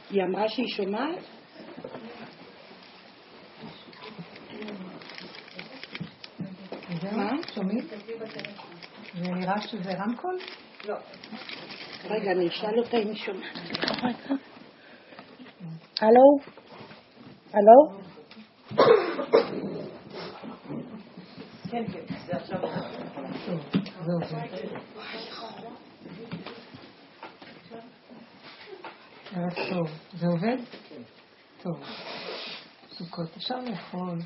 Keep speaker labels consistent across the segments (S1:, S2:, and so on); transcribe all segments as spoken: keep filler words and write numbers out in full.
S1: היא אמרה שהיא שומעת?
S2: מה? שומעים? זה נראה שזה רמקול?
S1: לא. רגע, אני אשאל אותה אם היא שומעת. הלו? הלו?
S2: כן, כן, זה עכשיו. טוב, זה עובד. ערב טוב. זה עובד? טוב. סוכות, אפשר לאכול.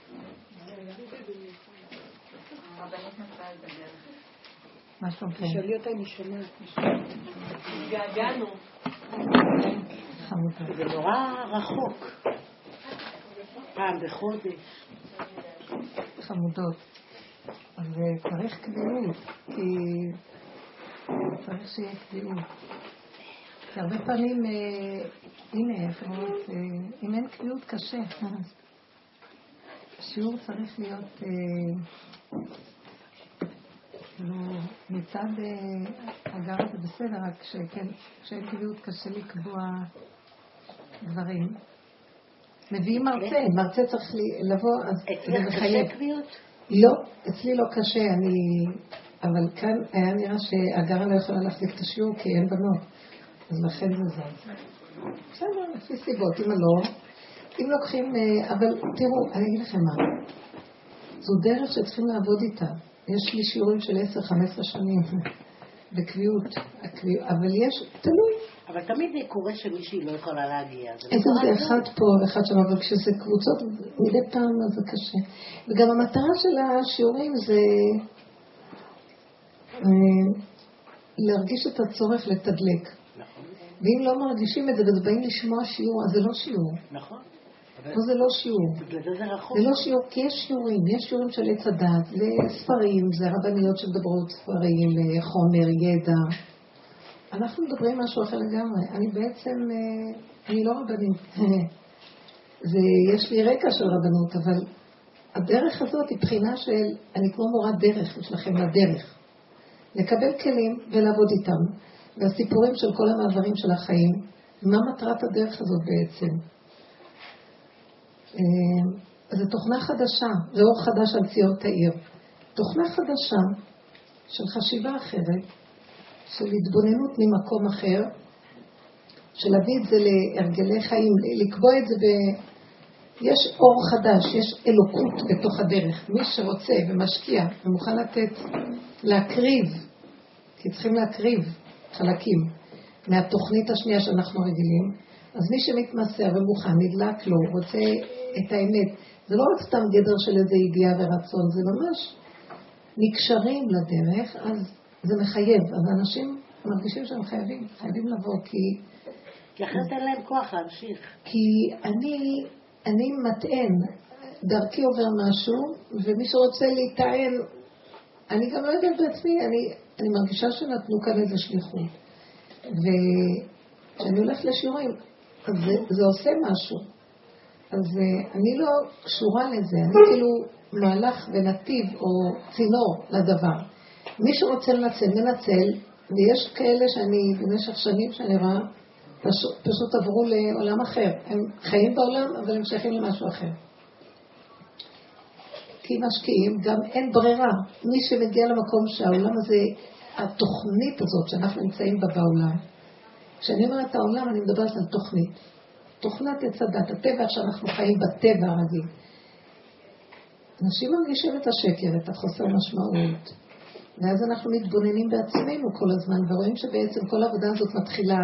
S2: מה שלומכם?
S1: תשאלי אותה אם היא שומעת.
S3: געגענו.
S2: חמודה.
S1: זה נורא רחוק. פעם בחודש.
S2: חמודות. אז צריך קביעות, כי צריך שיהיה קביעות. כי הרבה פעמים, הנה, אם אין קביעות קשה. השיעור צריך להיות מצד הגרה זה בסדר, רק כשאין קביעות קשה לקבוע דברים. מביאים מרצה, מרצה צריך לבוא, אז זה מחייב.
S1: קשה קביעות?
S2: לא, אצלי לא קשה, אני... אבל כאן היה נראה שהגרה לא יכולה להחזיק את השיעור כי אין בנות. אז לכן זה זז. בסדר, לפי סיבות, אם לא, אם לוקחים, אבל תראו, אני אגיד לכם מה, זו דרך שצריכים לעבוד איתה. יש לי שיעורים של עשר חמש עשרה שנים בקביעות, אבל יש, תלוי.
S1: אבל תמיד זה קורה שמישהי לא יכולה להגיע.
S2: איזה זה אחד פה ואחד שם, אבל כשזה קבוצות, מדי פעם זה קשה. וגם המטרה של השיעורים זה להרגיש את הצורך לתדלק.
S1: נכון.
S2: ואם לא מרגישים את זה וזה באים לשמוע שיעור, אז זה לא שיעור.
S1: נכון.
S2: אבל זה לא שיעור.
S1: בגלל זה זה רחוק.
S2: זה לא שיעור, כי יש שיעורים. יש שיעורים של עץ הדת, זה ספרים, זה רבניות שמדברות ספרים, חומר, ידע. אנחנו מדברים משהו אחר לגמרי. אני בעצם, אני לא רבנית. זה, יש לי רקע של רבנות, אבל הדרך הזאת היא בחינה של, אני כמו מורת דרך, יש לכם לדרך. לקבל כלים ולעבוד איתם. והסיפורים של כל המעברים של החיים, מה מטרת הדרך הזאת בעצם? זו תוכנה חדשה, זה אור חדש על ציון תאיר. תוכנה חדשה של חשיבה אחרת, של התבוננות ממקום אחר, של להביא את זה להרגלי חיים, לקבוע את זה ב... יש אור חדש, יש אלוקות בתוך הדרך. מי שרוצה ומשקיע ומוכן לתת, להקריב, כי צריכים להקריב חלקים מהתוכנית השנייה שאנחנו רגילים, אז מי שמתמסר ומוכן, נדלק לו, רוצה את האמת, זה לא רק סתם גדר של איזה ידיעה ורצון, זה ממש נקשרים לדרך, אז זה מחייב. אז אנשים מרגישים שהם חייבים, חייבים לבוא, כי...
S1: כי אחרת אין להם כוח להמשיך.
S2: כי אני, אני מטען, דרכי עובר משהו, ומי שרוצה להיטען, אני גם לא יודעת בעצמי, אני, אני מרגישה שנתנו כאן איזה שליחות. וכשאני הולכת לשיעורים, אז זה, זה עושה משהו. אז אני לא קשורה לזה, אני כאילו מהלך ונתיב או צינור לדבר. מי שרוצה לנצל, מנצל, ויש כאלה שאני במשך שנים שאני רואה, פשוט, פשוט עברו לעולם אחר. הם חיים בעולם, אבל הם שייכים למשהו אחר. כי משקיעים, גם אין ברירה. מי שמגיע למקום שהעולם הזה, התוכנית הזאת שאנחנו נמצאים בה בעולם, כשאני אומרת העולם, אני מדברת על תוכנית. תוכנת יצדת, הטבע שאנחנו חיים בטבע הרגיל. אנשים מרגישים את השקר, את החוסר משמעות. ואז אנחנו מתבוננים בעצמנו כל הזמן, ורואים שבעצם כל העבודה הזאת מתחילה,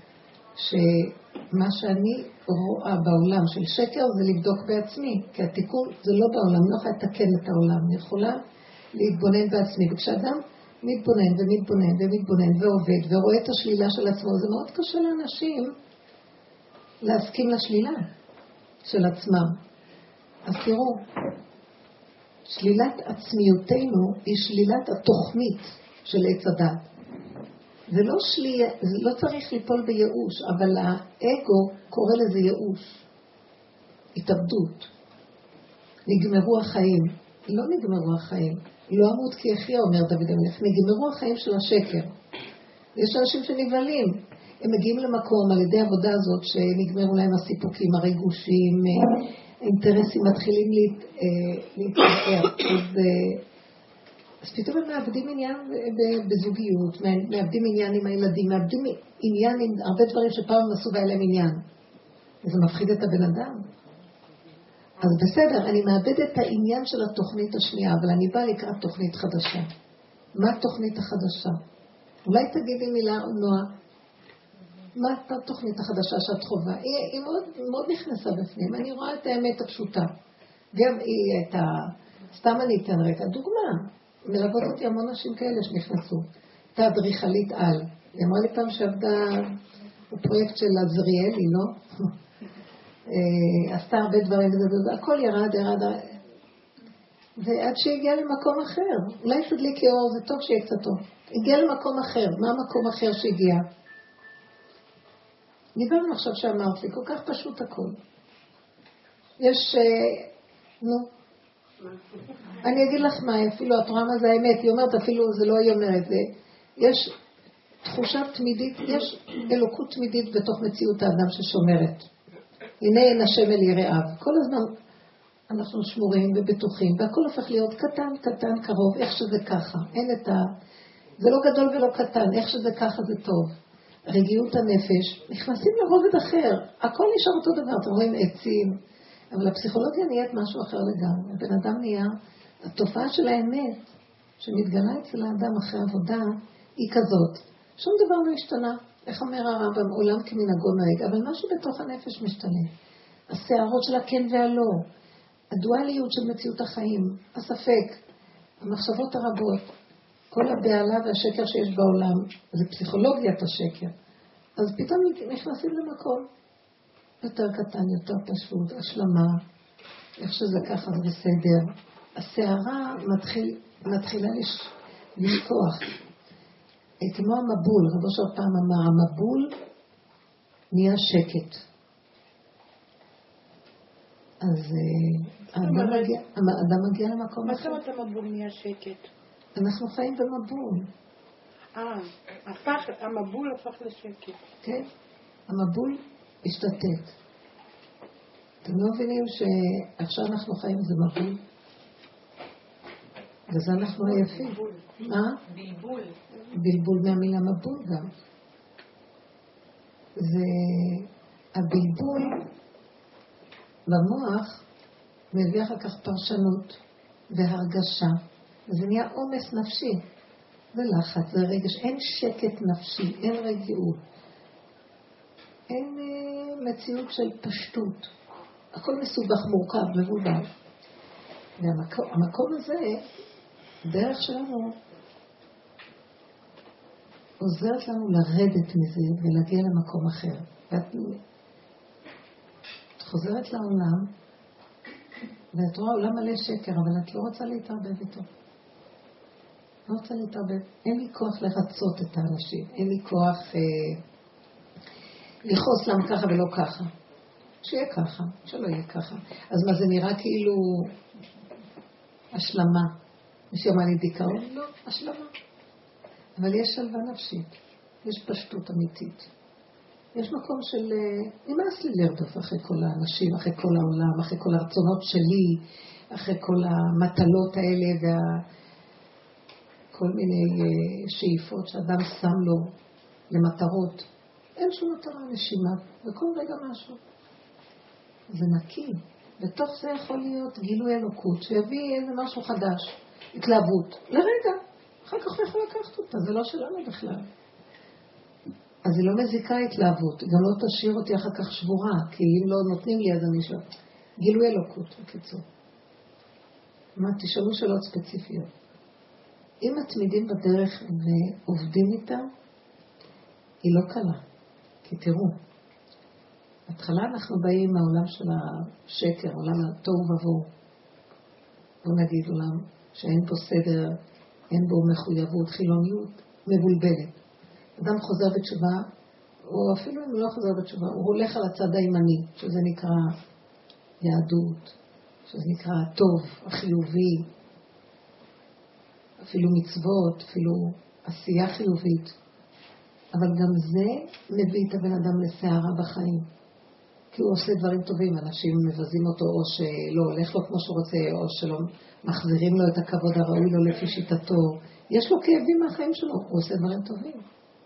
S2: שמה שאני רואה בעולם של שקר זה לבדוק בעצמי, כי התיקון זה לא בעולם, אני לא יכולה לתקן את העולם, אני יכולה להתבונן בעצמי. וכשאדם מתבונן ומתבונן ומתבונן ועובד ורואה את השלילה של עצמו, זה מאוד קשה לאנשים להסכים לשלילה של עצמם. אז תראו, שלילת עצמיותנו היא שלילת התוכנית של עץ הדת. זה לא שלי, זה לא צריך ליפול בייאוש, אבל האגו קורא לזה ייאוש, התאבדות. נגמרו החיים. לא נגמרו החיים. לא אמות כי יחיה, אומר דוד המלך. נגמרו החיים של השקר. יש אנשים שנבהלים. הם מגיעים למקום על ידי העבודה הזאת שנגמרו להם הסיפוקים, הריגושים, האינטרסים מתחילים להתערער. אז, אז פתאום הם מאבדים עניין בזוגיות, מאבדים עניין עם הילדים, מאבדים עניין עם הרבה דברים שפעם הם עשו והיה להם עניין. וזה מפחיד את הבן אדם. אז בסדר, אני מאבד את העניין של התוכנית השנייה, אבל אני באה לקראת תוכנית חדשה. מה התוכנית החדשה? אולי תגידי מילה, נועה, מה התוכנית החדשה שאת חובה? היא, היא מאוד, מאוד נכנסה בפנים. אני רואה את האמת הפשוטה. גם היא הייתה, סתם אני אתן רגע, דוגמה. מלוות אותי המון נשים כאלה שנכנסו. הייתה אדריכלית על. היא אמרה לי פעם שעבדה בפרויקט של עזריאלי, לא? עשתה הרבה דברים, הכל ירד, ירד, ועד שהגיעה למקום אחר. אולי תדליקי אור, זה טוב שיהיה קצת טוב. הגיעה למקום אחר. מה המקום אחר שהגיע? דיברנו עכשיו שאמרתי, כל כך פשוט הכל. יש, נו, אני אגיד לך מה, אפילו את רואה מה זה האמת, היא אומרת אפילו זה לא היא אומרת, זה, יש תחושה תמידית, יש אלוקות תמידית בתוך מציאות האדם ששומרת. הנה אין השם אל יראיו. כל הזמן אנחנו שמורים ובטוחים, והכל הופך להיות קטן, קטן, קרוב, איך שזה ככה. אין את ה... זה לא גדול ולא קטן, איך שזה ככה זה טוב. רגיעות הנפש, נכנסים לרובד אחר. הכל נשאר אותו דבר, אתם רואים עצים. אבל הפסיכולוגיה נהיית משהו אחר לגמרי. הבן אדם נהיה, התופעה של האמת, שמתגלה אצל האדם אחרי עבודה, היא כזאת. שום דבר לא השתנה. איך אומר הרמב"ם, עולם כמנהגו נוהג, אבל משהו בתוך הנפש משתנה. השערות של הכן והלא, הדואליות של מציאות החיים, הספק, המחשבות הרבות, כל הבעלה והשקר שיש בעולם, זה פסיכולוגיית השקר. אז פתאום נכנסים למקום יותר קטן, יותר פשוט, השלמה, איך שזה ככה זה בסדר. השערה מתחיל, מתחילה לש, לשכוח. כמו המבול, רבו של פעם אמר, המבול נהיה שקט. אז האדם מגיע, האדם מגיע למקום אחר.
S1: מה זאת אומרת המבול נהיה שקט?
S2: אנחנו חיים במבול.
S1: אה, הפך, המבול הפך לשקט.
S2: כן, המבול השתתת. אתם לא מבינים שעכשיו אנחנו חיים זה מבול? וזה אנחנו עייפים. מה?
S3: בלבול.
S2: בלבול מהמילה מבול גם. זה הבלבול במוח מביא אחר כך פרשנות והרגשה. וזה נהיה עומס נפשי. זה לחץ, זה רגש. אין שקט נפשי, אין רגיעות. אין אה, מציאות של פשטות. הכל מסובך, מורכב, מבולבל. והמקום המקום הזה, דרך שלנו, עוזרת לנו לרדת מזה ולהגיע למקום אחר. ואת חוזרת לעולם, ואת רואה עולם מלא שקר, אבל את לא רוצה להתערבב איתו. לא רוצה להתערבב. אין לי כוח לרצות את האנשים. אין לי כוח אה, לכעוס להם ככה ולא ככה. שיהיה ככה, שלא יהיה ככה. אז מה זה נראה כאילו השלמה. מישהו אמר לי דיכאון? לא, השלמה. אבל יש שלווה נפשית. יש פשטות אמיתית. יש מקום של... נמאס לי לרדוף אחרי כל האנשים, אחרי כל העולם, אחרי כל הרצונות שלי, אחרי כל המטלות האלה וה... כל מיני שאיפות שאדם שם לו למטרות. אין שום מטרה נשימה, וכל רגע משהו. זה נקי. בתוך זה יכול להיות גילוי אלוקות, שיביא איזה משהו חדש, התלהבות. לרגע, אחר כך הוא יכול לקחת אותה, זה לא שלנו בכלל. אז היא לא מזיקה התלהבות, גם לא תשאיר אותי אחר כך שבורה, כי אם לא נותנים לי אז אני שואל. גילוי אלוקות, בקיצור. מה, תשאלו שאלות ספציפיות. אם התמידים בדרך ועובדים איתה, היא לא קלה. כי תראו, בהתחלה אנחנו באים מהעולם של השקר, עולם התוהו ובוהו. בוא נגיד עולם שאין בו סדר, אין בו מחויבות, חילוניות, מבולבלת. אדם חוזר בתשובה, או אפילו אם הוא לא חוזר בתשובה, הוא הולך על הצד הימני, שזה נקרא יהדות, שזה נקרא הטוב, החיובי, אפילו מצוות, אפילו עשייה חיובית. אבל גם זה מביא את הבן אדם לסערה בחיים. כי הוא עושה דברים טובים, אנשים מבזים אותו, או שלא הולך לו כמו שהוא רוצה, או שלא מחזירים לו את הכבוד הראוי לו לפי שיטתו. יש לו כאבים מהחיים שלו, הוא עושה דברים טובים.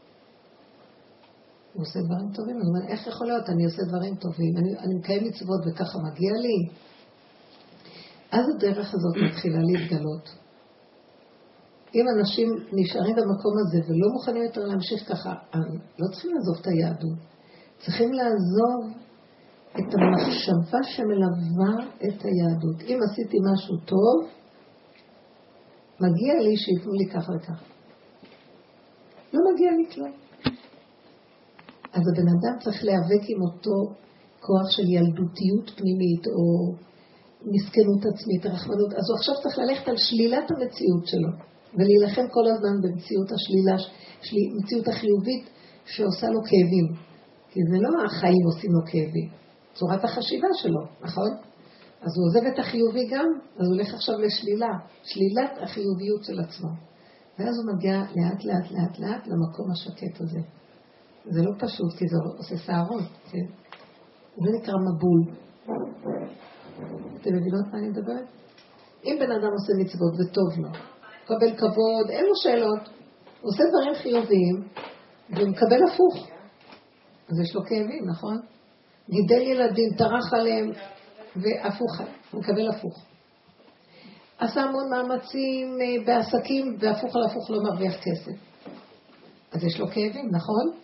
S2: הוא עושה דברים טובים, זאת אומרת, איך יכול להיות? אני עושה דברים טובים, אני, אני מקיים מצוות וככה מגיע לי. אז הדרך הזאת מתחילה להתגלות. אם אנשים נשארים במקום הזה ולא מוכנים יותר להמשיך ככה, לא צריכים לעזוב את היהדות. צריכים לעזוב את המחשבה שמלווה את היהדות. אם עשיתי משהו טוב, מגיע לי שיתנו לי כך וכך. לא מגיע לי כלום. אז הבן אדם צריך להיאבק עם אותו כוח של ילדותיות פנימית או מסכנות עצמית, רחמנות. אז הוא עכשיו צריך ללכת על שלילת המציאות שלו ולהילחם כל הזמן במציאות השלילה, שלי, מציאות החיובית שעושה לו כאבים. כי זה לא החיים עושים לו כאבים, צורת החשיבה שלו, נכון? אז הוא עוזב את החיובי גם, אז הוא הולך עכשיו לשלילה, שלילת החיוביות של עצמו. ואז הוא מגיע לאט לאט לאט לאט למקום השקט הזה. זה לא פשוט, כי זה עושה שערות, כן? זה נקרא מבול. אתם מבינות מה אני מדברת? אם בן אדם עושה מצוות וטוב לו, מקבל כבוד, אין לו שאלות, הוא עושה דברים חיוביים, והוא מקבל הפוך. אז יש לו כאבים, נכון? גידל ילדים, טרח עליהם, והפוך, הוא מקבל הפוך. עשה המון מאמצים בעסקים, והפוך על הפוך לא מרוויח כסף. אז יש לו כאבים, נכון?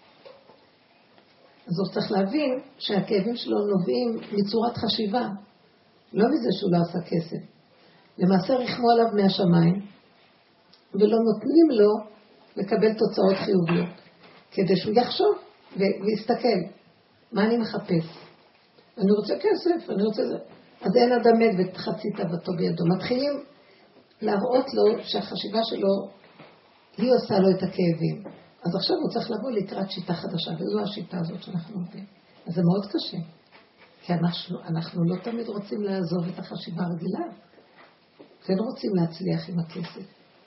S2: אז הוא צריך להבין שהכאבים שלו נובעים מצורת חשיבה, לא מזה שהוא לא עשה כסף. למעשה רחמו עליו מהשמיים, ולא נותנים לו לקבל תוצאות חיוביות, כדי שהוא יחשוב ויסתכל, מה אני מחפש? אני רוצה כסף, אני רוצה זה. אז אין אדם מת וחצי תאוותו בידו. מתחילים להראות לו שהחשיבה שלו, היא עושה לו את הכאבים. אז עכשיו הוא צריך לבוא לקראת שיטה חדשה, וזו השיטה הזאת שאנחנו עובדים. אז זה מאוד קשה, כי אנחנו, אנחנו לא תמיד רוצים לעזוב את החשיבה הרגילה, כן רוצים להצליח עם הכסף.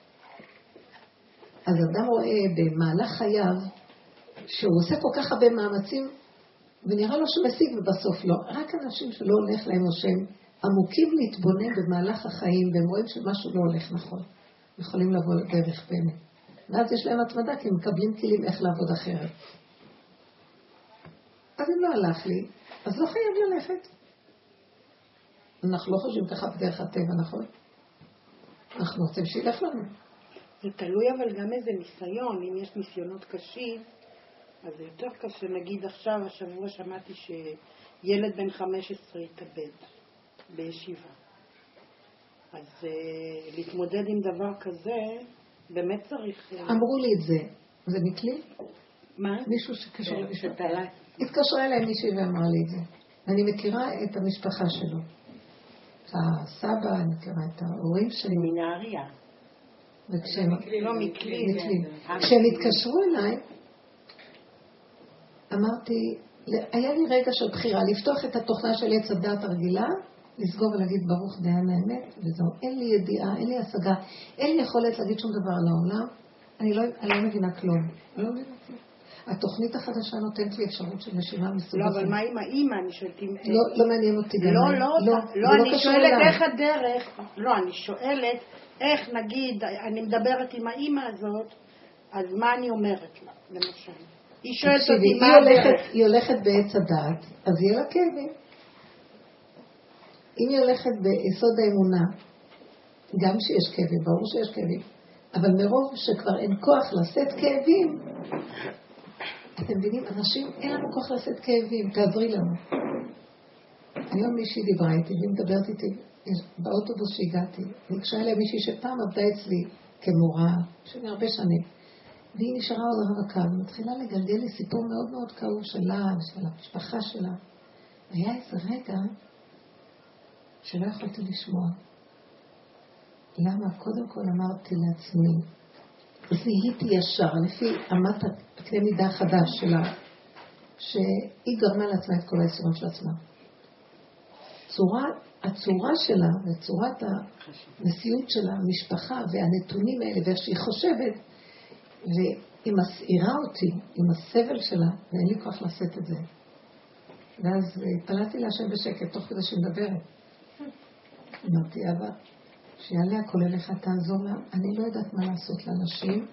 S2: אז אדם רואה במהלך חייו, שהוא עושה כל כך הרבה מאמצים, ונראה לו שמשיג ובסוף לא. רק אנשים שלא הולך להם או שהם עמוקים להתבונן במהלך החיים, והם רואים שמשהו לא הולך נכון, יכולים לבוא לדרך באמת. ואז יש להם התמדה, כי הם מקבלים כלים איך לעבוד אחרת. אז אם לא הלך לי, אז לא חייב ללכת. אנחנו לא חושבים ככה בדרך הטבע, נכון? אנחנו רוצים שילך לנו.
S1: זה תלוי אבל גם איזה ניסיון. אם יש ניסיונות קשים, אז זה יותר קשה. נגיד עכשיו, השבוע שמעתי שילד בן חמש עשרה התאבד בישיבה. אז uh, להתמודד עם דבר כזה, באמת צריך...
S2: אמרו לי את זה. זה מכלי?
S1: מה?
S2: מישהו שקשור למישהו.
S1: שתלה.
S2: התקשרה אליי מישהי ואמרה לי את זה. אני מכירה את המשפחה שלו. את הסבא, אני מכירה את ההורים שלי.
S1: מנהריה.
S2: וכשהם...
S1: לא מכלי.
S2: כשהם התקשרו אליי, אמרתי, היה לי רגע של בחירה, לפתוח את התוכנה של עץ הדעת הרגילה, לסגור ולהגיד ברוך דיין האמת, וזהו, אין לי ידיעה, אין לי השגה, אין לי יכולת להגיד שום דבר על העולם, אני לא, אני לא מבינה כלום. לא מבינה כלום. התוכנית החדשה נותנת לי אפשרות של נשימה מסוגת.
S1: לא, אבל מה עם האמא? אני שואלת אם...
S2: לא, לא מעניין אותי גם.
S1: לא, לא, לא, לא, אני שואלת איך הדרך, לא, אני שואלת איך נגיד, אני מדברת עם האמא הזאת, אז מה אני אומרת לה, למשל? היא שואלת אותי מה הדרך.
S2: היא הולכת בעץ הדעת, אז יהיה לה כאבים. אם היא הולכת ביסוד האמונה, גם שיש כאבים, ברור שיש כאבים, אבל מרוב שכבר אין כוח לשאת כאבים, אתם מבינים, אנשים אין לנו כוח לשאת כאבים, תעזרי לנו. היום מישהי דיברה איתי, והיא מדברת איתי באוטובוס שהגעתי, נקשה אליה מישהי שפעם עבדה אצלי כמורה, שאני הרבה שנים, והיא נשארה עוד רווקה, ומתחילה לגלגל לי סיפור מאוד מאוד כאוב שלה, ושל המשפחה שלה. היה איזה רגע שלא יכולתי לשמוע. למה? קודם כל אמרתי לעצמי, זיהיתי ישר, לפי אמת הקנה מידה חדש שלה, שהיא גרמה לעצמה את כל היסורים של עצמה. צורה, הצורה שלה וצורת הנשיאות שלה, המשפחה והנתונים האלה, ואיך שהיא חושבת, היא מסעירה אותי עם הסבל שלה, ואין לי כוח לשאת את זה. ואז התפללתי להשם בשקט, תוך כדי שהיא מדברת. אמרתי, אבא, שיעלה הכל אליך, תעזור לה. אני לא יודעת מה לעשות לאנשים.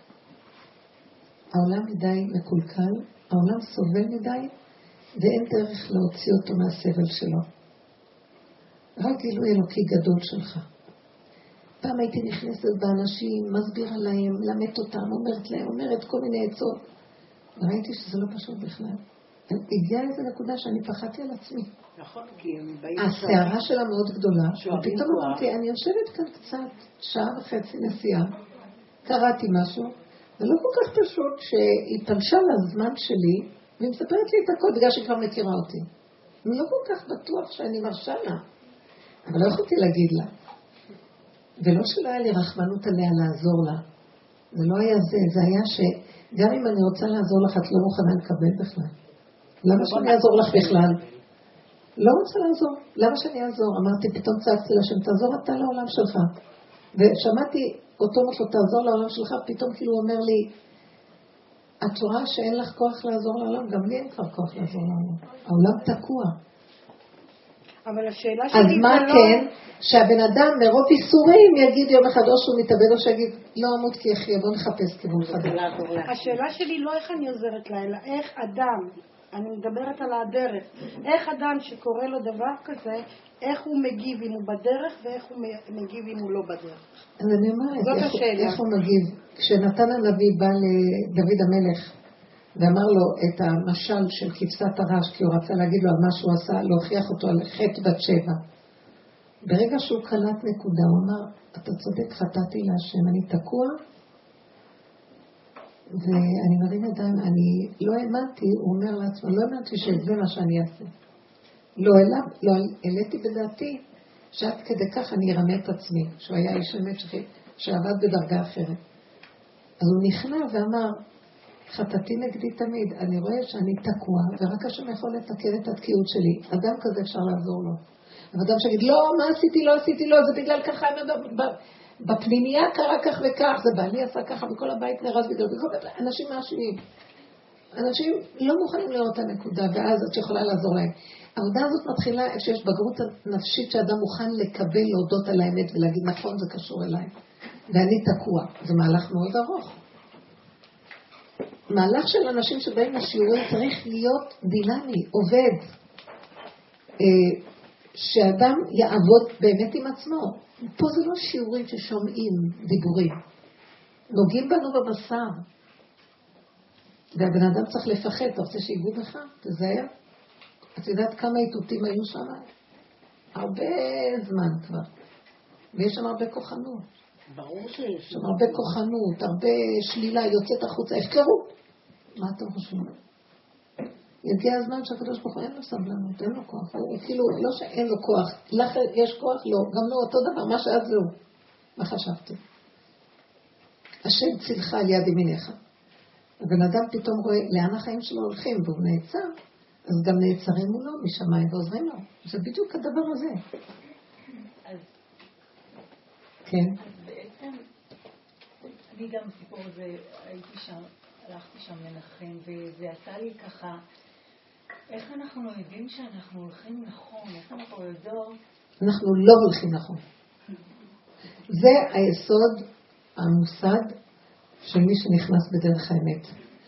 S2: העולם מדי מקולקל, העולם סובל מדי, ואין דרך להוציא אותו מהסבל שלו. רק גילוי אלוקי גדול שלך. פעם הייתי נכנסת באנשים, מסבירה להם, למד אותם, אומרת להם, אומרת כל מיני עצות. וראיתי שזה לא פשוט בכלל. הגיעה איזו נקודה שאני פחדתי על עצמי.
S1: נכון, כי הם באים...
S2: הסערה שלה מאוד גדולה, ופתאום אמרתי, אני יושבת כאן קצת, שעה וחצי נסיעה, קראתי משהו, ולא כל כך פשוט שהיא פלשה לזמן שלי, והיא מספרת לי את הכל בגלל שהיא כבר מכירה אותי. אני לא כל כך בטוח שאני מרשה לה, אבל לא יכולתי להגיד לה. ולא שלא היה לי רחמנות עליה לעזור לה. זה לא היה זה, זה היה שגם אם אני רוצה לעזור לך, את לא מוכנה לקבל בכלל. למה שאני אעזור לך בכלל? לא רוצה לעזור. למה שאני אעזור? אמרתי, פתאום צעקתי לה, תעזור אתה לעולם שלך. ושמעתי אותו מפלו, תעזור לעולם שלך, פתאום כאילו הוא אומר לי, את רואה שאין לך כוח לעזור לעולם, גם לי אין כבר כוח לעזור לעולם. העולם תקוע.
S1: אבל השאלה שלי...
S2: אז מה כן? שהבן אדם מרוב איסורים יגיד יום אחד או שהוא מתאבד או שיגיד לא אמות כי יחיה, בוא נחפש כיוון חדש.
S1: השאלה שלי לא איך אני עוזרת לה, אלא איך אדם, אני מדברת על הדרך, איך אדם שקורא לו דבר כזה, איך הוא מגיב אם הוא בדרך ואיך הוא מגיב אם הוא לא בדרך.
S2: אז אני אומרת,
S1: זאת
S2: איך,
S1: השאלה.
S2: איך הוא מגיב? כשנתן הנביא בא לדוד המלך ואמר לו את המשל של כבשת הרש, כי הוא רצה להגיד לו על מה שהוא עשה, להוכיח אותו על חטא בת שבע. ברגע שהוא קלט נקודה, הוא אמר, אתה צודק, חטאתי להשם, אני תקוע, ואני מרים ידיים, אני לא האמנתי, הוא אומר לעצמו, לא האמנתי שזה מה שאני אעשה. לא, אלה, לא העליתי בדעתי, שעד כדי כך אני ארמה את עצמי, שהוא היה איש אמת שעבד בדרגה אחרת. אז הוא נכנע ואמר, חטאתי נגדי תמיד, אני רואה שאני תקוע, ורק השם יכול לתקן את התקיעות שלי. אדם כזה אפשר לעזור לו. אבל אדם שיגיד, לא, מה עשיתי, לא עשיתי, לא, זה בגלל ככה, בפנימיה קרה כך וכך, זה בעלי עשה ככה, וכל הבית נרז בגלל, אנשים מאשמים. אנשים לא מוכנים לראות את הנקודה, ואז את יכולה לעזור להם. העבודה הזאת מתחילה איפה שיש בגרות נפשית שאדם מוכן לקבל, להודות על האמת ולהגיד, נכון, זה קשור אליי. ואני תקוע. זה מהלך מאוד ארוך. מהלך של אנשים שבאים לשיעורים צריך להיות דינמי, עובד. שאדם יעבוד באמת עם עצמו. פה זה לא שיעורים ששומעים דיבורים. נוגעים בנו בבשר. והבן אדם צריך לפחד, אתה רוצה שיגעו בך? תזהר. את יודעת כמה איתותים היו שם? הרבה זמן כבר. ויש שם הרבה כוחנות.
S1: ברור שיש.
S2: שם הרבה כוחנות, הרבה שלילה, יוצאת החוצה. הפקרות. מה אתם חושבים? יגיע הזמן שהקדוש ברוך הוא אין לו סבלנות, אין לו כוח. הוא כאילו, לא שאין לו כוח. לך יש כוח? לא. גם לא אותו דבר, מה שאז זהו. מה חשבתי? השם צילך על יד ימיניך. הבן אדם פתאום רואה לאן החיים שלו הולכים, והוא נעצר, אז גם נעצרים מולו משמיים ועוזרים לו. זה בדיוק הדבר הזה.
S3: אז,
S2: כן.
S3: אז בעצם, אני גם סיפור הזה, הייתי שם, הלכתי שם לנחם, וזה עשה לי ככה, איך אנחנו יודעים שאנחנו הולכים נכון, איך אנחנו יודעים?
S2: אנחנו לא הולכים נכון. זה היסוד המוסד של מי שנכנס בדרך האמת.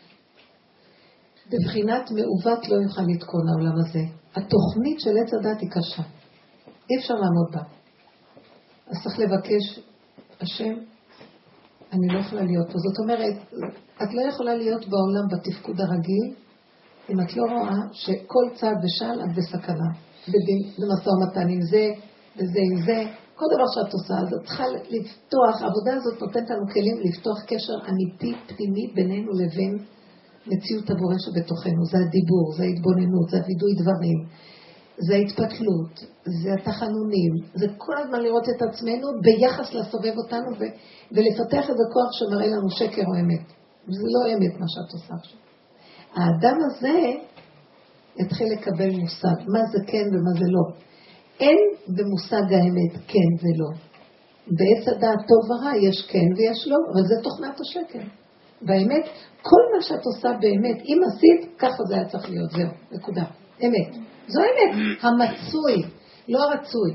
S2: בבחינת מעוות לא יוכל לתקון העולם הזה. התוכנית של עץ הדת היא קשה. אי אפשר לעמוד בה. אז צריך לבקש, השם, אני לא יכולה להיות פה. זאת אומרת, את לא יכולה להיות בעולם בתפקוד הרגיל, אם את לא רואה שכל צעד ושעל את בסכנה. במשא ומתן עם זה, וזה עם זה. כל דבר שאת עושה, אז את צריכה לפתוח, העבודה הזאת נותנת לנו כלים לפתוח קשר אמיתי, פנימי, בינינו לבין מציאות הבורא שבתוכנו. זה הדיבור, זה ההתבוננות, זה הוידוי דברים, זה ההתפתלות, זה התחנונים, זה כל הזמן לראות את עצמנו ביחס לסובב אותנו ו- ולפתח איזה כוח שמראה לנו שקר או אמת. זה לא אמת מה שאת עושה עכשיו. האדם הזה יתחיל לקבל מושג, מה זה כן ומה זה לא. אין במושג האמת כן ולא. בעץ הדעת טוב ורע יש כן ויש לא, אבל זה תוכנת השקר. באמת, כל מה שאת עושה באמת, אם עשית, ככה זה היה צריך להיות, זהו, נקודה. אמת. זו אמת, המצוי, לא הרצוי.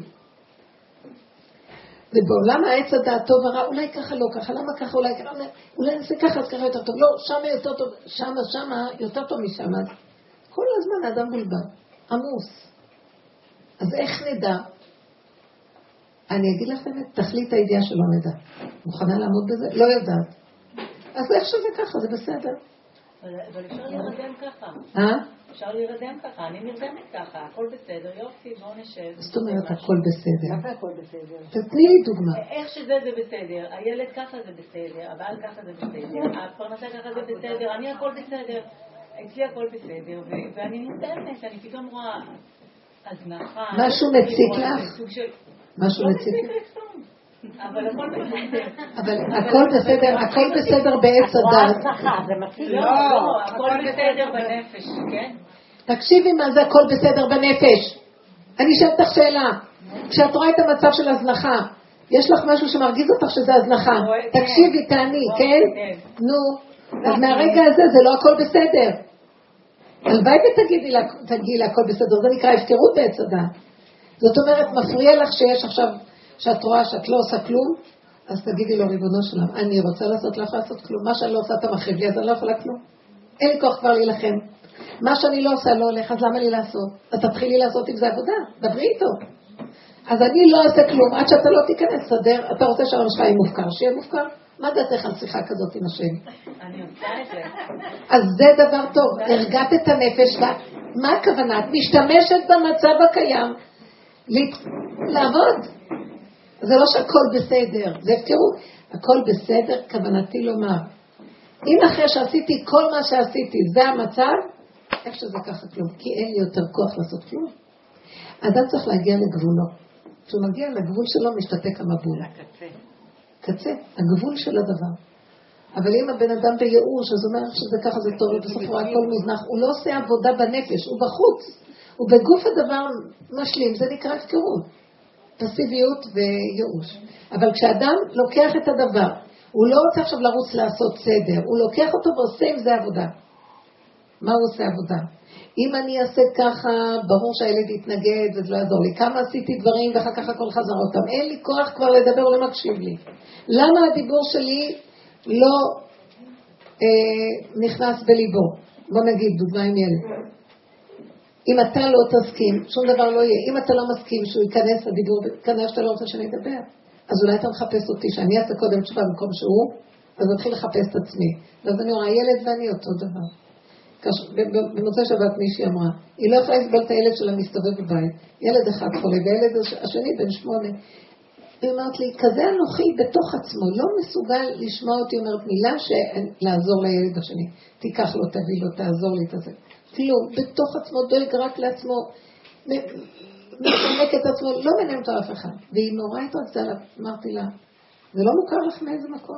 S2: ובעולם העץ הדעת טוב ורע, אולי ככה לא ככה, למה ככה, אולי ככה, אולי נעשה ככה, אז ככה יותר טוב. לא, שמה יותר טוב, שמה, שמה, יותר טוב משמה. כל הזמן האדם בולבל, עמוס. אז איך נדע? אני אגיד לך באמת, תחליט הידיעה שלא נדע. מוכנה לעמוד בזה? לא יודעת. אז איך שזה ככה, זה בסדר.
S3: אבל אפשר להירדם ככה.
S2: אה?
S3: אפשר להירדם ככה, אני נרדמת ככה, הכל בסדר, יופי, בואו נשב.
S2: זאת אומרת, הכל בסדר.
S1: מה זה הכל בסדר?
S2: תתני לי דוגמה.
S3: איך שזה זה בסדר, הילד ככה זה בסדר, הבעל ככה זה בסדר, הפרנסה ככה זה בסדר, אני הכל בסדר, אצלי הכל בסדר, ואני נרדמת, אני פתאום רואה הזנחה.
S2: משהו מציק לך? משהו מציק לך?
S3: אבל הכל בסדר.
S2: אבל הכל בסדר, הכל בסדר בעץ הדת.
S1: זה מציג.
S3: לא, הכל בסדר בנפש, כן?
S2: תקשיבי מה זה הכל בסדר בנפש. אני שואלת לך שאלה. כשאת רואה את המצב של הזנחה, יש לך משהו שמרגיז אותך שזה הזנחה. תקשיבי, תעני, כן? נו, אז מהרגע הזה זה לא הכל בסדר. הלוואי ותגידי לה הכל בסדר, זה נקרא הפקרות בעץ הדת. זאת אומרת, מפריע לך שיש עכשיו... שאת רואה שאת לא עושה כלום, אז תגידי לו, ריבונו שלם, אני רוצה לעשות לך לעשות כלום. מה שאני לא עושה אתה מחריב לי, אז אני לא יכולה כלום. אין לי כוח כבר להילחם. מה שאני לא עושה לא הולך, אז למה לי לעשות? אז תתחילי לעשות עם זה עבודה, דברי איתו. אז אני לא עושה כלום, עד שאתה לא תיכנס, סדר, אתה רוצה שהעולם שלך יהיה מופקר, שיהיה מופקר? מה דעתך על שיחה כזאת עם השם?
S3: אני עושה את זה.
S2: אז זה דבר טוב, הרגעת את הנפש, מה הכוונה? את משתמשת במצב הקיים, לעבוד. זה לא שהכל בסדר, זה הפקרות. הכל בסדר, כוונתי לומר. אם אחרי שעשיתי כל מה שעשיתי, זה המצב, איך שזה ככה כלום? כי אין לי יותר כוח לעשות כלום. אדם צריך להגיע לגבולו. כשהוא מגיע לגבול שלו, משתתק המבול.
S1: לקצה.
S2: קצה, הגבול של הדבר. אבל אם הבן אדם בייאוש, אז הוא אומר שזה ככה זה טוב, ובסוף הוא הכל מוזנח. הוא לא עושה עבודה בנפש, הוא בחוץ. הוא בגוף הדבר משלים, זה נקרא הפקרות. פסיביות וייאוש. אבל כשאדם לוקח את הדבר, הוא לא רוצה עכשיו לרוץ לעשות סדר, הוא לוקח אותו ועושה עם זה עבודה. מה הוא עושה עבודה? אם אני אעשה ככה, ברור שהילד יתנגד וזה לא יעזור לי. כמה עשיתי דברים ואחר כך הכל חזר אותם. אין לי כוח כבר לדבר, הוא לא מקשיב לי. למה הדיבור שלי לא אה, נכנס בליבו? בוא נגיד, דוגמה עם ילד. אם אתה לא תסכים, שום דבר לא יהיה. אם אתה לא מסכים שהוא ייכנס לדיבור, כנראה שאתה לא רוצה שאני אדבר. אז אולי אתה מחפש אותי, שאני אעשה קודם תשובה במקום שהוא, אז אני מתחיל לחפש את עצמי. ואז אני רואה, הילד ואני אותו דבר. במוצא שבת מישהי אמרה, היא לא יכולה לסבול את הילד שלה מסתובב בבית. ילד אחד חולה, והילד השני בן שמונה. היא אמרת לי, כזה אנוכי בתוך עצמו, לא מסוגל לשמוע אותי אומרת מילה לעזור לילד השני. תיקח לו, תביא לו, תעזור לי את הזה. כלום, בתוך עצמו דואג רק לעצמו, מחמק את עצמו, לא מעניין אותו אף אחד. והיא נורא התרגזה לה, אמרתי לה, זה לא מוכר לך מאיזה מקום?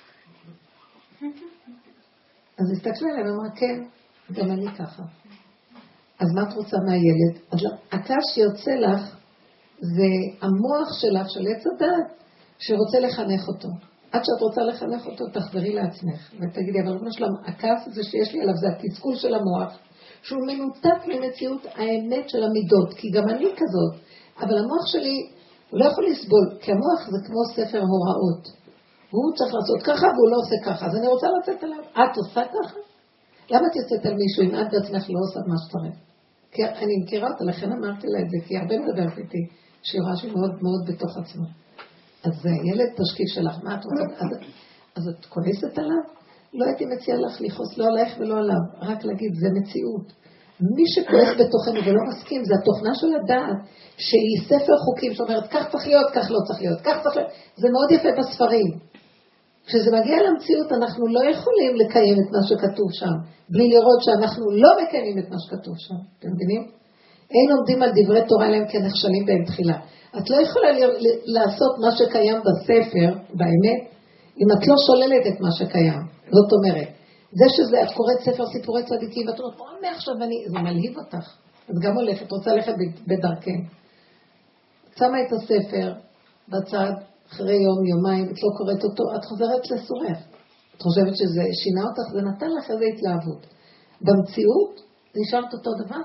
S2: אז הסתכלה עליה ואמרה, כן, גם אני ככה. אז מה את רוצה מהילד? אז הכעס שיוצא לך, זה המוח שלך, של עץ הדעת, שרוצה לחנך אותו. עד שאת רוצה לחנך אותו, תחזרי לעצמך, ותגידי, אבל כמו שלום, הכעס הזה שיש לי עליו, זה התסכול של המוח, שהוא מנותק ממציאות האמת של המידות, כי גם אני כזאת, אבל המוח שלי, הוא לא יכול לסבול, כי המוח זה כמו ספר הוראות. הוא צריך לעשות ככה, והוא לא עושה ככה, אז אני רוצה לצאת עליו. את עושה ככה? למה את יוצאת על מישהו, אם את בעצמך לא עושה מה שצריך? כי אני מכירה אותה, לכן אמרתי לה את זה, כי הרבה מדברת איתי, שהיא רואה שהיא מאוד מאוד בתוך עצמו. אז ילד תשקיף שלך, מה את רוצה? אז, אז את כועסת עליו? לא הייתי מציעה לך לכעוס, לא עלייך ולא עליו, רק להגיד, זה מציאות. מי שכועס בתוכנו ולא מסכים, זה התוכנה של הדעת, שהיא ספר חוקים שאומרת, כך צריך להיות, כך לא צריך להיות, כך צריך להיות. זה מאוד יפה בספרים. כשזה מגיע למציאות, אנחנו לא יכולים לקיים את מה שכתוב שם, בלי לראות שאנחנו לא מקיימים את מה שכתוב שם. אתם מבינים? אין עומדים על דברי תורה להם כנכשלים בהם תחילה. את לא יכולה לעשות מה שקיים בספר, באמת, אם את לא שוללת את מה שקיים. זאת אומרת, זה שזה, את קוראת ספר סיפורי צדיקים, ואת אומרת, מה מעכשיו אני, זה מלהיב אותך. את גם הולכת, רוצה ללכת בדרכן. שמה את הספר בצד, אחרי יום, יומיים, את לא קוראת אותו, את חוזרת לסורך. את חושבת שזה שינה אותך, זה נתן לך איזו התלהבות. במציאות נשארת אותו דבר.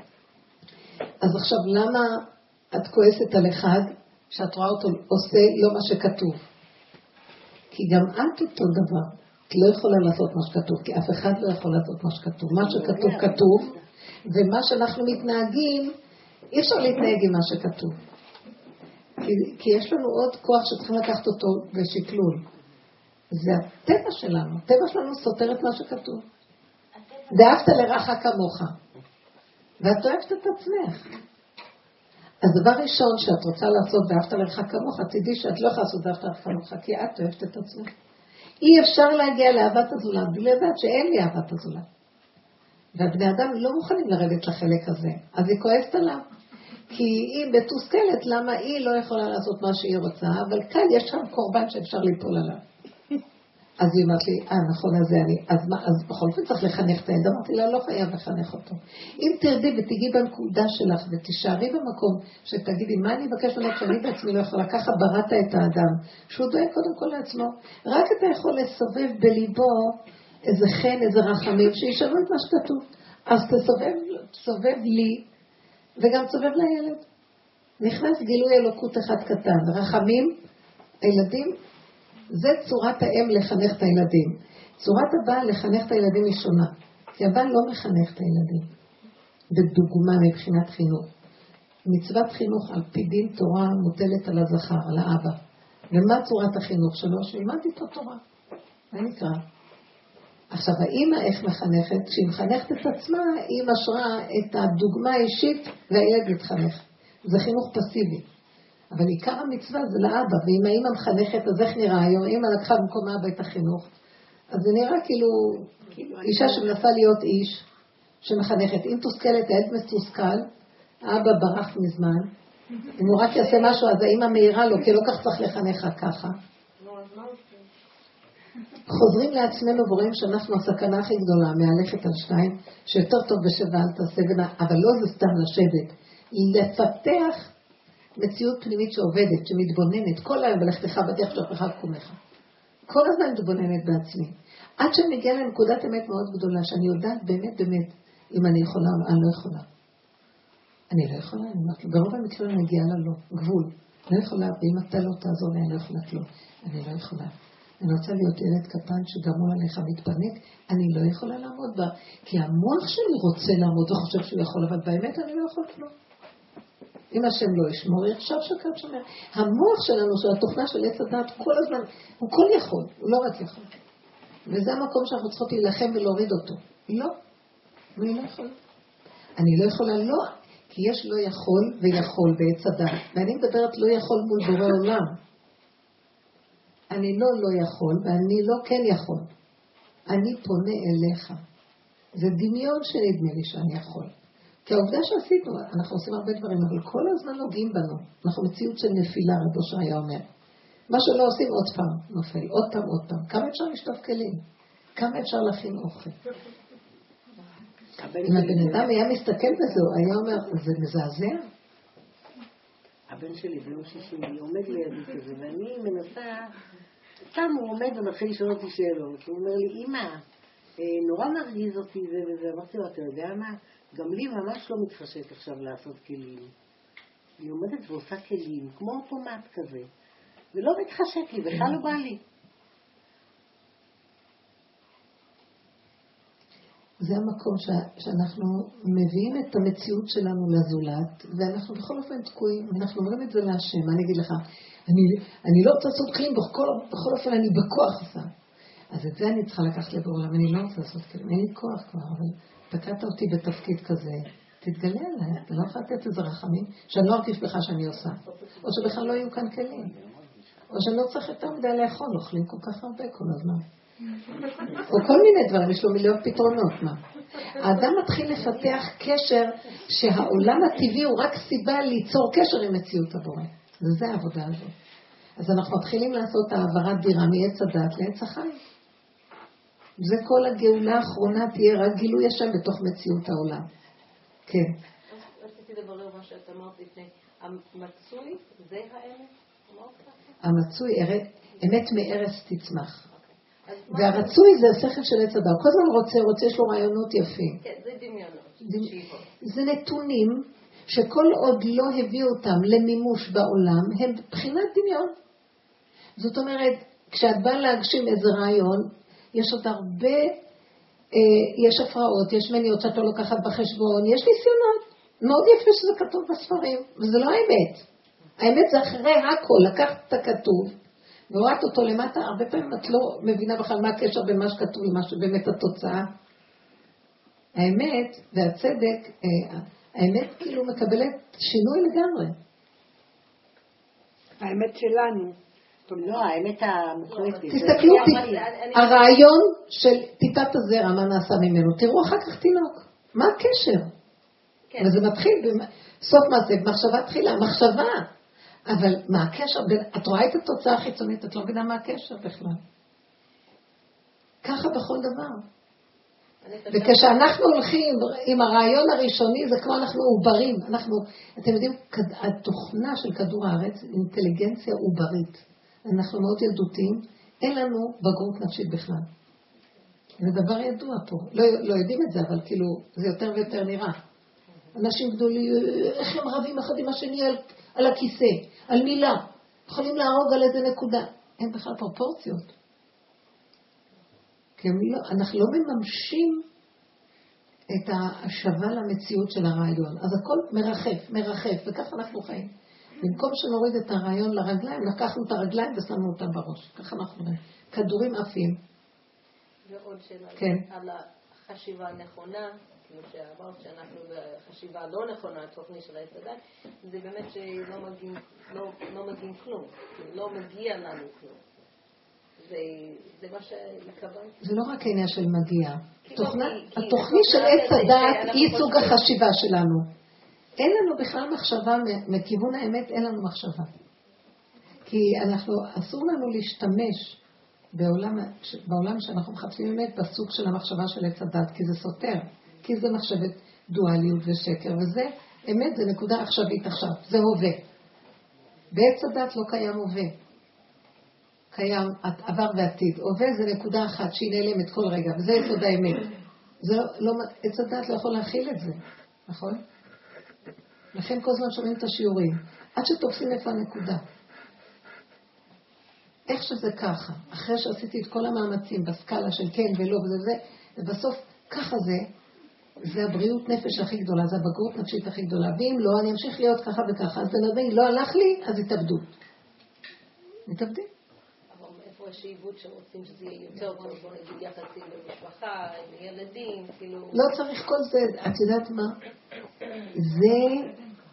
S2: אז עכשיו למה את כועסת על אחד שאת רואה אותו עושה לא מה שכתוב? כי גם את אותו דבר. את לא יכולה לעשות מה שכתוב, כי אף אחד לא יכול לעשות מה שכתוב. מה שכתוב כתוב, ומה שאנחנו מתנהגים, אי אפשר להתנהג עם מה שכתוב. כי, כי יש לנו עוד כוח שצריכים לקחת אותו בשקלול. זה הטבע שלנו. הטבע שלנו סותר את מה שכתוב. ואהבת לרעך כמוך. ואת אוהבת את עצמך. אז דבר ראשון שאת רוצה לעשות ואהבת לרעך כמוך, תדעי שאת לא יכולה לעשות ואהבת לרעך כמוך, כי את אוהבת את עצמך. אי אפשר להגיע לאהבת הזולת, בלי לדעת שאין לי אהבת הזולת. והבני אדם לא מוכנים לרדת לחלק הזה. אז היא כועסת עליו. כי היא מתוסכלת למה היא לא יכולה לעשות מה שהיא רוצה, אבל כאן יש שם קורבן שאפשר ליפול עליו. אז היא אומרת לי, אה נכון, אז אני, אז מה, אז בכל זאת צריך לחנך את הילד. אמרתי לה, לא חייב לחנך אותו. אם תרדי ותגיעי בנקודה שלך ותישארי במקום שתגידי, מה אני אבקש ממך שאני בעצמי לא יכולה, ככה בראת את האדם, שהוא דואג קודם כל לעצמו, רק אתה יכול לסובב בליבו איזה חן, איזה רחמים, שישנו את מה שכתוב. אז תסובב, תסובב לי, וגם תסובב לילד. נכנס גילוי אלוקות אחד קטן, רחמים, הילדים, זה צורת האם לחנך את הילדים. צורת הבעל לחנך את הילדים היא שונה. כי הבעל לא מחנך את הילדים. בדוגמה מבחינת חינוך. מצוות חינוך על פי דין תורה מוטלת על הזכר, על האבא. ומה צורת החינוך שלו? שילמד איתו תורה. זה נקרא. עכשיו, האמא איך מחנכת? כשהיא מחנכת את עצמה, היא משרה את הדוגמה האישית והילד מתחנך. זה חינוך פסיבי. אבל עיקר המצווה זה לאבא, ואם האמא מחנכת, אז איך נראה היום? אמא לקחה במקום האבא את החינוך. אז זה נראה כאילו, כאילו אישה שמנסה להיות איש, שמחנכת. אם תוסכלת, הילד מתוסכל, האבא ברח מזמן, אם הוא רק יעשה משהו, אז האמא מהירה לו, כי לא כך צריך לחנך ככה. חוזרים לעצמנו ורואים שאנחנו הסכנה הכי גדולה, מהלכת על שניים, שיותר טוב בשבע אל תעשה, אבל לא זה סתם לשבת. לפתח מציאות פנימית שעובדת, שמתבוננת, כל היום בלכתך בדרך שלך וקומך. כל הזמן מתבוננת בעצמי. עד שמגיעה לנקודת אמת מאוד גדולה, שאני יודעת באמת באמת, אם אני יכולה או אני לא יכולה. אני לא יכולה, אני אומרת, ברוב המקרה אני מגיעה ללא, גבול. לא יכולה, ואם אתה לא תעזור לי, אני לא יכולה כלום. אני לא יכולה. אני רוצה להיות ילד קטן שגמול עליך מתפנק, אני לא יכולה לעמוד בה, כי המוח שלי רוצה לעמוד וחושב שהוא יכול, אבל באמת אני לא יכול כלום. אם השם לא ישמור, יחשב שקד שומר. המוח שלנו, של התוכנה של עץ הדעת, כל הזמן, הוא כל יכול, הוא לא רק יכול. וזה המקום שאנחנו צריכות להילחם ולהוריד אותו. לא, אני לא יכולה. אני לא יכולה, לא, כי יש לא יכול ויכול בעץ הדעת. ואני מדברת לא יכול מול בורא עולם. אני לא לא יכול, ואני לא כן יכול. אני פונה אליך. זה דמיון שנדמה לי שאני יכול. כי העובדה שעשינו, אנחנו עושים הרבה דברים, אבל כל הזמן נוגעים בנו. אנחנו מציאות של נפילה, רב אושר היה אומר. מה שלא עושים עוד פעם, נופל, עוד פעם, עוד פעם. כמה אפשר לשטוף כלים? כמה אפשר להכין אוכל? אם הבן אדם היה מסתכל בזה, הוא היה אומר, זה מזעזע?
S1: הבן שלי ביום שישי, הוא עומד לידי כזה, ואני מנסה, סתם הוא עומד ומתחיל לשאול אותי שאלות. הוא אומר לי, אמא, נורא מרגיז אותי זה וזה. אמרתי לו, אתה יודע מה? גם לי ממש לא מתחשק עכשיו לעשות כלים. אני עומדת ועושה כלים, כמו אוטומט כזה. ולא מתחשק לי, בכלל לא בא לי.
S2: זה המקום ש... שאנחנו מביאים את המציאות שלנו לזולת, ואנחנו בכל אופן תקועים, אנחנו אומרים את זה להשם. מה אני אגיד לך? אני, אני לא רוצה לעשות כלים, בכל, בכל אופן אני בכוח עושה. אז את זה אני צריכה לקחת לבעולם, אני לא רוצה לעשות כלים, אין לי כוח כבר, אבל תקעת אותי בתפקיד כזה, תתגלה עליי, אתה לא יכול לתת איזה רחמים, שאני לא ארגיש בך שאני עושה, או שבכלל לא יהיו כאן כלים, או שאני לא צריך יותר מדי לאכול, אוכלים כל כך הרבה כל הזמן. או כל מיני דברים, יש לו מיליון פתרונות, מה? האדם מתחיל לפתח קשר שהעולם הטבעי הוא רק סיבה ליצור קשר עם מציאות הבורא. וזה העבודה הזו. אז אנחנו מתחילים לעשות העברת דירה מעץ הדת לעץ החיים. זה כל הגאולה האחרונה תהיה רק גילוי השם בתוך מציאות העולם. כן.
S4: רציתי לברר מה שאת אמרת לפני. המצוי זה האמת?
S2: המצוי, אמת מארץ תצמח. והרצוי זה השכל של עץ הדת. כל הזמן רוצה, רוצה, יש לו רעיונות יפים.
S4: כן, זה דמיונות.
S2: זה נתונים שכל עוד לא הביאו אותם למימוש בעולם, הם בחינת דמיון. זאת אומרת, כשאת באה להגשים איזה רעיון, יש עוד הרבה, אה, יש הפרעות, יש מניעות שאת לא לוקחת בחשבון, יש ניסיונות. מאוד יפה שזה כתוב בספרים, וזה לא האמת. האמת זה אחרי הכל, לקחת את הכתוב, והורדת אותו למטה, הרבה פעמים את לא מבינה בכלל מה הקשר בין מה שכתוב למה שבאמת התוצאה. האמת והצדק, אה, האמת כאילו מקבלת שינוי לגמרי.
S1: האמת שלנו. לא, האמת המוחלטת.
S2: תסתכלו, הרעיון של טיטת הזרע, מה נעשה ממנו, תראו אחר כך תינוק. מה הקשר? וזה מתחיל בסוף מעשה, במחשבה תחילה, מחשבה. אבל מה הקשר? את רואה את התוצאה החיצונית, את לא מבינה מה הקשר בכלל. ככה בכל דבר. וכשאנחנו הולכים עם הרעיון הראשוני, זה כמו אנחנו עוברים. אנחנו, אתם יודעים, התוכנה של כדור הארץ, אינטליגנציה עוברית. אנחנו מאוד ילדותיים, אין לנו בגרות נפשית בכלל. זה דבר ידוע פה. לא, לא יודעים את זה, אבל כאילו, זה יותר ויותר נראה. אנשים גדולים, איך הם רבים אחד עם השני על, על הכיסא, על מילה. יכולים להרוג על איזה נקודה. אין בכלל פרופורציות. כי לא, אנחנו לא מממשים את ההשבה למציאות של הרעיון. אז הכל מרחף, מרחף, וכך אנחנו חיים. במקום שנוריד את הרעיון לרגליים, לקחנו את הרגליים ושמנו אותם בראש. ככה אנחנו רואים. כדורים עפים.
S4: ועוד שאלה
S2: כן.
S4: על החשיבה הנכונה, כמו שאמרת שאנחנו בחשיבה לא נכונה, התוכנית של היסדה, זה באמת שלא מגיעים, לא, לא מגיעים כלום. לא מגיע לנו כלום. זה, זה מה שהתכוונתי.
S2: זה לא רק העניין של מגיע. התוכנית של עץ הדעת היא סוג החשיבה שלנו. אין לנו בכלל מחשבה, מכיוון האמת אין לנו מחשבה. כי אנחנו, אסור לנו להשתמש בעולם, בעולם שאנחנו מחפשים אמת בסוג של המחשבה של עץ הדת, כי זה סותר, כי זה מחשבת דואליות ושקר, וזה אמת, זה נקודה עכשווית עכשיו, זה הווה. בעץ הדת לא קיים הווה. קיים עבר ועתיד. הווה זה נקודה אחת שהיא נעלמת כל רגע, וזה יסוד האמת. זה לא, לא, עץ הדת לא יכול להכיל את זה, נכון? לכן כל זמן שומעים את השיעורים, עד שתופסים איפה הנקודה. איך שזה ככה, אחרי שעשיתי את כל המאמצים בסקאלה של כן ולא וזה וזה, ובסוף ככה זה, זה הבריאות נפש הכי גדולה, זה הבגרות נפשית הכי גדולה, ואם לא, אני אמשיך להיות ככה וככה, אז בנדבי, לא הלך לי, אז התאבדו. מתאבדים.
S4: אבל איפה יש עיוות שרוצים שזה יהיה יותר טוב, בוא נגיד יחסים במשפחה, עם ילדים, כאילו... לא
S2: צריך כל זה, את יודעת מה? זה...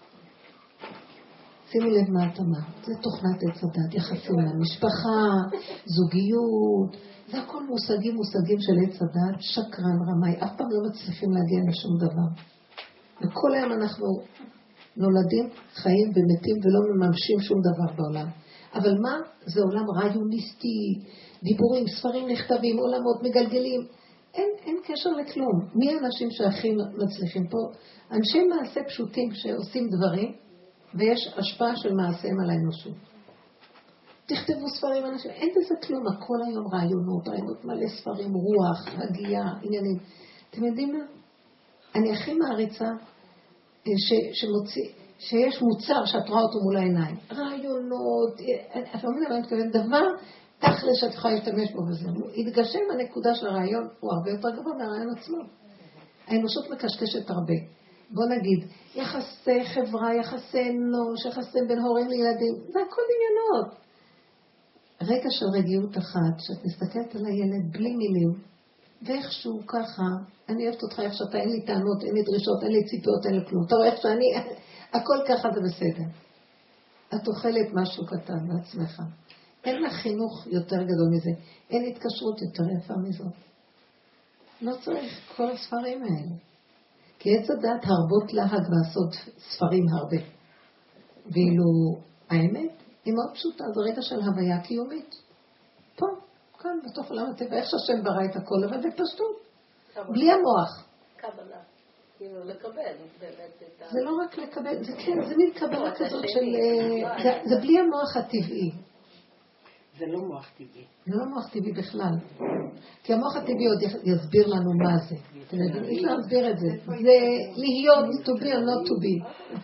S2: שימי לב מה את אמרת, זה תוכנת עץ הדת, יחסים למשפחה, זוגיות, זה הכל מושגים מושגים של עץ הדת, שקרן, רמאי, אף פעם לא מצליחים להגיע לשום דבר. וכל היום אנחנו נולדים, חיים ומתים ולא מממשים שום דבר בעולם. אבל מה? זה עולם רעיוניסטי, דיבורים, ספרים נכתבים, עולמות מגלגלים. אין, אין קשר לכלום. מי האנשים שהכי מצליחים פה? אנשי מעשה פשוטים שעושים דברים, ויש השפעה של מעשיהם על האנושות. תכתבו ספרים אנשים, אין בזה כלום, הכל היום רעיונות, רעיונות מלא ספרים, רוח, הגיעה, עניינים. אתם יודעים מה? אני הכי מעריצה ש, שמוציא, שיש מוצר שאת רואה אותו מול העיניים. רעיונות, את לא מבינה מה אני מתכוונת, דבר תכל'ס שאת יכולה להשתמש בו וזה. התגשם הנקודה של הרעיון, הוא הרבה יותר גבוה מהרעיון עצמו. האנושות מקשקשת הרבה. בוא נגיד, יחסי חברה, יחסי אנוש, יחסי בין הורים לילדים, זה הכל דמיונות. רגע של רגיעות אחת, שאת מסתכלת על הילד בלי מילים, ואיכשהו ככה, אני אוהבת אותך איך שאתה, אין לי טענות, אין לי דרישות, אין לי ציפיות, אין לי כלום. אתה רואה איך שאני, הכל ככה זה בסדר. את אוכלת משהו קטן בעצמך. אין לך חינוך יותר גדול מזה. אין התקשרות יותר יפה מזאת. לא צריך כל הספרים האלה. כי עץ הדת הרבות להג לעשות ספרים הרבה. ואילו האמת היא מאוד פשוטה, זה רגע של הוויה קיומית. פה, כאן, בתוך עולם הטבע, איך שהשם ברא את הכל, אבל בפשטות. בלי המוח.
S4: קבלה. כאילו לקבל באמת את ה...
S2: זה לא רק לקבל, זה כן, זה מין קבלה כזאת של... זה בלי המוח הטבעי.
S1: זה לא מוח טבעי.
S2: זה לא מוח טבעי בכלל. כי המוח הטבעי עוד יסביר לנו מה זה. אתם יודעים, אי אפשר להסביר את זה. זה להיות to be or not to be.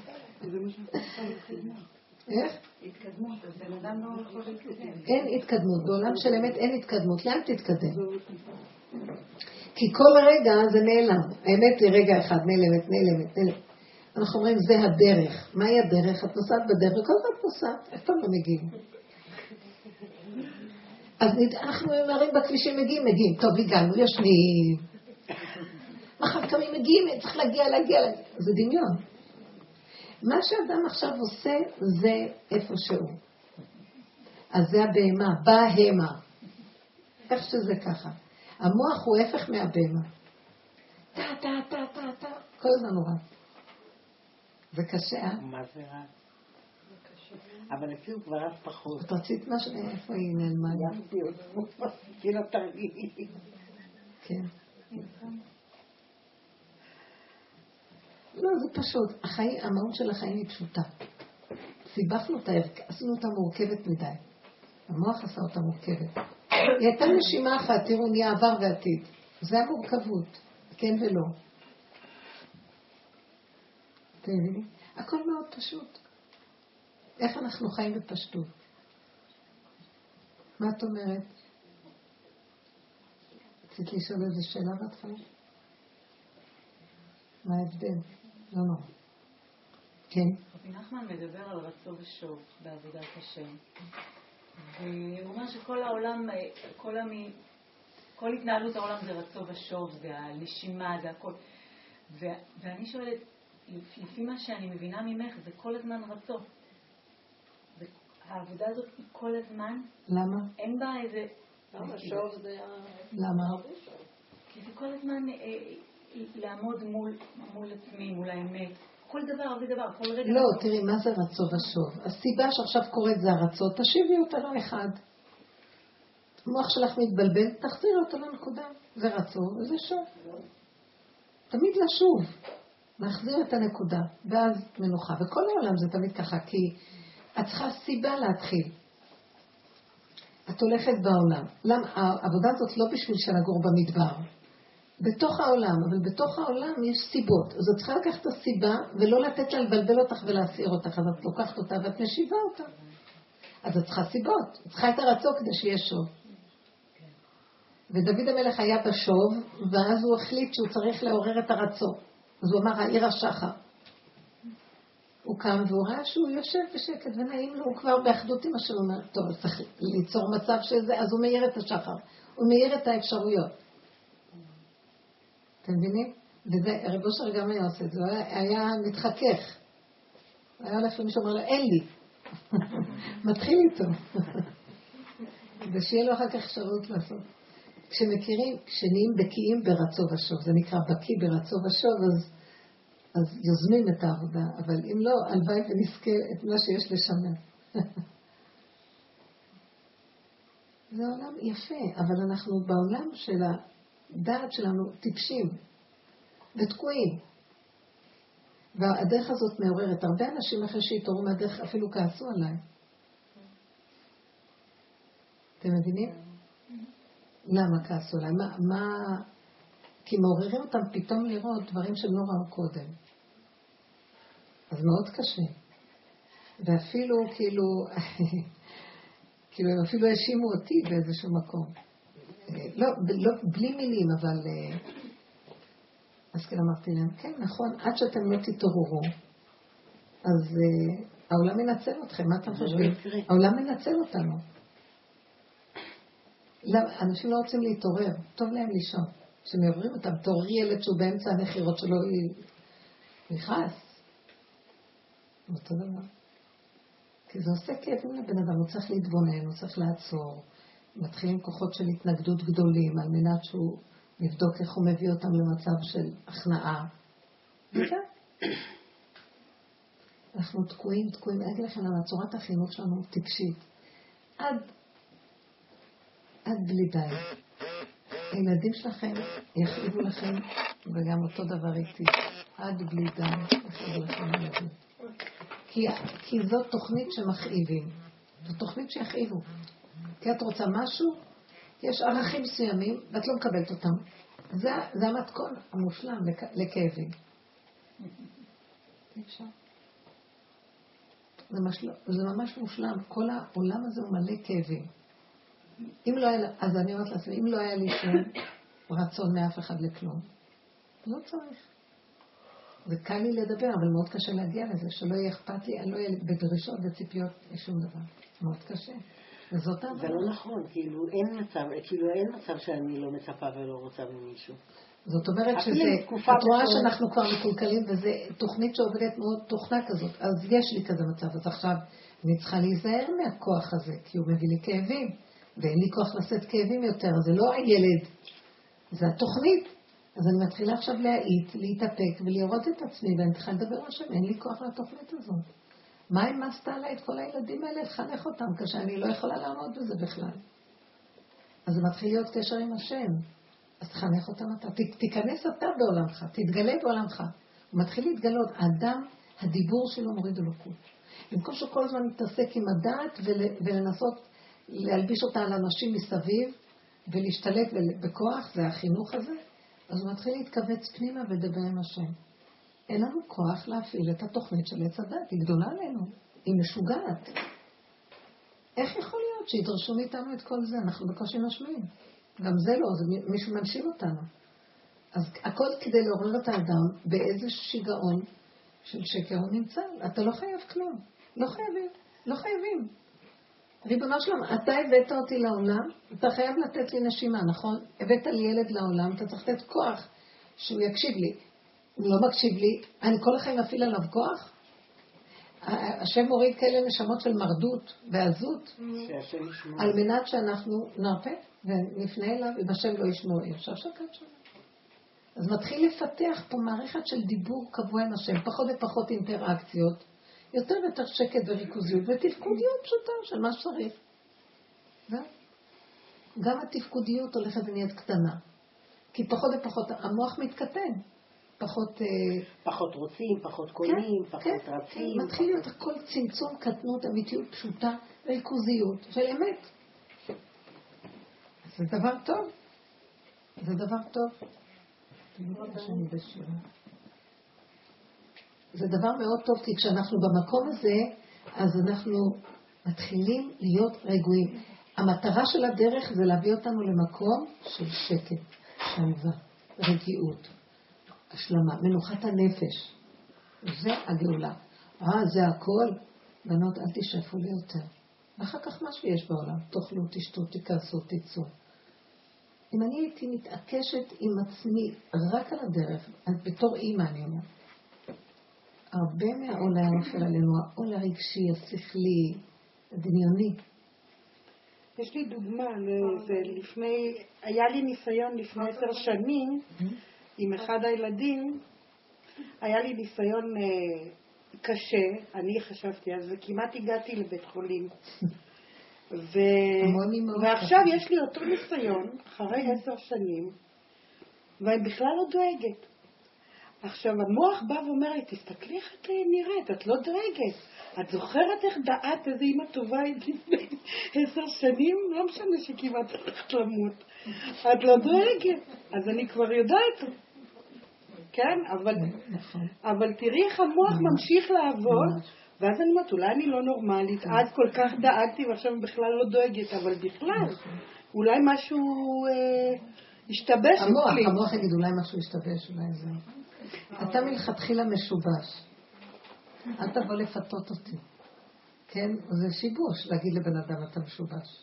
S2: איך?
S3: התקדמות, אז בן אדם לא יכול להתקדם.
S2: אין התקדמות, בעולם של אמת אין התקדמות. לאן תתקדם? כי כל רגע זה נעלם. האמת היא רגע אחד, נעלמת, נעלמת, נעלמת. אנחנו אומרים, זה הדרך. מהי הדרך? את נוסעת בדרך, וכל זאת נוסעת, אף פעם לא מגיעים. אז אנחנו מראים בכבישים, מגיעים, מגיעים. טוב, הגענו, יושבים. אחר כמה מגיעים, צריך להגיע, להגיע, להגיע. זה דמיון. מה שאדם עכשיו עושה, זה איפה שהוא. אז זה הבהמה, בהמה. איך שזה ככה. המוח הוא הפך מהבהמה. טה, טה, טה, טה, טה. כל הזמן הוא רץ. זה קשה, אה?
S1: מה זה רץ? אבל לפי הוא כבר רץ פחות.
S2: את רצית משהו? איפה היא נעלמה?
S1: יפתי אותו. כאילו תרגיל.
S2: כן. לא, זה פשוט. החיים, המהות של החיים היא פשוטה. סיבכנו אותה, עשינו אותה מורכבת מדי. המוח עשה אותה מורכבת. היא הייתה נשימה אחת, תראו, נהיה עבר ועתיד. זה המורכבות, כן ולא. אתם מבינים? הכל מאוד פשוט. איך אנחנו חיים בפשטות? מה את אומרת? רצית לשאול איזה שאלה בהתחלה? מה ההבדל? לא, לא. כן?
S3: רבי נחמן מדבר על רצו ושוב בעבודת השם. והוא אומר שכל העולם, כל, המי, כל התנהלות העולם זה רצו ושוב, זה הנשימה, זה הכל. ו, ואני שואלת, לפי מה שאני מבינה ממך, זה כל הזמן רצו. העבודה הזאת היא כל הזמן.
S2: למה?
S3: אין בה איזה...
S4: למה? שוב זה...
S2: למה?
S3: כי זה כל הזמן אה, לעמוד מול, מול עצמי, מול האמת. כל דבר ודבר, כל רגע...
S2: לא, תראי, מה זה רצו ושוב? הסיבה שעכשיו קוראת זה הרצות, תשיבי אותה לא אחד. המוח שלך מתבלבל, תחזיר אותו לנקודה. זה רצו וזה שוב. תמיד לשוב. להחזיר את הנקודה, ואז מנוחה. וכל העולם זה תמיד ככה, כי את צריכה סיבה להתחיל. את הולכת בעולם. למה? העבודה הזאת לא בשביל שנגור במדבר. בתוך העולם, אבל בתוך העולם יש סיבות. אז את צריכה לקחת את הסיבה, ולא לתת לה לבלבל אותך ולהסעיר אותך. אז את לוקחת אותה ואת משיבה אותה. אז את צריכה סיבות. את צריכה את הרצו כדי שיהיה שוב. ודוד המלך היה בשוב, ואז הוא החליט שהוא צריך לעורר את הרצו. אז הוא אמר, העיר השחר. הוא קם והוא ראה שהוא יושב בשקט ונעים לו, הוא כבר באחדות עם השם, הוא אומר, טוב, צריך ליצור מצב שזה, אז הוא מאיר את השחר, הוא מאיר את האפשרויות. אתם מבינים? וזה, רב אושר גם היה עושה את זה, הוא היה, היה מתחכך. הוא היה הולך למישהו, אומר לו, אין לי. מתחיל איתו. ושיהיה לו אחר כך אפשרות לעשות. כשמכירים, כשנהיים בקיאים ברצו ושוב, זה נקרא בקיא ברצו ושוב, אז, אז יוזמים את העבודה, אבל אם לא, הלוואי ונזכה את מה שיש לשמר. זה עולם יפה, אבל אנחנו בעולם של הדעת שלנו טיפשים ותקועים. והדרך הזאת מעוררת. הרבה אנשים אחרי שהתעוררו מהדרך אפילו כעסו עליי. אתם מבינים? למה כעסו עליי? מה, מה... כי מעוררים אותם פתאום לראות דברים שהם לא ראו קודם. אז מאוד קשה. ואפילו כאילו, כאילו הם אפילו האשימו אותי באיזשהו מקום. לא, לא, בלי מילים, אבל... אז כן אמרתי להם, כן, נכון, עד שאתם לא תתעוררו, אז uh, העולם מנצל אתכם, מה אתם חושבים? העולם מנצל אותנו. לא, אנשים לא רוצים להתעורר, טוב להם לישון. כשמעברים אותם, תעוררי ילד שהוא באמצע המחירות שלו, יכעס. אותו דבר. כי זה עושה כאבים לבן אדם, הוא צריך להתבונן, הוא צריך לעצור. מתחילים כוחות של התנגדות גדולים, על מנת שהוא לבדוק איך הוא מביא אותם למצב של הכנעה. וזה. אנחנו תקועים, תקועים. אני אגיד לכם למה, צורת החינוך שלנו טיפשית. עד, עד בלי די. הילדים שלכם יכאיבו לכם, וגם אותו דבר איתי. עד בלי די יכאיבו לכם ילדים. כי, כי זאת תוכנית שמכאיבים. זו תוכנית שיכאיבו. כי את רוצה משהו, יש ערכים מסוימים, ואת לא מקבלת אותם. זה, זה המתכון המושלם לכ, לכאבים. אפשר. זה, משל, זה ממש מושלם. כל העולם הזה הוא מלא כאבים. אם לא היה, אז אני אומרת לעצמי, אם לא היה לי שום רצון מאף אחד לכלום, לא צריך. זה קל לי לדבר, אבל מאוד קשה להגיע לזה, שלא יהיה אכפת לי, אני לא יהיה בדרישות וציפיות לשום דבר. מאוד קשה. וזאת העבודה.
S5: זה לא נכון, כאילו אין מצב, כאילו אין מצב שאני לא מצפה ולא רוצה ממישהו.
S2: זאת אומרת שזה, את רואה שאנחנו כבר מקולקלים, וזו תוכנית שעובדת מאוד תוכנה כזאת, אז יש לי כזה מצב, אז עכשיו אני צריכה להיזהר מהכוח הזה, כי הוא מביא לי כאבים, ואין לי כוח לשאת כאבים יותר, זה לא הילד, זה התוכנית. אז אני מתחילה עכשיו להעיט, להתאפק ולראות את עצמי, ואני צריכה לדבר על שם, אין לי כוח לתוכנית הזאת. מה אם עשתה עליי את כל הילדים האלה, לחנך אותם, כשאני לא יכולה לעמוד בזה בכלל. אז זה מתחיל להיות קשר עם השם. אז תחנך אותם אתה, תיכנס אתה בעולמך, תתגלה בעולמך. הוא מתחיל להתגלות, האדם, הדיבור שלו מוריד אלוקות. במקום שכל הזמן מתעסק עם הדעת ולנסות להלביש אותה על אנשים מסביב, ולהשתלט בכוח, זה החינוך הזה, אז הוא מתחיל להתכווץ פנימה ולדבר עם השם. אין לנו כוח להפעיל את התוכנית של עץ הדת, היא גדולה עלינו, היא משוגעת. איך יכול להיות שידרשו מאיתנו את כל זה? אנחנו בקושי נשמים. גם זה לא, זה מישהו מנשיל אותנו. אז הכל כדי לעורר את האדם באיזה שיגעון של שקר הוא נמצא. אתה לא חייב כלום. לא חייבים. לא חייבים. ריבונו שלום, אתה הבאת אותי לעולם, אתה חייב לתת לי נשימה, נכון? הבאת לי ילד לעולם, אתה צריך לתת כוח שהוא יקשיב לי. הוא לא מקשיב לי, אני כל החיים אפעיל עליו כוח? השם מוריד כאלה נשמות של מרדות ועזות, על מנת שאנחנו נרפא ונפנה אליו, אם השם לא ישמור, עכשיו שקט שם. אז מתחיל לפתח פה מערכת של דיבור קבוע עם השם, פחות ופחות אינטראקציות, יותר ויותר שקט וריכוזיות, ותפקודיות פשוטה של מה שצריך. גם התפקודיות הולכת ונהיית קטנה, כי פחות ופחות המוח מתקטן. פחות...
S5: פחות רוצים, פחות קונים,
S2: כן,
S5: פחות
S2: כן,
S5: רצים.
S2: כן, מתחיל להיות הכל צמצום, קטנות, אמיתיות פשוטה, ריכוזיות של אמת. זה דבר טוב. זה דבר טוב. שאני בשירה. זה דבר מאוד טוב, כי כשאנחנו במקום הזה, אז אנחנו מתחילים להיות רגועים. המטרה של הדרך זה להביא אותנו למקום של שקט, שלווה, רגיעות. השלמה, מנוחת הנפש. זה הגאולה. אה, זה הכל. בנות, אל תשאפו לי יותר. ואחר כך מה שיש בעולם. תאכלו, תשתו, תיכנסו, תצאו. אם אני הייתי מתעקשת עם עצמי רק על הדרך, בתור אימא אני אומר, הרבה מהעול היה נופל עלינו, העול הרגשי, השכלי, הדמיוני.
S1: יש לי דוגמה, זה לפני, היה לי ניסיון לפני עשר שנים, עם אחד הילדים, היה לי ניסיון אה, קשה, אני חשבתי על זה, כמעט הגעתי לבית חולים. ו... ועכשיו יש לי אותו ניסיון, אחרי עשר שנים, ואני בכלל לא דואגת. עכשיו המוח בא ואומר לי, תסתכלי איך את נראית, את לא דואגת. את זוכרת איך דעת איזה אמא טובה הייתי לפני עשר שנים? לא משנה שכמעט הולכת למות. את לא דואגת. אז אני כבר יודעת. כן, אבל, אבל תראי איך המוח ממשיך לעבוד, ואז אני אומרת, אולי אני לא נורמלית, אז כל כך דאגתי ועכשיו בכלל לא דואגת, אבל בכלל, אולי משהו אה, השתבש.
S2: המוח, המוח יגיד, אולי משהו השתבש, אולי זה. אתה מלכתחילה משובש. אל תבוא לפתות אותי. כן? זה שיבוש להגיד לבן אדם אתה משובש.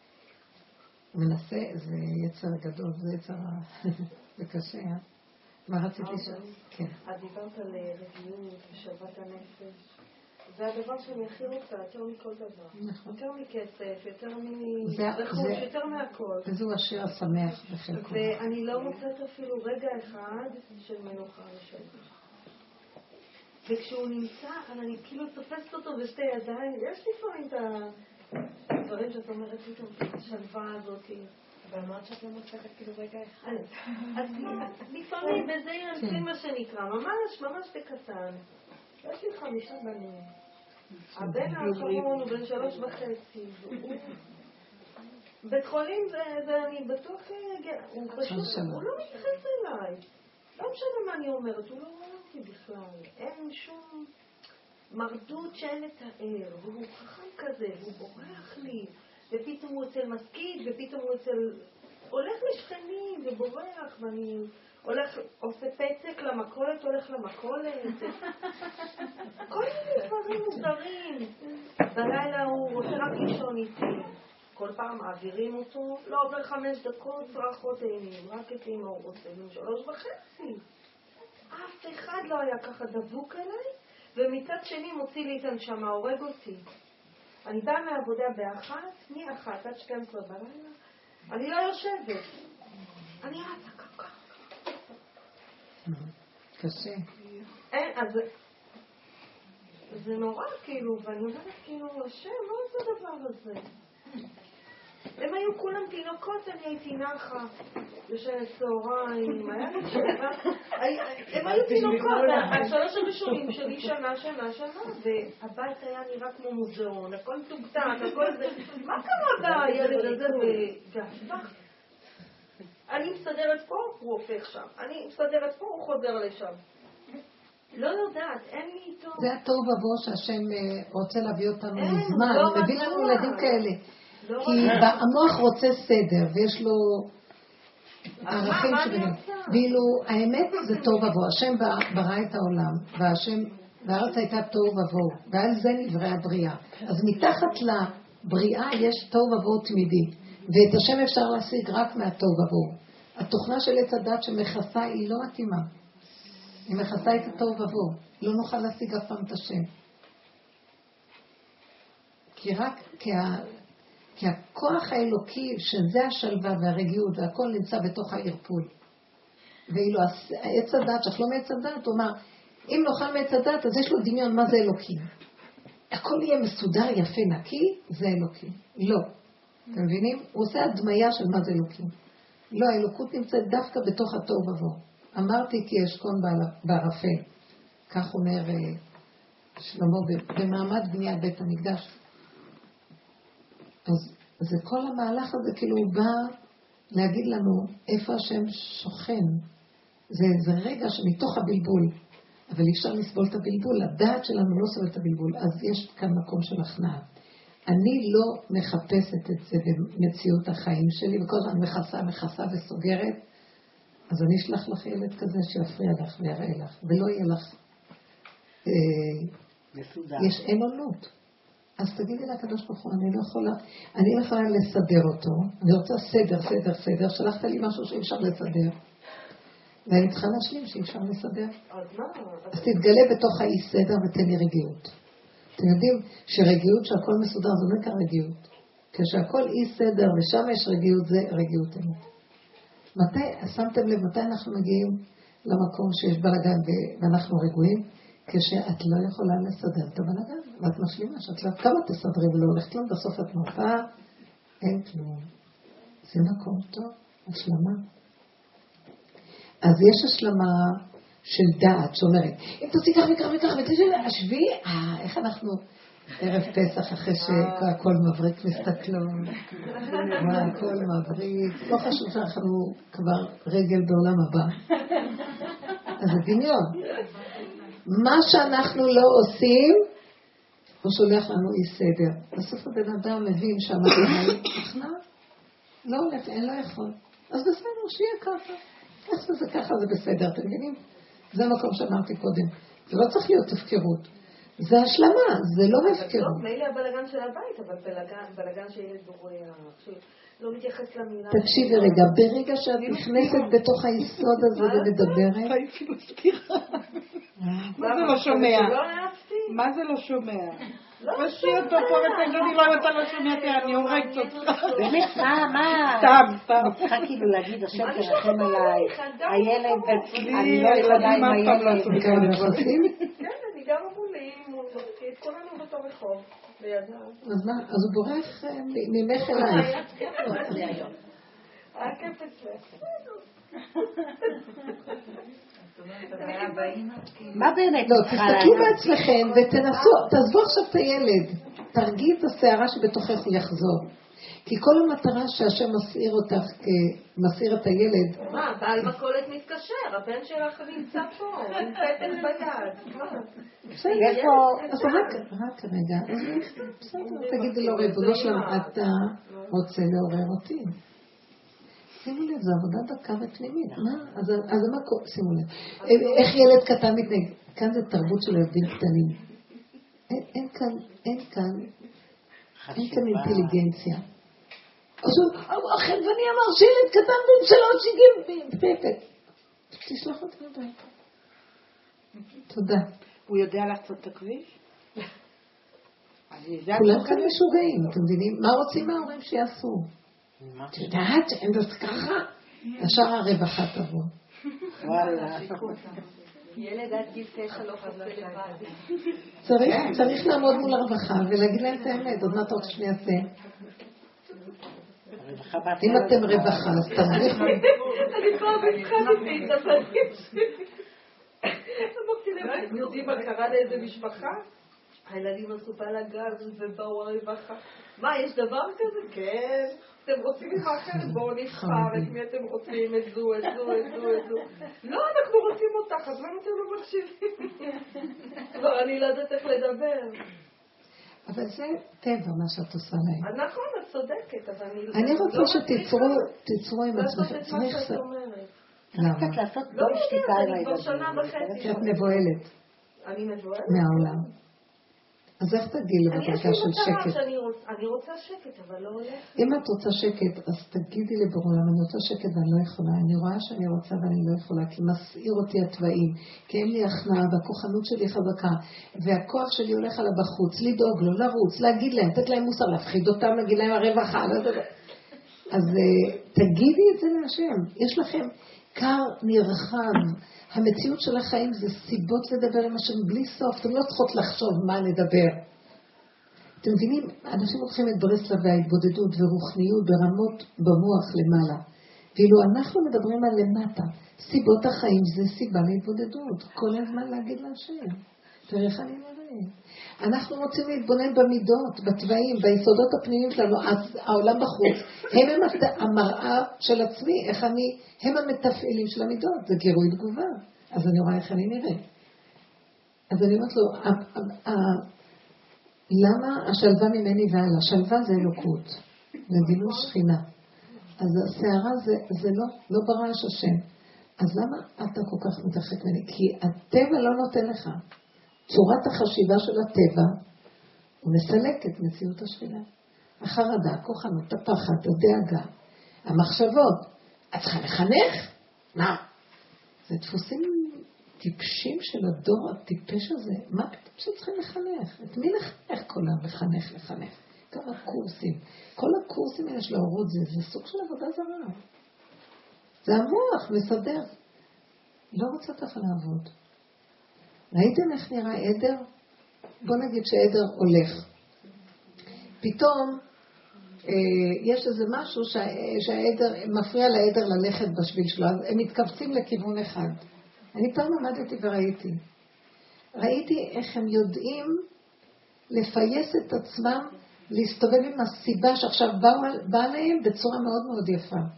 S2: מנסה, זה יצר גדול, זה יצר... זה קשה, אה? מה רצית לשאול? כן.
S6: את דיברת על רגיעות ושלוות הנפש. זה הדבר שאני הכי רוצה, יותר מכל דבר. יותר מכסף, יותר מרכוש, יותר מהכל.
S2: וזהו השיר השמח בחלקו.
S6: ואני לא מוצאת אפילו רגע אחד של מנוחה ושלווה. וכשהוא נמצא, אני כאילו תופסת אותו בשתי ידיים. יש לפעמים את הדברים שאת אומרת פתאום, את השלווה הזאת. ואמרת שאת לא מוצאת כאילו רגע אחד. אז לפעמים בזה ינצים מה שנקרא, ממש ממש בקטן. יש לי חמישה בנים. הבן האחרון הוא בן שלוש וחצי. בית חולים זה אני בטוח, הוא פשוט, הוא לא מתייחס אליי. לא משנה מה אני אומרת, הוא לא רואה אותי בכלל. אין שום מרדות שאין לתאר, והוא חכם כזה, והוא בורח לי, ופתאום הוא אצל מסקיד, ופתאום הוא אצל... הולך לשכנים ובורח, ואני הולך, עושה פצק למכולת, הולך למכולת. כל מיני דברים מוזרים. בלילה הוא רוצה רק לישון איתי. כל פעם מעבירים אותו, לא עובר חמש דקות, צרחות עינים, רק את אמא הוא רוצה, שלוש וחצי. אף אחד לא היה ככה דבוק אליי, ומצד שני מוציא לי את הנשמה, הורג אותי. אני באה מהעבודה באחת, מאחת עד שתים עשרה בלילה, אני לא יושבת. אני רצה ככה.
S2: קשה.
S6: אין, אז זה נורא כאילו, ואני אומרת כאילו, השם, מה זה הדבר הזה? הם היו כולם תינוקות, אני הייתי נחה, יושבת צהריים, היה לי שבע, הם היו תינוקות, השלוש הראשונים שלי שנה, שנה, שנה, והבית היה נראה כמו מוזיאון, הכל תוגתק, הכל זה, מה קרה בילד הזה והפך? אני מסתדרת פה, הוא הופך שם, אני מסתדרת פה, הוא חוזר לשם. לא יודעת, אין לי איתו.
S2: זה הטוב ובוא שהשם רוצה להביא אותנו מזמן, מביא לנו ילדים כאלה. כי המוח רוצה סדר, ויש לו ערכים שבנים. ואילו האמת זה טוב ובוא, השם ברא את העולם, והארץ הייתה טוב ובוא, ועל זה נבראה הבריאה. אז מתחת לבריאה יש טוב ובוא תמידי, ואת השם אפשר להשיג רק מהטוב ובוא. התוכנה של עץ הדת שמכסה היא לא מתאימה. היא מכסה את הטוב ובוא. לא נוכל להשיג אף פעם את השם. כי רק כי, ה... כי הכוח האלוקי, שזה השלווה והרגיעות, והכל נמצא בתוך הערפול. ואילו העץ הדת, שאנחנו לא מעץ הדת, הוא אומר, אם נאכל מעץ הדת, אז יש לו דמיון מה זה אלוקים. הכל יהיה מסודר, יפה, נקי, זה אלוקים. לא. אתם מבינים? הוא עושה הדמיה של מה זה אלוקים. לא, האלוקות נמצאת דווקא בתוך הטוב ובוא. אמרתי כי אשכון בערפל. כך אומר שלמה במעמד בניית בית המקדש. אז זה כל המהלך הזה כאילו הוא בא להגיד לנו איפה השם שוכן. זה, זה רגע שמתוך הבלבול, אבל אי אפשר לסבול את הבלבול, הדעת שלנו לא סובל את הבלבול, אז יש כאן מקום של הכנעה. אני לא מחפשת את זה במציאות החיים שלי, וכל הזמן מכסה, מכסה וסוגרת, אז אני אשלח לך ילד כזה שיפריע לך ויראה לך, ולא יהיה לך אה, יש אין עונות. אז תגידי לה הקדוש ברוך הוא, אני לא יכולה, אני לא יכולה לסדר אותו, אני רוצה סדר, סדר, סדר, שלחת לי משהו שאי אפשר לסדר, ואני צריכה להשלים שאי אפשר לסדר. אז תתגלה בתוך האי סדר ותן לי רגיעות. אתם יודעים שרגיעות שהכל מסודר זה לא נקרא רגיעות. כשהכל אי סדר ושם יש רגיעות זה רגיעות אמת. מתי, שמתם לב, מתי אנחנו מגיעים למקום שיש בלגן ואנחנו רגועים? כשאת לא יכולה לסדר את הבלגן, ואת משלימה שאת לא כמה תסדרי ולא הולכת כלום, בסוף את מרפאה, אין כלום. זה מקום טוב, השלמה. אז יש השלמה של דעת שאומרת, אם תוציא כך וכך וכך ותשאל, השביעי, אה, איך אנחנו ערב פסח אחרי שהכל מבריק מסתכלון, הכל מבריק, לא חשוב שאנחנו כבר רגל בעולם הבא. אז זה דמיון. מה שאנחנו לא עושים, הוא שולח לנו אי סדר. בסוף הבן אדם מבין שהמדינה תכנה, לא הולך, אין לו יכול. אז בסדר, שיהיה ככה. איך זה ככה, זה בסדר, אתם מבינים? זה המקום שאמרתי קודם. זה לא צריך להיות הפקרות. זה השלמה, זה לא הפקרות.
S6: מילא הבלגן של הבית, אבל בלגן שילד בורח, לא מתייחס למילה.
S2: תקשיבי רגע, ברגע שאת נכנסת בתוך היסוד הזה ומדברת...
S1: מה זה לא שומע? מה זה לא שומע? תשאי אותו פה ותגידי לו אתה לא שומע, אני הורגת אותך.
S5: באמת, מה, מה?
S1: סתם, סתם.
S5: צריכה כאילו להגיד, השם תרחם עליי, הילד, אני לא
S1: ילדים
S5: יכולה עם
S1: אף פעם לא
S5: הילד.
S1: עשו כאלה נכנסים?
S6: כן, אני גם מולי, התכוננו באותו רחוב, לידה.
S2: אז מה? אז הוא בורח ממך אליי.
S6: היה כיף אצלך.
S5: מה באמת?
S2: לא, תסתכלו בעצמכם ותנסו, תעזבו עכשיו את הילד, תרגיעי את השערה שבתוכך הוא יחזור. כי כל המטרה שהשם מסעיר אותך, מסעיר את הילד.
S6: מה, בעל מכולת מתקשר, הבן שלך נמצא פה, עם פתק ביד.
S2: בסדר, אז רק רגע, בסדר, תגידי לו, ריבונו שלום, אתה רוצה לעורר אותי. שימו לב, זו עבודה דקה ופנימית. מה? אז מה קורה? שימו לב. איך ילד קטן מתנהג? כאן זה תרבות של ילדים קטנים. אין כאן, אין כאן, אין כאן אינטליגנציה. אז הוא, החלבני אמר שילד קטן בן שלוש הגיב בפפת. תשלח אותי הביתה. תודה.
S1: הוא יודע לעשות את הכביש?
S2: כולם כאן משוגעים, אתם מבינים? מה רוצים מההורים שיעשו? את יודעת שאין זאת ככה? ישר הרווחה תבוא.
S5: וואלה.
S4: ילד עד גיל תשע לא חסר לבד.
S2: צריך לעמוד מול הרווחה ולהגיד להם את האמת. עוד מה אתה רוצה שאני אעשה? אם אתם רווחה, אז תרוויחו.
S6: אני פעם התחלתי את הבנים שלי. אמרתי להם, אתם יודעים מה קרה לאיזה משפחה? הילדים עשו בלגן ובאו הרווחה. מה, יש דבר כזה? כן. אתם רוצים מה אחרת? בואו נבחר את מי אתם רוצים, את זו, את זו, את זו, את זו. לא, אנחנו רוצים אותך, אז למה אתם לא מקשיבים? כבר אני לא יודעת איך לדבר.
S2: אבל זה טבע מה שאת עושה להם.
S6: נכון, את צודקת, אבל אני...
S2: אני רוצה שתיצרו עם עצמכם.
S6: לעשות את מה שאת אומרת.
S2: למה?
S5: קצת לעשות
S6: לא
S5: דום שתיקה עם
S6: אני כבר שנה
S5: הילדים.
S6: וחצי.
S2: כי את מבועלת
S6: אני מבועלת?
S2: מהעולם. אז איך תגיעי לבדרגה של שקט?
S6: אני רוצה שקט, אבל לא הולך.
S2: אם את רוצה שקט, אז תגידי לבורא, אני רוצה שקט ואני לא יכולה. אני רואה שאני רוצה ואני לא יכולה, כי מסעיר אותי התוואים, כי אין לי הכנעה, והכוחנות שלי חזקה, והכוח שלי הולך עליו בחוץ, לדאוג לו, לרוץ, להגיד להם, לתת להם מוסר, להפחיד אותם, להגיד להם הרווחה. אז תגידי את זה להשם. יש לכם קר נרחב. המציאות של החיים זה סיבות לדבר עם השם בלי סוף. אתם לא צריכות לחשוב מה נדבר. אתם מבינים? אנשים לוקחים את ברסלב וההתבודדות ורוחניות ברמות במוח למעלה. ואילו אנחנו מדברים על למטה. סיבות החיים זה סיבה להתבודדות. כל הזמן להגיד להשם. תראה איך אני מראה. אנחנו רוצים להתבונן במידות, בטבעים, ביסודות הפנימיים שלנו. העולם בחוץ, הם המראה של עצמי, איך אני, הם המתפעלים של המידות, זה גירוי תגובה. אז אני רואה איך אני נראה. אז אני אומרת לו, למה השלווה ממני והלאה? שלווה זה אלוקות, זה גילוי שכינה. אז השערה זה, זה לא, לא ברעש השם. אז למה אתה כל כך מתרחק ממני? כי הטבע לא נותן לך. צורת החשיבה של הטבע, הוא מסלק את מציאות השכינה. החרדה, הכוחנות, הפחד, הדאגה, המחשבות. את צריכה לחנך? מה? זה דפוסים טיפשים של הדור הטיפש הזה. מה פתאום שצריכים לחנך? את מי לחנך כל המחנך לחנך? כמה קורסים. כל הקורסים האלה של ההורות זה, זה סוג של עבודה זרה. זה המוח, מסדר. לא רוצה ככה לעבוד. ראיתם איך נראה עדר? בוא נגיד שעדר הולך. פתאום אה, יש איזה משהו שה, שהעדר, מפריע לעדר ללכת בשביל שלו, אז הם מתכווצים לכיוון אחד. אני פעם עמדתי וראיתי. ראיתי איך הם יודעים לפייס את עצמם, להסתובב עם הסיבה שעכשיו באה בא להם בצורה מאוד מאוד יפה.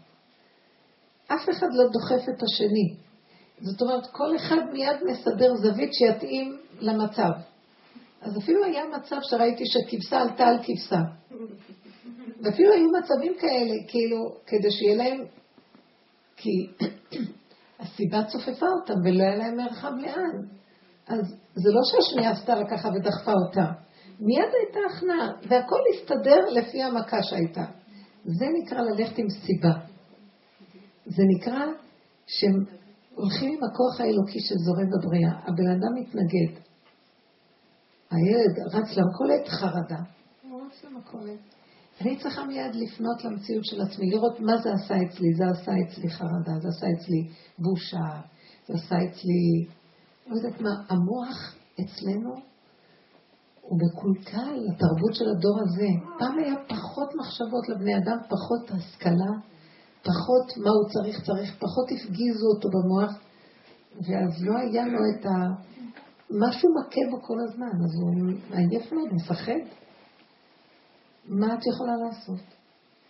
S2: אף אחד לא דוחף את השני. זאת אומרת, כל אחד מיד מסדר זווית שיתאים למצב. אז אפילו היה מצב שראיתי שכבשה עלתה על כבשה. ואפילו היו מצבים כאלה, כאילו, כדי שיהיה להם, כי הסיבה צופפה אותם ולא היה להם מרחב לאן. אז זה לא שהשנייה עשתה לה ככה ודחפה אותה. מיד הייתה הכנעה, והכל הסתדר לפי המכה שהייתה. זה נקרא ללכת עם סיבה. זה נקרא שהם הולכים עם הכוח האלוקי שזורם בבריאה. הבן אדם מתנגד. הילד רץ למכולת, חרדה. הוא רץ למכולת. אני צריכה מיד לפנות למציאות של עצמי, לראות מה זה עשה אצלי. זה עשה אצלי חרדה, זה עשה אצלי בושה, זה עשה אצלי... לא יודעת מה, המוח אצלנו הוא מקולקל, התרבות של הדור הזה. פעם היה פחות מחשבות לבני אדם, פחות השכלה, פחות מה הוא צריך, צריך, פחות הפגיזו אותו במוח, ואז לא היה לו את ה... משהו מכה בו כל הזמן, אז הוא עייף מאוד, מפחד. מה את יכולה לעשות?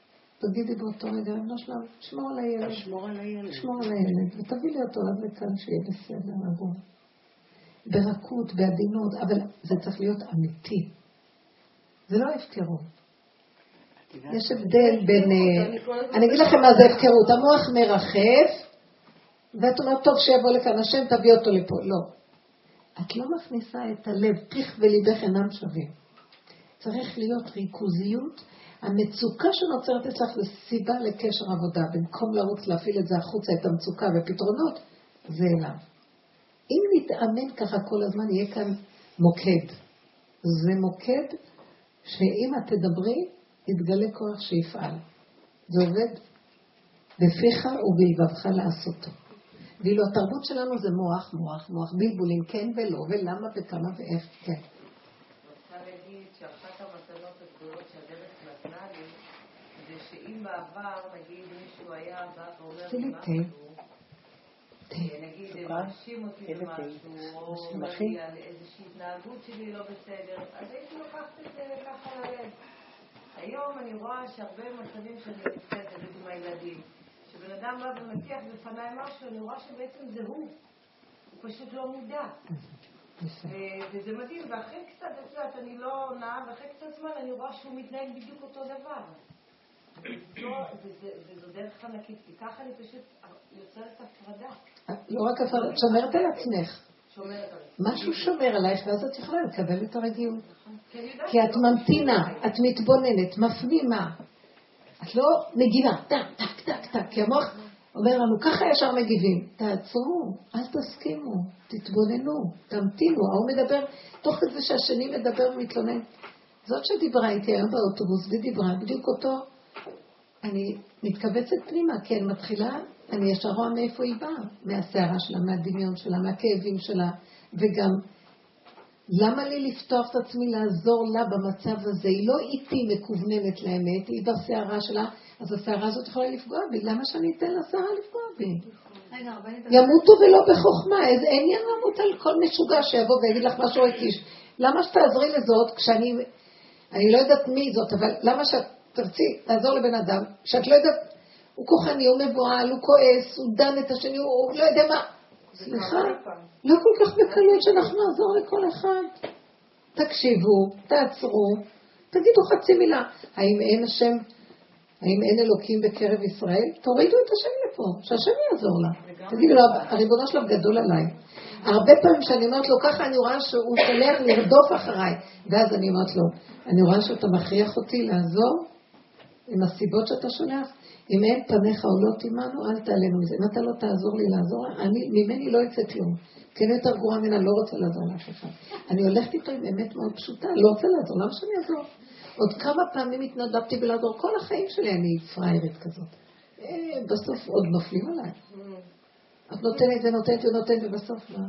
S2: תגידי באותו רגע, אמא שלם, תשמור על הילד.
S5: תשמור על הילד.
S2: תשמור על הילד, ותביא לי אותו עד לכאן שיהיה בסדר, רגוע. ברכות, בעדינות, אבל זה צריך להיות אמיתי. זה לא הפקרות. יש הבדל בין... אני אגיד לכם מה זה הפקרות. המוח מרחב, ואת אומרת, טוב שיבוא לכאן, השם תביא אותו לפה. לא. את לא מכניסה את הלב, פיך וליבך אינם שווים. צריך להיות ריכוזיות. המצוקה שנוצרת אצלך זה סיבה לקשר עבודה. במקום לרוץ להפעיל את זה החוצה, את המצוקה ופתרונות, זה אליו. אם נתאמן ככה כל הזמן, יהיה כאן מוקד. זה מוקד שאם את תדברי, יתגלה כוח שיפעל. זה עובד בפיך ובלבבך לעשותו. ואילו התרבות שלנו זה מוח, מוח, מוח, בלבולים, כן ולא, ולמה וכמה ואיך, כן.
S7: רוצה להגיד שאחת המתנות הגדולות שהדרך נתנה לי, זה שאם בעבר, נגיד, מישהו היה בא ואומר משהו, נגיד, הם מאשים אותי במשהו, או מגיע לאיזושהי התנהגות שלי לא בסדר, אז הייתי לוקחת את זה ככה ללב. היום אני רואה שהרבה מצבים שאני נמצאת עם הילדים, שבן אדם בא ומטיח בפניי משהו, אני רואה שבעצם זה הוא. הוא פשוט לא מודע. וזה מדהים, ואחרי קצת, את יודעת, אני לא עונה, ואחרי קצת זמן אני רואה שהוא מתנהג בדיוק אותו דבר. וזו דרך ענקית, כי ככה אני פשוט יוצרת הפרדה.
S2: לא רק הפרדה, את שומרת על עצמך.
S7: שומרת על עצמך.
S2: משהו שומר עלייך, ואז את יכולה לקבל את הרגיעות. כי את ממתינה, את מתבוננת, מפנימה. את לא מגיבה, טק, טק, טק, טק, כי המוח אומר לנו, ככה ישר מגיבים. תעצרו, אל תסכימו, תתבוננו, תמתינו. הוא מדבר, תוך כזה שהשני מדבר ומתלונן. זאת שדיברה איתי היום באוטובוס, ודיברה בדיוק אותו, אני מתכווצת פנימה, כן, מתחילה, אני ישר רואה מאיפה היא באה, מהשערה שלה, מהדמיון שלה, מהכאבים שלה, וגם, למה לי לפתוח את עצמי לעזור לה במצב הזה? היא לא איתי מקווננת לאמת, היא בשערה שלה, אז השערה הזאת יכולה לפגוע בי, למה שאני אתן לשערה לפגוע בי? ימותו ולא בחוכמה, איזה עניין למות על כל משוגע שיבוא ויגיד לך משהו הקיש. למה שתעזרי לזאת, כשאני, אני לא יודעת מי זאת, אבל למה שאת תרצי לעזור לבן אדם, שאת לא יודעת, הוא כוחני, הוא מבועל, הוא כועס, הוא דן את השני, הוא לא יודע מה. סליחה, לא כל כך בקלות שאנחנו נעזור לכל אחד. תקשיבו, תעצרו, תגידו חצי מילה. האם אין השם, האם אין אלוקים בקרב ישראל? תורידו את השם לפה, שהשם יעזור לה. תגידו לו, הריבונו שלו גדול עליי. הרבה פעמים שאני אומרת לו, ככה אני רואה שהוא שולח לרדוף אחריי. ואז אני אומרת לו, אני רואה שאתה מכריח אותי לעזור עם הסיבות שאתה שולח. אם אין פניך עולות עמנו, אל תעלנו מזה. אם אתה לא תעזור לי לעזור, אני, ממני לא יצא כלום. כי אני יותר גרועה ממנה, לא רוצה לעזור לאף אחד. אני הולכת איתו עם אמת מאוד פשוטה, לא רוצה לעזור, למה שאני אעזור? עוד כמה פעמים התנדבתי בלעזור, כל החיים שלי אני פריירית כזאת. אה, בסוף עוד נופלים עליי. את נותנת ונותנת ונותנת ובסוף מה?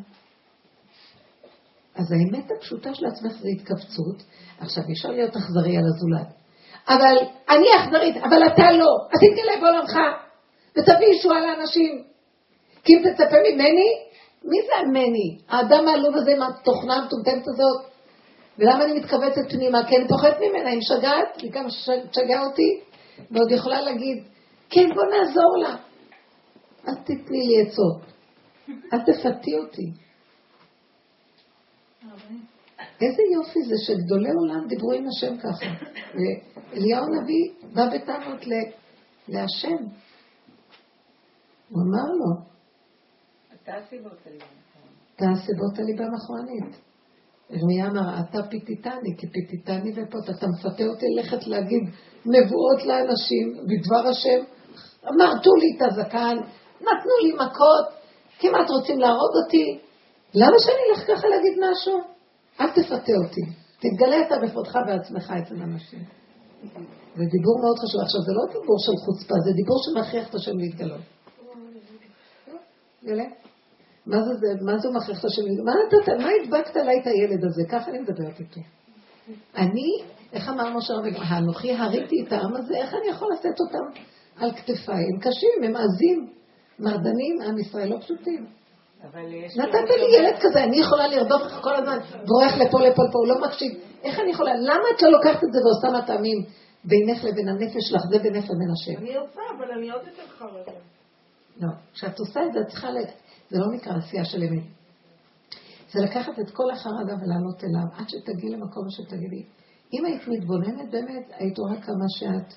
S2: אז האמת הפשוטה של עצמך זה התכווצות. עכשיו, אפשר להיות אכזרי על הזולת. אבל אני אכזרית, אבל אתה לא. אז תתגלה בעולמך ותביא ישועה לאנשים. כי אם תצפה ממני, מי זה המני? האדם העלוב הזה עם התוכנה המטומטמת הזאת. ולמה אני מתכווצת פנימה? כי אני פוחדת ממנה, היא משגעת, היא גם שגעה אותי, ועוד יכולה להגיד, כן, בוא נעזור לה. אל תתני לי עצות. אל תפתי אותי. איזה יופי זה שגדולי עולם דיברו עם השם ככה. ואליהו הנביא בא בטענות להשם. הוא אמר לו,
S7: אתה סיבות הליבה.
S2: אתה סיבות הליבה מכוענית. ירמיה אמר, אתה פיתיתני, כי פיתיתני ופות, אתה מפתה אותי ללכת להגיד נבואות לאנשים בדבר השם. אמרתו לי את הזקן, נתנו לי מכות, כמעט רוצים להרוג אותי. למה שאני אלך ככה להגיד משהו? אל תפתה אותי. תתגלה אתה בפותך בעצמך אצל אנשים. זה דיבור מאוד חשוב. עכשיו, זה לא דיבור של חוצפה, זה דיבור שמכריח את השם להתגלות. גלה? מה זה זה? מה זה מכריח את השם להתגלות? מה נתת? מה הדבקת עליי את הילד הזה? ככה אני מדברת איתו. אני, איך אמר משה רבנו? האנוכי הריתי את העם הזה, איך אני יכול לשאת אותם על כתפיי? הם קשים, הם עזים, מרדנים, עם ישראל לא פשוטים. נתת לי ילד כזה, אני יכולה לרדוף לך כל הזמן, ברוח לפה לפה לפה, הוא לא מקשיב. איך אני יכולה? למה את לא לוקחת את זה ועושה מטעמים בינך לבין הנפש שלך, זה בינך לבין השם.
S6: אני עושה, אבל אני עוד יותר חרדה.
S2: לא, כשאת עושה את זה, את צריכה, זה לא נקרא עשייה של אמת. זה לקחת את כל החרדה ולעלות אליו, עד שתגיעי למקום שתגידי. אם היית מתבוננת באמת, היית רואה כמה שאת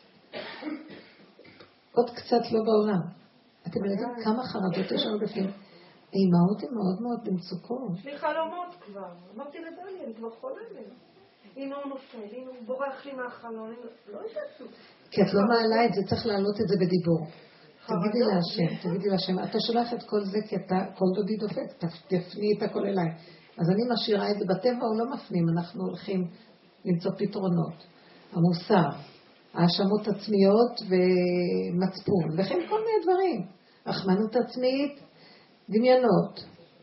S2: עוד קצת לא בעולם. אתם יודעים כמה חרדות יש לנו בפנים. האימהות הן מאוד מאוד במצוקות.
S6: יש לי חלומות כבר. אמרתי לדלי, אני כבר חולמת. הנה הוא נופל, הנה הוא בורח לי מהחלון. לא יודעת.
S2: כי את לא מעלה את זה, צריך להעלות את זה בדיבור. תגידי להשם, תגידי להשם, אתה שולח את כל זה כי אתה, כל דודי דופק, תפני את הכל אליי. אז אני משאירה את זה בטבע, הוא לא מפנים, אנחנו הולכים למצוא פתרונות. המוסר, האשמות עצמיות ומצפון, וכן כל מיני דברים. רחמנות עצמית, דמיונות.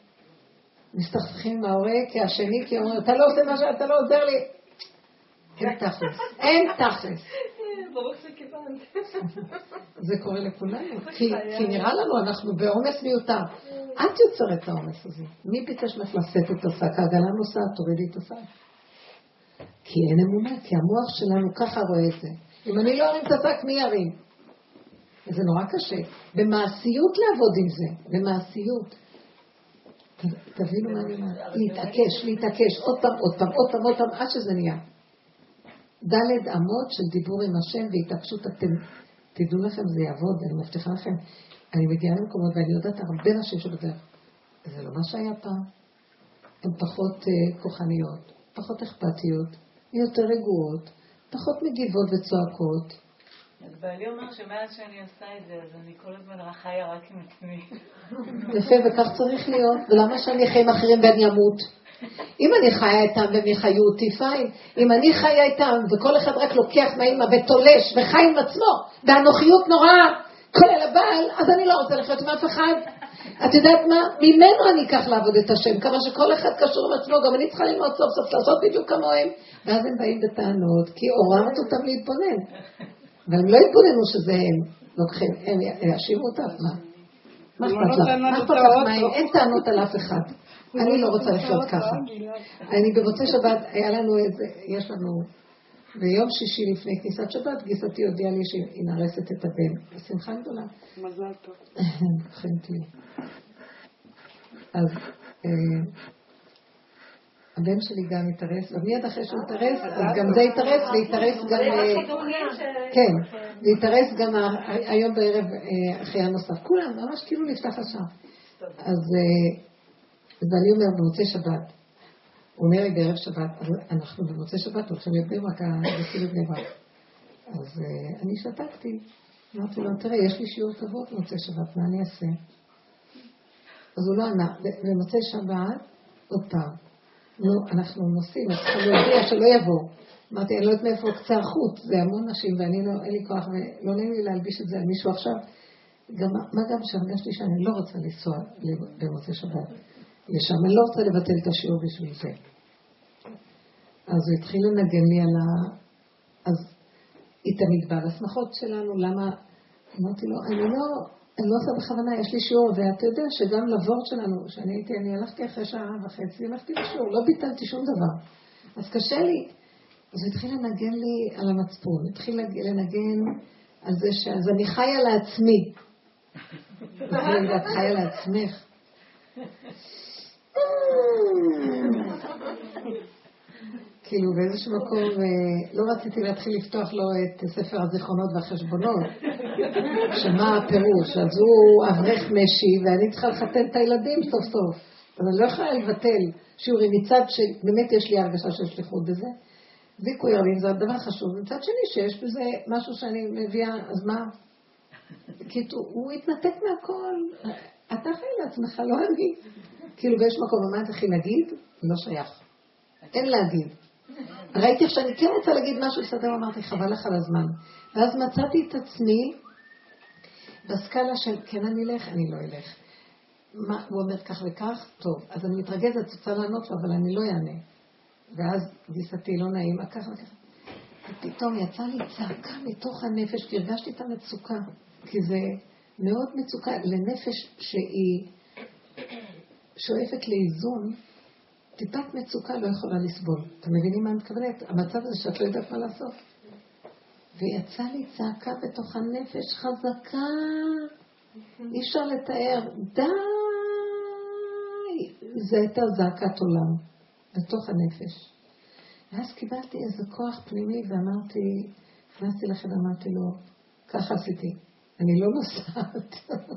S2: מסתכסכים מההורה כי השני, כי הוא אומר, אתה לא עושה מה שאתה לא עוזר לי. אין תכלס, אין תכלס.
S6: ברוך שכיוונת.
S2: זה קורה לכולנו, כי נראה לנו, אנחנו בעומס מיותר. את יוצרת את העומס הזה. מי ביקש לך לשאת את השק? העגלה נוסעת, תורידי את השק. כי אין אמונה, כי המוח שלנו ככה רואה את זה. אם אני לא ארים את השק, מי ירים? זה נורא קשה. במעשיות לעבוד עם זה, במעשיות. תבינו מה אני אומרת. להתעקש, להתעקש, עוד פעם, עוד פעם, עוד פעם, עוד פעם, עד שזה נהיה. דלת אמות של דיבור עם השם והתעקשות, אתם תדעו לכם, זה יעבוד, אני מבטיחה לכם. אני מגיעה למקומות ואני יודעת הרבה נשים שבדרך. זה לא מה שהיה פעם. הן פחות uh, כוחניות, פחות אכפתיות, יותר רגועות, פחות מגיבות וצועקות.
S3: אז בעלי אומר שמאז שאני עושה את זה, אז אני כל הזמן חיה רק עם עצמי.
S2: יפה, וכך צריך להיות. ולמה שאני חיים אחרים ואני אמות? אם אני חיה איתם והם יחיו אותי, פיין. אם אני חיה איתם וכל אחד רק לוקח מהאמא ותולש וחי עם עצמו, והנוחיות נוראה, כולל הבעל, אז אני לא רוצה לחיות עם אף אחד. את יודעת מה? ממנו אני אקח לעבוד את השם, כמה שכל אחד קשור עם עצמו, גם אני צריכה ללמוד סוף סוף לעשות בדיוק כמוהם. ואז הם באים בטענות, כי עוררת אותם להתבונן. אבל הם לא יתבוננו שזה הם לוקחים, הם יאשימו אותך, מה? מה אכפת לך? מה אכפת לך מה? אין טענות על אף אחד. אני לא רוצה לחיות ככה. אני במוצאי שבת, היה לנו איזה, יש לנו, ביום שישי לפני כניסת שבת, גיסתי הודיעה לי שהיא נרסת את הבן. בשמחה גדולה.
S1: מזל טוב.
S2: חנת לי. אז הבן שלי גם התארס, ומיד אחרי שהוא התארס, אז גם זה התארס, והתארס גם, כן, והתארס גם היום בערב אחרי הנוסף. כולם, ממש כאילו נפתח השם. אז ואני אומר, במוצאי שבת, הוא אומר לי בערב שבת, אנחנו במוצאי שבת הולכים לבני ברק, הולכים לבני ברק. אז אני שתקתי, אמרתי לו, תראה, יש לי שיעור כבוד במוצאי שבת, מה אני אעשה? אז הוא לא ענה, במוצאי שבת, עוד פעם, נו, אנחנו נוסעים, אז צריכה להודיע שלא יבוא. אמרתי, אני לא יודעת מאיפה קצה החוט, זה המון נשים, ואני לא, אין לי כוח, ולא נעים לי להלביש את זה על מישהו עכשיו. גם, מה גם שהרגשתי שאני לא רוצה לנסוע במוצאי שבת לשם, אני לא רוצה לבטל את השיעור בשביל זה. אז הוא התחיל לנגן לי על ה... אז היא תמיד באה לשמחות שלנו, למה? אמרתי לו, אני לא, אני לא עושה בכוונה, יש לי שיעור, ואתה יודע שגם לוורד שלנו, שאני הייתי, אני הלכתי אחרי שעה וחצי, הלכתי לשיעור, לא ביטלתי שום דבר. אז קשה לי. אז הוא התחיל לנגן לי על המצפון, התחיל לנגן על זה שאז אני חיה לעצמי. אז את חיה לעצמך. כאילו באיזשהו מקום לא רציתי להתחיל לפתוח לו את ספר הזיכרונות והחשבונות, שמה הפירוש. אז הוא אברך משי ואני צריכה לחתן את הילדים סוף סוף, אז אני לא יכולה לבטל שיעורי מצד שבאמת יש לי הרגשה של שליחות בזה. זיקו ירלים זה הדבר חשוב, מצד שני שיש בזה משהו שאני מביאה, אז מה? כי הוא התנתק מהכל, אתה חי לעצמך, לא אני. כאילו באיש מקום, מה אתה הכי נגיד? לא שייך. אין להגיד. ראיתי שאני כן רוצה להגיד משהו בסדר, אמרתי, חבל לך על הזמן. ואז מצאתי את עצמי בסקאלה של כן אני אלך, אני לא אלך. מה, הוא אומר כך וכך, טוב, אז אני מתרגזת, רוצה לענות לו, אבל אני לא אענה. ואז גיסתי לא נעימה, כך וכך. ופתאום יצא לי צעקה מתוך הנפש, כי הרגשתי את המצוקה. כי זה מאוד מצוקה לנפש שהיא שואפת לאיזון, טיפת מצוקה לא יכולה לסבול. אתם מבינים מה אני מתכוונת? המצב הזה שאת לא יודעת מה לעשות. ויצא לי צעקה בתוך הנפש חזקה, אי אפשר לתאר, די! זה הייתה זעקת עולם, בתוך הנפש. ואז קיבלתי איזה כוח פנימי ואמרתי, נכנסתי לחדר, אמרתי לו, ככה עשיתי, אני לא נוסעת.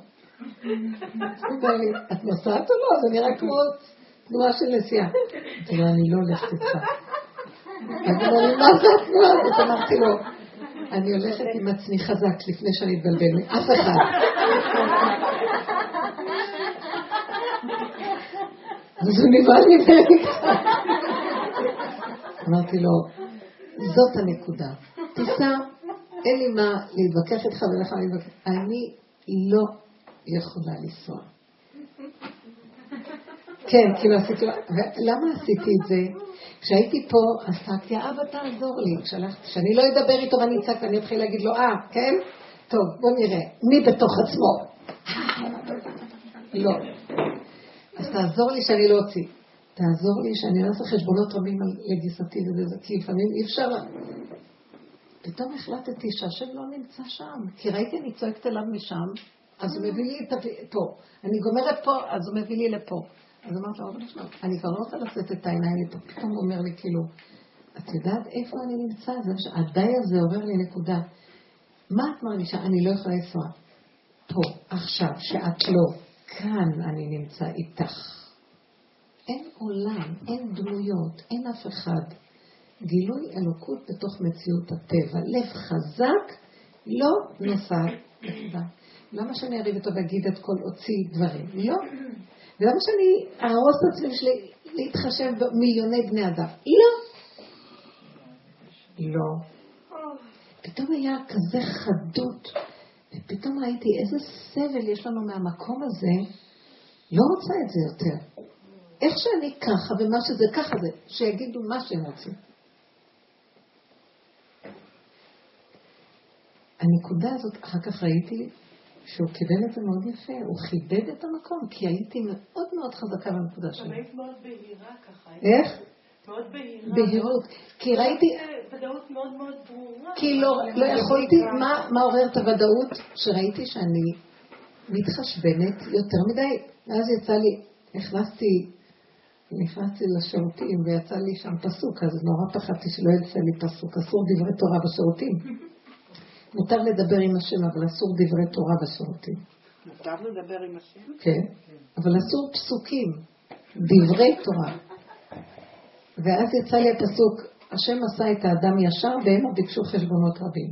S2: הוא לי, את נוסעת או לא? זה נראה כמו תנועה של נסיעה. אמרתי לו, אני לא הולכת איתך. אמרתי לו, מה זה התנועה הזאת? אמרתי לו, אני הולכת עם עצמי חזק לפני שאני אתבלבל, אף אחד. אז הוא נבהל ממני. אמרתי לו, זאת הנקודה. תיסע, אין לי מה להתווכח איתך ולך להתווכח. אני לא יכולה לנסוע. כן, כאילו עשיתי, למה עשיתי את זה? כשהייתי פה, אז צעקתי, אבא תעזור לי. כשאני לא אדבר איתו ואני אצעק ואני אתחיל להגיד לו, אה, כן? טוב, בוא נראה. מי בתוך עצמו? לא. אז תעזור לי שאני לא אוציא. תעזור לי שאני לא אעשה חשבונות רבים על לגיסתי וזה, כי לפעמים אי אפשר. פתאום החלטתי שהשם לא נמצא שם, כי ראיתי אני צועקת אליו משם, אז הוא מביא לי את פה. אני גומרת פה, אז הוא מביא לי לפה. אז אמרת לו, אני כבר לא רוצה לשאת את העיניים לפה. פתאום הוא אומר לי כאילו, את יודעת איפה אני נמצא? הדי הזה עובר לי נקודה. מה את מרגישה? אני לא יכולה לנסוע. פה, עכשיו, שאת לא. כאן אני נמצא איתך. אין עולם, אין דמויות, אין אף אחד. גילוי אלוקות בתוך מציאות הטבע. לב חזק, לא נוסע. למה שאני אריב אותו ואגיד את כל הוציא דברים? לא. ולמה שאני אהרוס את עצמי שלי להתחשב במיליוני בני אדם? לא. לא. פתאום היה כזה חדות, ופתאום ראיתי איזה סבל יש לנו מהמקום הזה, לא רוצה את זה יותר. איך שאני ככה ומה שזה ככה זה, שיגידו מה שהם רוצים. הנקודה הזאת, אחר כך ראיתי שהוא קיבל את זה מאוד יפה, הוא חיבד את המקום, כי הייתי מאוד מאוד חזקה בנקודה שלי.
S1: היית מאוד בהירה ככה.
S2: איך?
S1: מאוד בהירה.
S2: בהירות. כי ראיתי...
S1: ודאות מאוד מאוד ברורה.
S2: כי לא, לא יכולתי, מה, מה עורר את הוודאות? שראיתי שאני מתחשבנת יותר מדי. ואז יצא לי, נכנסתי, נכנסתי לשירותים ויצא לי שם פסוק, אז נורא פחדתי שלא יצא לי פסוק. אסור דברי תורה בשירותים. מותר לדבר עם השם, אבל אסור דברי תורה בשירותים.
S1: מותר לדבר עם השם?
S2: כן, אבל אסור פסוקים, דברי תורה. ואז יצא לי הפסוק, השם עשה את האדם ישר, והם ביקשו חשבונות רבים.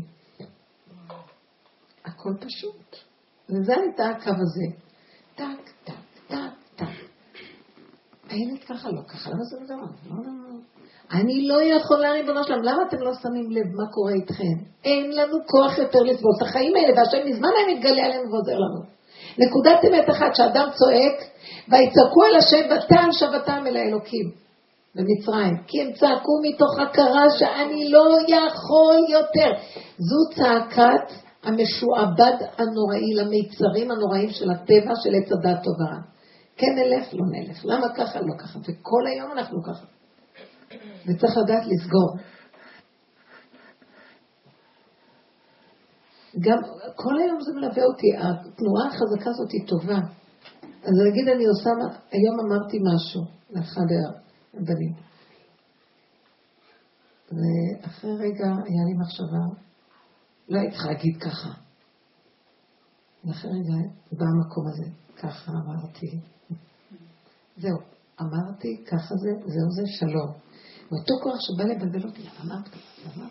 S2: הכל פשוט. וזה הייתה הקו הזה. טק, טק, טק, טק. הילד ככה, לא ככה, למה זה מדבר? לא, לא, לא. אני לא יכולה, ריבונו שלם, למה אתם לא שמים לב מה קורה איתכם? אין לנו כוח יותר לסבול את החיים האלה, והשם מזמן היה מתגלה עלינו ועוזר לנו. נקודת אמת אחת, שאדם צועק, ויצעקו על השם ותען שבתם אל האלוקים במצרים, כי הם צעקו מתוך הכרה שאני לא יכול יותר. זו צעקת המשועבד הנוראי למיצרים הנוראים של הטבע של עץ הדת טוב ורע. כן נלך, לא נלך. למה ככה, לא ככה. וכל היום אנחנו ככה. וצריך לדעת לסגור. גם כל היום זה מלווה אותי, התנועה החזקה הזאת היא טובה. אז נגיד אני עושה, היום אמרתי משהו לאחד הבנים. ואחרי רגע היה לי מחשבה, לא הייתי צריכה להגיד ככה. ואחרי רגע בא המקום הזה, ככה אמרתי. זהו, אמרתי, ככה זה, זהו זה, שלום. ואותו כוח שבא לבלבל אותי, אמרת, אמרת.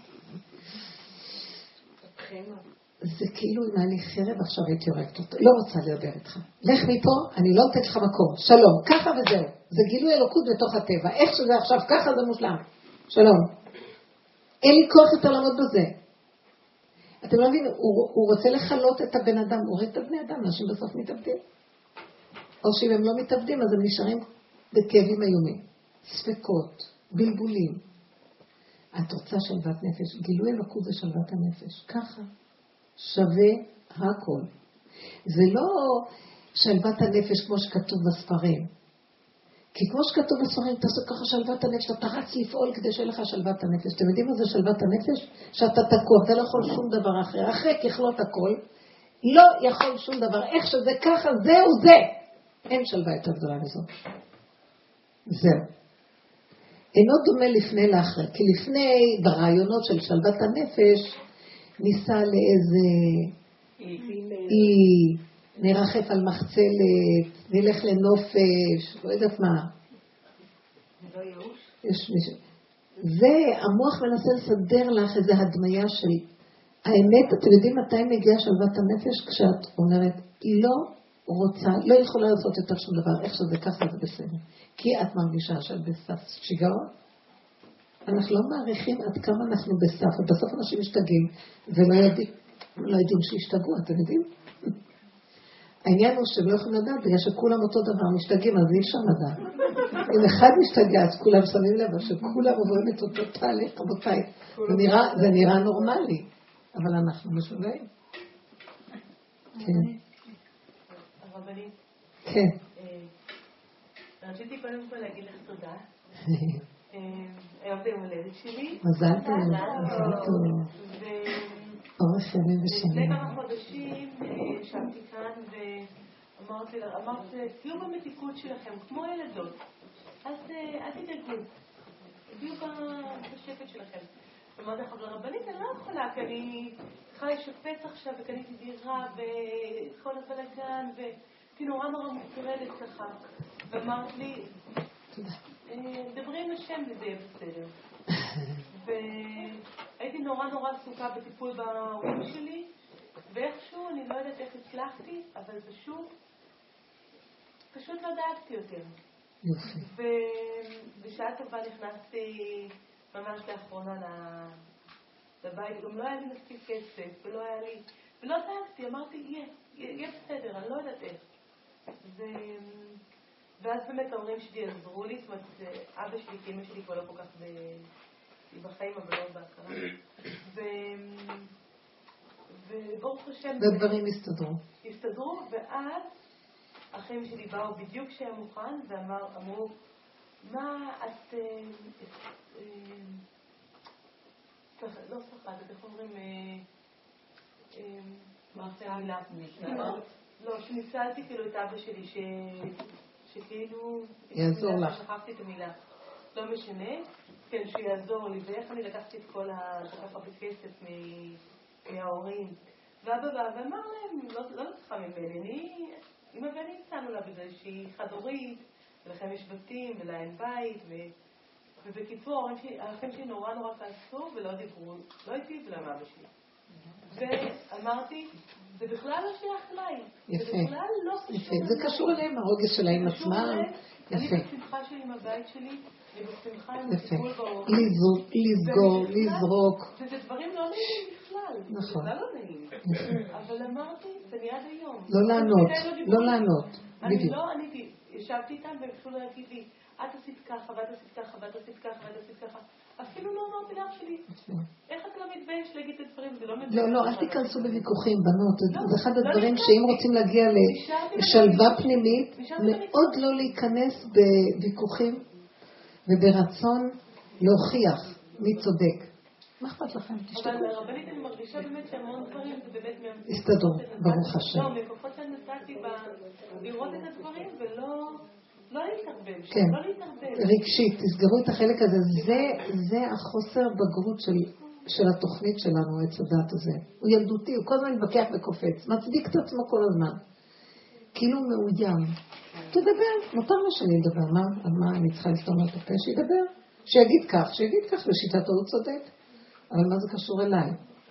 S2: זה כאילו אם היה לי חרב עכשיו הייתי יורקת אותו, לא רוצה לדבר איתך. לך מפה, אני לא נותנת לך מקום, שלום, ככה וזהו. זה גילוי אלוקות בתוך הטבע, איך שזה עכשיו ככה זה מושלם. שלום. אין לי כוח יותר לעמוד בזה. אתם לא מבינים, הוא, הוא רוצה לחלות את הבן אדם, הוא רואה את הבני אדם, אנשים בסוף מתאבדים. או שאם הם לא מתאבדים, אז הם נשארים בכאבים איומים. ספקות, בלבולים. את רוצה שלוות נפש, גילוי אלוקות זה שלוות הנפש. ככה. שווה הכל. זה לא שלוות הנפש כמו שכתוב בספרים. כי כמו שכתוב בספרים, תעשה ככה שלוות הנפש, אתה רץ לפעול כדי שיהיה לך שלוות הנפש. אתם יודעים מה זה שלוות הנפש? שאתה תקוע, אתה לא יכול שום דבר אחר. אחרי ככלות הכל, לא יכול שום דבר. איך שזה ככה, זהו זה. אין שלווה יותר גדולה מזאת. זהו. אינו דומה לפני לאחרי, כי לפני, ברעיונות של שלוות הנפש, ניסה לאיזה אי, נרחף על מחצלת, נלך לנופש, לא יודעת מה.
S7: זה לא ייאוש?
S2: יש מישהו. זה, המוח מנסה לסדר לך איזו הדמיה של האמת. אתם יודעים מתי מגיעה שלוות הנפש? כשאת אומרת, היא לא רוצה, לא יכולה לעשות יותר שום דבר, איך שזה ככה זה בסדר. כי את מרגישה שאת בסף שיגעון. אנחנו לא מעריכים עד כמה אנחנו בסף, ובסוף אנשים משתגעים, ולא יודעים, לא יודעים שישתגעו, אתם יודעים? העניין הוא שהם לא יכולים לדעת, בגלל שכולם אותו דבר משתגעים, אז אי אפשר לדעת. אם אחד משתגע, אז כולם שמים לב, שכולם עוברים את אותו תהליך, רבותיי. זה נראה נורמלי, אבל אנחנו משוגעים. כן.
S7: הרבנית.
S2: כן.
S7: רציתי קודם כל להגיד לך תודה. היום זה יום הולדת שלי.
S2: מזל טוב. מזל טוב. אורך ימים ושנים.
S7: לפני כמה חודשים ישבתי כאן ואמרתי לה, אמרת, תהיו במתיקות שלכם, כמו ילדות. אז אל תדאגו. תהיו בשקט שלכם. אמרתי לך, אבל רבנית, אני לא יכולה, כי אני צריכה לשפץ עכשיו וקניתי דירה וכל הבלגן וכי נורא נורא מפרדת ככה. ואמרת לי, דברי עם השם וזה יהיה בסדר. והייתי נורא נורא עסוקה בטיפול בהורים שלי, ואיכשהו, אני לא יודעת איך הצלחתי, אבל פשוט, פשוט לא דאגתי יותר. ובשעה טובה נכנסתי ממש לאחרונה לבית, גם לא היה לי מספיק כסף, ולא היה לי, ולא דאגתי, אמרתי, יהיה, יהיה בסדר, אני לא יודעת איך. ו... ואז באמת ההורים שלי עזרו לי, זאת אומרת, אבא שלי, כי אמא שלי כבר לא כל כך ב... בחיים, אבל לא בהכרה. ו... וברוך השם...
S2: ודברים הסתדרו.
S7: הסתדרו, ואז האחים שלי באו בדיוק כשהיה מוכן, ואמרו, מה את... לא סחטת, איך אומרים... מה עושה המילה? לא, שניצלתי כאילו את אבא שלי, ש... שכאילו...
S2: יעזור לך.
S7: שכחתי את המילה. לא משנה, כן, שיעזור לי, ואיך אני לקחתי את כל הככה בכסף מההורים. ואבא בא ואמר להם, לא צריכה ממני, אני, אמא ואני הצענו לה בגלל שהיא חד-הורית, ולכם יש בתים, ולה אין בית, ובקיצור, האחים שלי נורא נורא כעסו, ולא דיברו, לא איתי ולא עם אבא שלי. ואמרתי, זה בכלל לא שייך אליי.
S2: יפה.
S7: זה בכלל לא קשור
S2: אליי. זה קשור אליהם, הרוגז שלהם עצמם.
S7: אני בשמחה שלי עם הבית שלי, אני בשמחה עם הטיפול בהורים.
S2: לסגור, לזרוק.
S7: וזה דברים לא נעים בכלל.
S2: נכון.
S7: זה לא נעים. אבל אמרתי, זה נהיה עד היום.
S2: לא לענות, לא לענות.
S7: אני לא עניתי, ישבתי איתם והם פשוט להגיד לי, את עשית ככה, ואת עשית ככה, ואת עשית ככה, ואת עשית ככה. אפילו לא אמרתי לאח שלי. איך אתה לא מתבייש להגיד את הדברים? זה לא מתבייש. לא,
S2: לא, אל תיכנסו בוויכוחים, בנות. זה אחד הדברים שאם רוצים להגיע לשלווה פנימית, מאוד לא להיכנס בוויכוחים וברצון להוכיח מי צודק. מה אכפת לכם? תשתקו.
S7: אבל הרבנית אני מרגישה באמת שהמון דברים זה באמת...
S2: הסתדרו, ברוך השם.
S7: לא, מכוחות שאני נתתי לראות את הדברים ולא... לא להתערבב,
S2: כן.
S7: לא להתערבב.
S2: רגשית, תסגרו את החלק הזה. זה, זה החוסר בגרות של, של התוכנית שלנו, עץ הדת הזה. הוא ילדותי, הוא כל הזמן מתווכח וקופץ, מצדיק את עצמו כל הזמן. כאילו הוא מאוים. תדבר, מותר לו שאני אדבר. מה, על מה אני צריכה לסתום את הפה? שידבר. שיגיד כך, שיגיד כך, בשיטתו הוא צודק. אבל מה זה קשור אליי?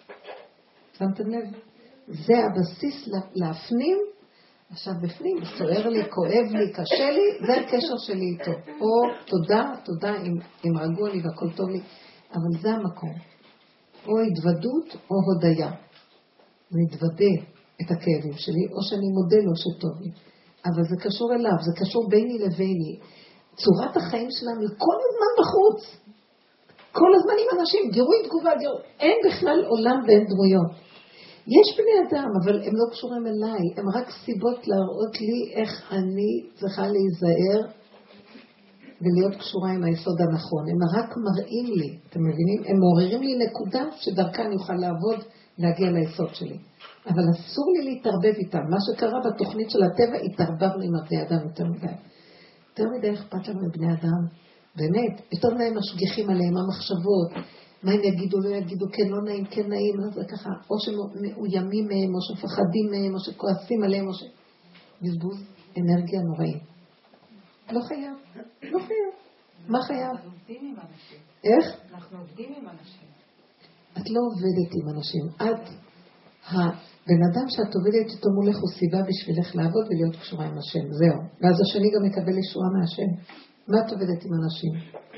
S2: שמתם לב? זה הבסיס להפנים. עכשיו בפנים, סוער לי, כואב לי, קשה לי, זה הקשר שלי איתו. או תודה, תודה אם, אם רגוע לי והכל טוב לי, אבל זה המקום. או התוודות או הודיה. אני אתוודה את הכאבים שלי, או שאני מודה לו שטוב לי. אבל זה קשור אליו, זה קשור ביני לביני. צורת החיים שלנו היא כל הזמן בחוץ. כל הזמן עם אנשים, גירוי תגובה, גירוי. אין בכלל עולם ואין דמויות. יש בני אדם, אבל הם לא קשורים אליי. הם רק סיבות להראות לי איך אני צריכה להיזהר ולהיות קשורה עם היסוד הנכון. הם רק מראים לי, אתם מבינים? הם מעוררים לי נקודה שדרכה אני אוכל לעבוד, להגיע ליסוד שלי. אבל אסור לי להתערבב איתם. מה שקרה בתוכנית של הטבע, התערבבנו עם הבני אדם יותר מדי. יותר מדי אכפת לנו מבני אדם. באמת, יותר מדי משגיחים עליהם, המחשבות. מה הם יגידו, לא יגידו, כן, לא נעים, כן נעים, זה ככה. או שמאוימים מהם, או שמפחדים מהם, או שכועסים עליהם, או ש... בזבוז אנרגיה נוראי. לא חייב, לא חייב. מה חייב?
S3: אנחנו עובדים עם אנשים.
S2: איך?
S3: אנחנו עובדים עם אנשים.
S2: את לא עובדת עם אנשים. את, הבן אדם שאת עובדת איתו מולך הוא סיבה בשבילך לעבוד ולהיות קשורה עם השם. זהו. ואז השני גם מקבל ישועה מהשם. מה את עובדת עם אנשים?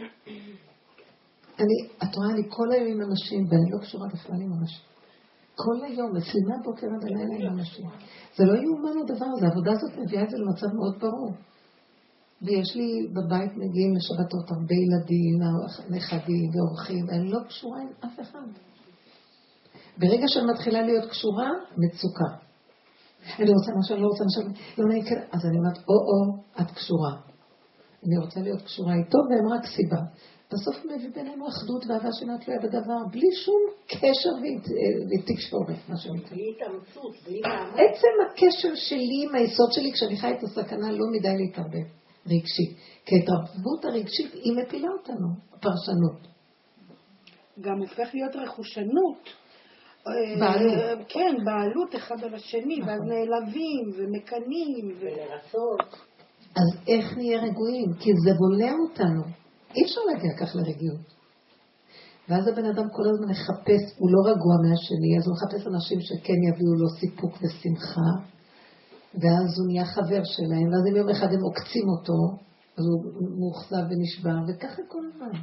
S2: אני, את רואה, אני כל היום עם אנשים, ואני לא קשורה בכלל עם אנשים. כל היום, אצלי מהבוקר עד הלילה עם אנשים. זה לא יאומן הדבר הזה, העבודה הזאת מביאה את זה למצב מאוד ברור. ויש לי בבית מגיעים לשבתות הרבה ילדים, נכדים ואורחים, ואני לא קשורה עם אף אחד. ברגע שאני מתחילה להיות קשורה, מצוקה. אני רוצה משהו, אני לא רוצה משהו, לא נעים כן, אז אני אומרת, או או, את קשורה. אני רוצה להיות קשורה איתו, והם רק סיבה. בסוף מביא בינינו אחדות ואהבה שאינה תלויה בדבר, בלי שום קשר ותקשורת, מה שנקרא.
S5: בלי התאמצות, בלי מאמץ.
S2: עצם הקשר שלי עם היסוד שלי, כשאני חי את הסכנה, לא מדי להתערבב רגשית. כי ההתערבות הרגשית, היא מפילה אותנו, הפרשנות.
S1: גם הופך להיות רכושנות.
S2: בעלות.
S1: כן, בעלות אחד על השני, ואז נעלבים ומקנים.
S5: ולרצות.
S2: אז איך נהיה רגועים? כי זה בולע אותנו. אי אפשר להגיע כך לרגיעות. ואז הבן אדם כל הזמן מחפש, הוא לא רגוע מהשני, אז הוא מחפש אנשים שכן יביאו לו סיפוק ושמחה, ואז הוא נהיה חבר שלהם, ואז אם יום אחד הם עוקצים אותו, אז הוא מוחזב ונשבר, וככה כל הזמן.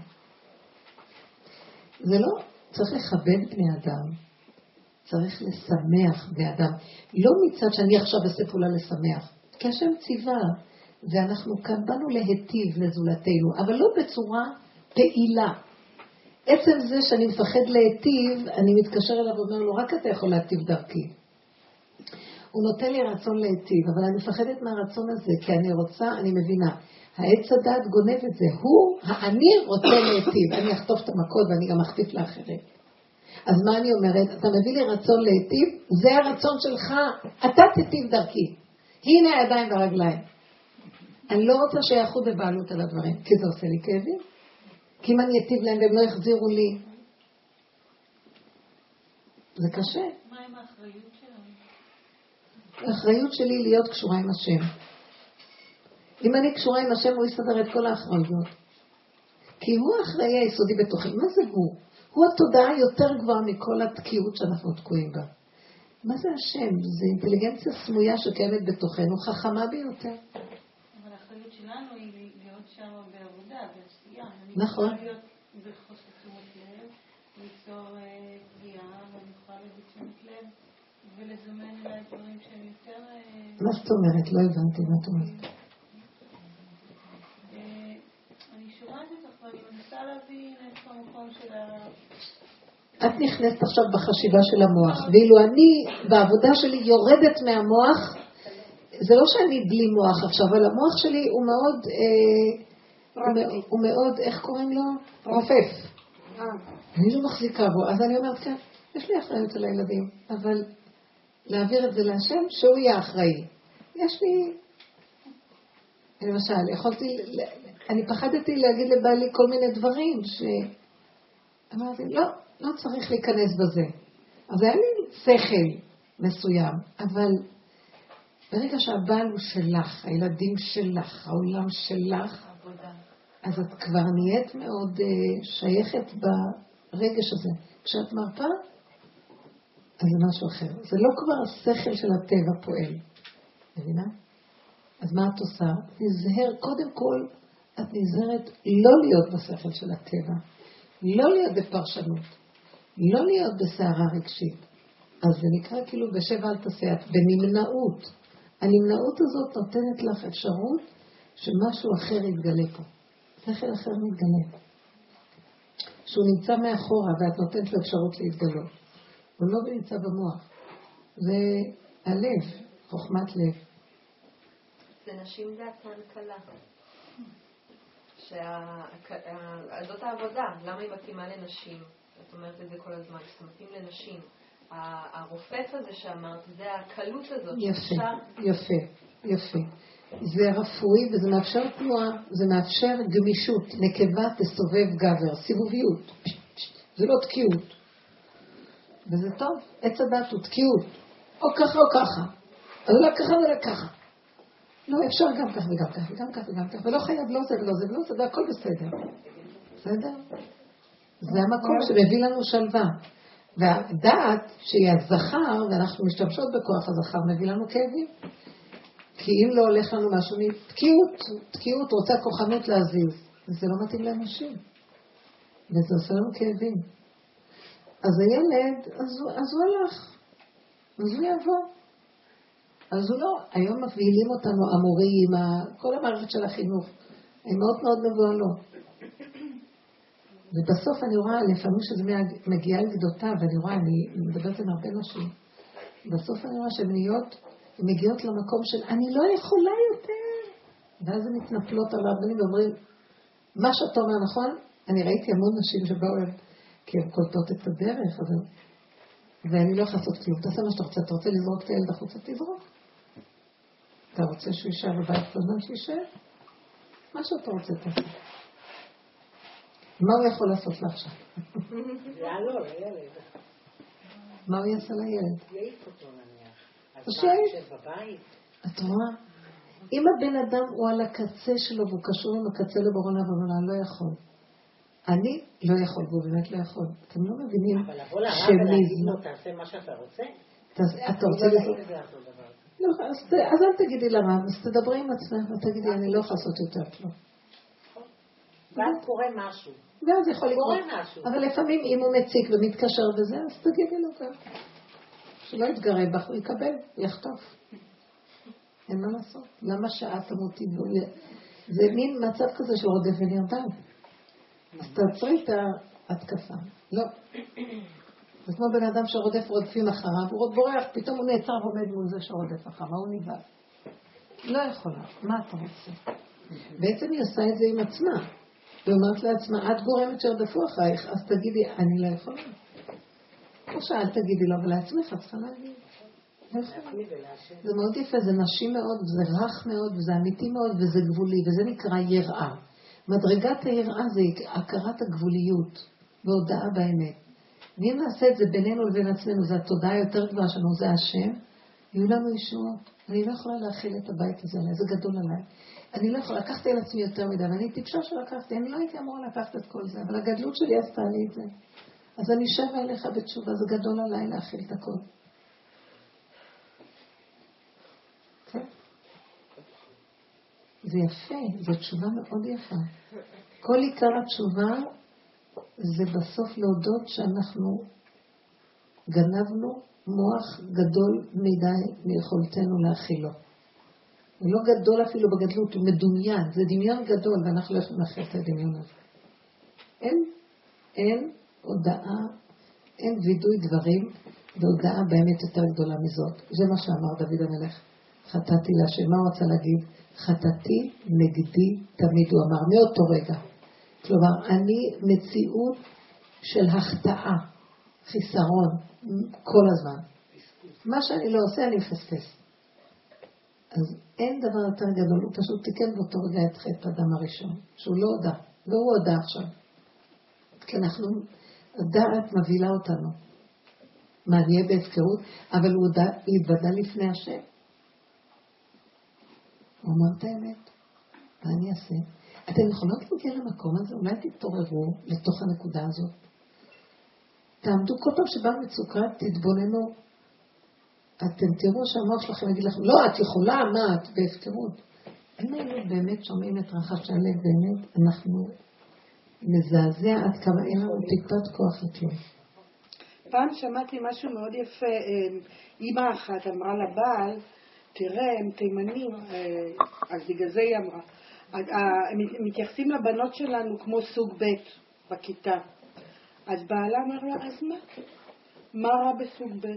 S2: זה לא, צריך לכבד בני אדם, צריך לשמח בני אדם, לא מצד שאני עכשיו אעשה פעולה לשמח, כי השם ציווה, ואנחנו כאן באנו להיטיב לזולתנו, אבל לא בצורה פעילה. עצם זה שאני מפחד להיטיב, אני מתקשר אליו ואומר לו, רק אתה יכול להיטיב דרכי. הוא נותן לי רצון להיטיב, אבל אני מפחדת מהרצון הזה, כי אני רוצה, אני מבינה, העץ הדעת גונב את זה, הוא, אני רוצה להיטיב, אני אחטוף את המכות ואני גם אחטיף לאחרים. אז מה אני אומרת? אתה מביא לי רצון להיטיב, זה הרצון שלך, אתה תיטיב דרכי. הנה הידיים והרגליים. אני לא רוצה שיחוד בבעלות על הדברים, כי זה עושה לי כאבים. כי אם אני אטיב להם והם לא יחזירו לי, זה קשה.
S3: מה עם האחריות שלנו?
S2: האחריות שלי להיות קשורה עם השם. אם אני קשורה עם השם, הוא יסדר את כל האחריות. כי הוא האחראי היסודי בתוכי. מה זה הוא? הוא התודעה יותר גבוהה מכל התקיעות שאנחנו תקועים בה. מה זה השם? זה אינטליגנציה סמויה שקיימת בתוכנו, חכמה ביותר.
S3: אבל האחריות שלנו היא להיות שם בעבודה, בעשייה.
S2: נכון.
S3: אני יכולה להיות בחוסר תשומת לב, ליצור פגיעה, ואני יכולה להיות תשומת לב, ולזמן אליי דברים שהם יותר...
S2: מה זאת אומרת? לא הבנתי מה את אומרת.
S3: אני שומעת אותך ואני מנסה להבין את המקום של ה...
S2: את נכנסת עכשיו בחשיבה של המוח, ואילו אני בעבודה שלי יורדת מהמוח, זה לא שאני בלי מוח עכשיו, אבל המוח שלי הוא מאוד, אה, הוא מאוד, איך קוראים לו? רופף. אני לא מחזיקה בו, אז אני אומרת כן, יש לי אחריות על הילדים, אבל להעביר את זה להשם שהוא יהיה אחראי. יש לי, למשל, יכולתי, אני פחדתי להגיד לבעלי כל מיני דברים שאמרתי, לא, לא צריך להיכנס בזה. אז היה לי שכל מסוים, אבל ברגע שהבעל הוא שלך, הילדים שלך, העולם שלך, אז את כבר נהיית מאוד uh, שייכת ברגש הזה. כשאת מרפא, אז זה משהו אחר. זה לא כבר השכל של הטבע פועל. מבינה? אז מה את עושה? נזהר, קודם כל, את נזהרת לא להיות בשכל של הטבע. לא להיות בפרשנות. לא להיות בסערה רגשית. אז זה נקרא כאילו בשבע אל תעשה, את בנמנעות. הנמנעות הזאת נותנת לך אפשרות שמשהו אחר יתגלה פה. שכל אחר מתגלה. שהוא נמצא מאחורה ואת נותנת לו אפשרות להתגלות. הוא לא נמצא במוח. זה הלב, חוכמת לב.
S4: זה נשים דעתן קלה.
S6: שזאת העבודה, למה היא מתאימה לנשים? את אומרת את זה כל הזמן, שזה מתאים לנשים. הרופף הזה שאמרת, זה הקלות הזאת.
S2: יפה, יפה, יפה. זה רפואי וזה מאפשר תנועה, זה מאפשר גמישות, נקבה תסובב גבר, סיבוביות. זה לא תקיעות. וזה טוב, עץ הדת הוא תקיעות. או ככה או ככה. אז לא ככה ולא ככה. לא, אפשר גם כך וגם כך וגם כך וגם כך. ולא חייב לא זה ולא זה ולא זה, והכל בסדר. בסדר? זה המקום שמביא לנו שלווה. והדעת שהיא הזכר, ואנחנו משתמשות בכוח הזכר, מביא לנו כאבים. כי אם לא הולך לנו משהו, תקיעות, תקיעות, רוצה כוחנות להזיז. זה לא מתאים לאנשים. וזה עושה לנו כאבים. אז הילד, אז הוא, אז הוא הלך. אז הוא יבוא. אז הוא לא, היום מבהילים אותנו המורים, כל המערכת של החינוך. הם מאוד מאוד מבוהלות. ובסוף אני רואה, לפעמים שזה מגיע לגדותיו, ואני רואה, אני מדברת עם הרבה נשים. בסוף אני רואה שהן נהיות, הן מגיעות למקום של, אני לא יכולה יותר. ואז הן מתנפלות על הרבנים ואומרים, מה שאתה אומר נכון, אני ראיתי המון נשים שבאו אליהם, כי הן קולטות את הדרך, אבל... ואני לא יכולה לעשות כלום. תעשה מה שאתה רוצה, אתה רוצה לזרוק את הילד החוצה, תזרוק. אתה רוצה שהוא יישאר בבית כל זמן שישאר? מה שאתה רוצה תעשה. מה הוא יכול לעשות לה עכשיו?
S5: לא, לא, לילד.
S2: מה הוא יעשה לילד?
S5: יעיף אותו נניח. אז
S2: אז
S5: מה,
S2: שיעיף.
S5: יושב בבית?
S2: את רואה? אם הבן אדם הוא על הקצה שלו והוא קשור עם הקצה לבורא עולם, לא יכול. אני לא יכול, והוא באמת לא יכול. אתם לא מבינים
S5: אבל לבוא לרב ולהגיד לו, תעשה מה שאתה רוצה?
S2: אתה רוצה לזה? לא, אז אל תגידי לרב, אז תדברי עם עצמך ותגידי, אני לא יכולה לעשות יותר כלום.
S5: ואז קורה משהו.
S2: ואז יכול לקרות.
S5: משהו.
S2: אבל לפעמים אם הוא מציק ומתקשר בזה, אז תגידי לו גם. שלא יתגרה בך, הוא יקבל, הוא יחטוף. אין מה לעשות. למה שעה תמותי? זה מין מצב כזה שרודף ונרדם. אז תעצרי את ההתקפה. לא. זה כמו בן אדם שרודף רודפים אחריו, הוא עוד בורח, פתאום הוא נעצר ועומד מול זה שרודף אחריו. מה הוא נבהל? לא יכולה. מה אתה רוצה? בעצם היא עושה את זה עם עצמה. ואומרת לעצמה, את גורמת שרדפו אחרייך, אז תגידי, אני לא יכולה. או שאל תגידי לו, אבל לעצמך צריכה להגיד. זה מאוד יפה, זה נשי מאוד, זה רך מאוד, וזה אמיתי מאוד, וזה גבולי, וזה נקרא יראה. מדרגת היראה זה הכרת הגבוליות, והודעה באמת. ואם נעשה את זה בינינו לבין עצמנו, זה התודעה יותר גבוהה שלנו, זה השם, יהיו לנו ישועות. אני לא יכולה להכיל את הבית הזה עליי, זה גדול עליי. אני לא יכולה, לקחתי על עצמי יותר מדי, ואני טיפשה שלקחתי, אני לא הייתי אמורה לקחת את כל זה, אבל הגדלות שלי עשתה לי את זה. אז אני שווה אליך בתשובה, זה גדול עליי להכיל את הכל. כן? זה יפה, זו תשובה מאוד יפה. כל עיקר התשובה זה בסוף להודות שאנחנו גנבנו מוח גדול מדי מיכולתנו להכילו. הוא לא גדול אפילו בגדלות, הוא מדומיין, זה דמיון גדול, ואנחנו לא יכולים להכיל את הדמיון הזה. אין, אין הודעה, אין וידוי דברים, והודעה באמת יותר גדולה מזאת. זה מה שאמר דוד המלך. חטאתי להשם, מה הוא רצה להגיד? חטאתי נגדי תמיד, הוא אמר, מאותו רגע. כלומר, אני מציאות של החטאה, חיסרון, כל הזמן. מה שאני לא עושה, אני מפספס. אז אין דבר יותר גדול, הוא פשוט תיקן באותו רגע את חטא האדם הראשון, שהוא לא הודע, לא הוא הודע עכשיו. כי אנחנו, הדעת מבהילה אותנו. מה, נהיה בהפקרות? אבל הוא הודע, להתוודע לפני השם. הוא אמר את האמת. מה אני אעשה? אתם יכולות להגיע למקום הזה, אולי תתעוררו לתוך הנקודה הזאת. תעמדו כל פעם שבא מצוקה, תתבוננו. אתם תראו שהמוח שלכם יגיד לכם, לא, את יכולה, מה, את בהפקרות. אם היינו באמת שומעים את רחש הלב, באמת, אנחנו מזעזע עד כמה אין לנו טיפת כוח לכלום.
S1: פעם שמעתי משהו מאוד יפה, אמא אחת אמרה לבעל, תראה, הם תימנים, אז בגלל זה היא אמרה, הם מתייחסים לבנות שלנו כמו סוג ב' בכיתה. אז בעלה אמר לה, אז מה? מה רע בסוג ב'?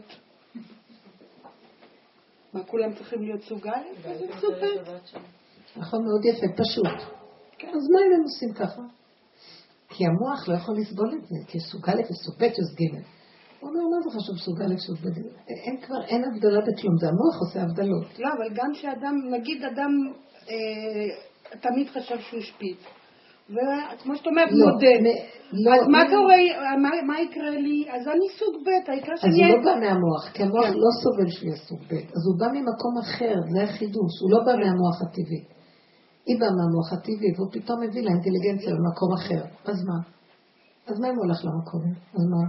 S1: מה, כולם צריכים להיות סוג א'? אז הם סוג ב'.
S2: נכון, מאוד יפה, פשוט. כן, אז מה אם הם עושים ככה? כי המוח לא יכול לסבול את זה, כי סוג א' וסוג ב' וסוג ג'. הוא אומר, מה זה חשוב סוג א' וסוג ב'? אין כבר, אין הבדלה בכלום, זה המוח עושה הבדלות.
S1: לא, אבל גם שאדם, נגיד אדם אה, תמיד חשב שהוא שפיץ. וכמו שאת אומרת,
S2: לא,
S1: מודד.
S2: לא,
S1: אז מה
S2: לא.
S1: קורה, מה, מה יקרה לי? אז אני סוג ב', העיקר
S2: אז
S1: שאני...
S2: הוא לא בא מהמוח, כי המוח
S1: כן.
S2: לא סובל שהוא יהיה סוג ב', אז הוא בא ממקום אחר, זה החידוש, הוא לא בא מהמוח הטבעי. היא באה מהמוח הטבעי, והוא פתאום מביא לאינטליגנציה במקום אחר. אז מה? אז מה אם הוא הולך למקום? אז מה?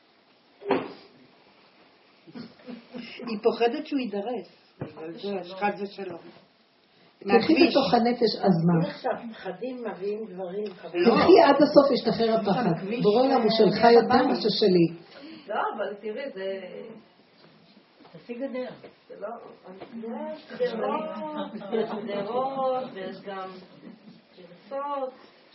S1: היא פוחדת שהוא יידרס. חד ושלום.
S2: תלכי בתוך הנפש, אז מה?
S5: עכשיו, פחדים מביאים דברים חברים.
S2: תלכי עד הסוף, ישתחרר הפחד. בורא עולם הוא שלך יותר מה ששלי.
S7: לא, אבל תראי, זה...
S3: תעשי גדר.
S7: זה לא... יש גדרות, יש גדרות, ויש גם גרסות.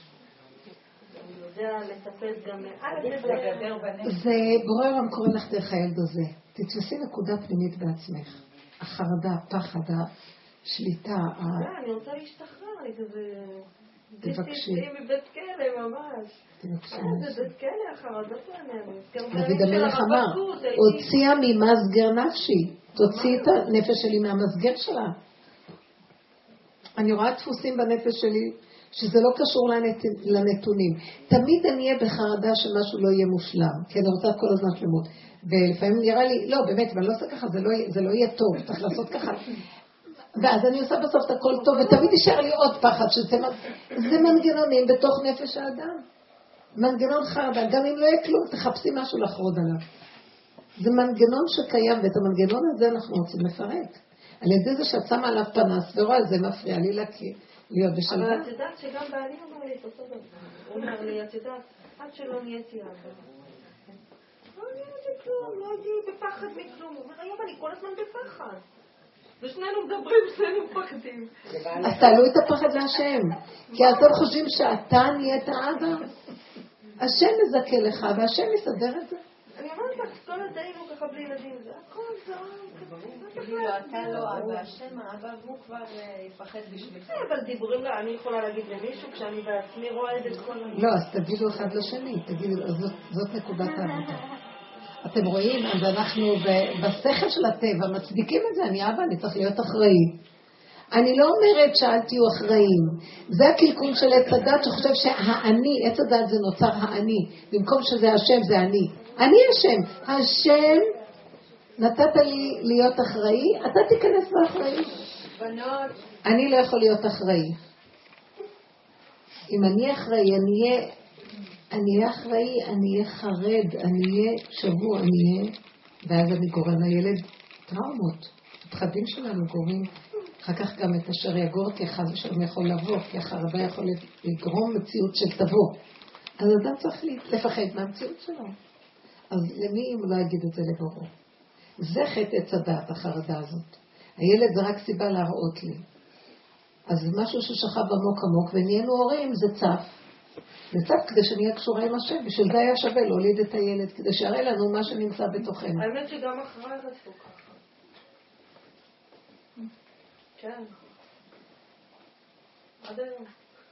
S7: אני יודע לטפל גם מעל לגדר בנפש.
S2: זה בורא עולם קורא לך דרך הילד הזה. תתפסי נקודה פנימית בעצמך. החרדה, הפחד, השליטה.
S7: אני רוצה להשתחרר, אני כזה...
S2: תבקשי.
S7: מבית כלא ממש.
S2: תבקשי.
S7: זה בית כלא, החרדות האלה.
S2: דוד המלך אמר, הוציאה ממסגר נפשי. תוציא את הנפש שלי מהמסגר שלה. אני רואה דפוסים בנפש שלי שזה לא קשור לנתונים. תמיד אני אהיה בחרדה שמשהו לא יהיה מושלם, כי אני רוצה כל הזמן שלמות. ולפעמים נראה לי, לא, באמת, אבל לא עושה ככה, זה לא, זה לא יהיה טוב, צריך לעשות ככה. ואז אני עושה בסוף את הכל טוב, ותמיד יישאר לי עוד פחד, שזה זה מנגנונים בתוך נפש האדם. מנגנון חרדה, גם אם לא יהיה כלום, תחפשי משהו לחרוד עליו. זה מנגנון שקיים, ואת המנגנון הזה אנחנו רוצים לפרק. על ידי זה שאת שמה עליו פנס, ורואה, זה מפריע לי להכיר, להיות בשלווה.
S7: אבל את יודעת שגם בעלי אומר לי את אותו דבר. הוא אומר לי, את יודעת, עד שלא נהייתי אבא. לא נהייתי כלום, לא הייתי בפחד מכלום. הוא אומר, היום אני כל הזמן בפחד. ושנינו מדברים, שנינו מפחדים.
S2: אז תעלו את הפחד להשם. כי אתם חושבים שאתה נהיית אבא? השם מזכה לך, והשם יסדר את זה.
S7: אני אומרת לך, כל עוד היינו ככה בלי ילדים, זה הכל זרם.
S4: כאילו אתה לא אבא, השם האבא, והוא כבר יפחד בשבילך.
S7: אבל דיבורים, אני יכולה להגיד למישהו כשאני בעצמי רועדת את כל...
S2: לא, אז תגידו אחד לשני, תגידו, זאת נקודת העבודה. אתם רואים, אז אנחנו בשכל של הטבע מצדיקים את זה, אני אבא, אני צריך להיות אחראי. אני לא אומרת שאל תהיו אחראים. זה הקלקול של עץ הדת שחושב שהאני, עץ הדת זה נוצר האני. במקום שזה השם זה אני. אני השם. השם נתת לי להיות אחראי, אתה תיכנס באחראי.
S4: בנות.
S2: אני לא יכול להיות אחראי. אם אני אחראי, אני אהיה, אני אהיה אחראי, אני אהיה חרד, אני אהיה שבוע, אני אהיה, ואז אני גורם לילד טראומות. הפחדים שלנו גורמים. אחר כך גם את אשר יגור, כי חס ושלום יכול לבוא, כי החרדה יכול לגרום מציאות של תבוא. אז אדם צריך לפחד מהמציאות שלו. אז למי אם הוא לא יגיד את זה לבורו? זה חטא עץ הדעת, החרדה הזאת. הילד זה רק סיבה להראות לי. אז משהו ששכב עמוק עמוק, ונהיינו הורים, זה צף. זה צף כדי שנהיה קשורה עם השם, בשביל זה היה שווה להוליד את הילד, כדי שיראה לנו מה שנמצא בתוכנו.
S7: האמת שגם אחרי רצו ככה. כן. עד היום.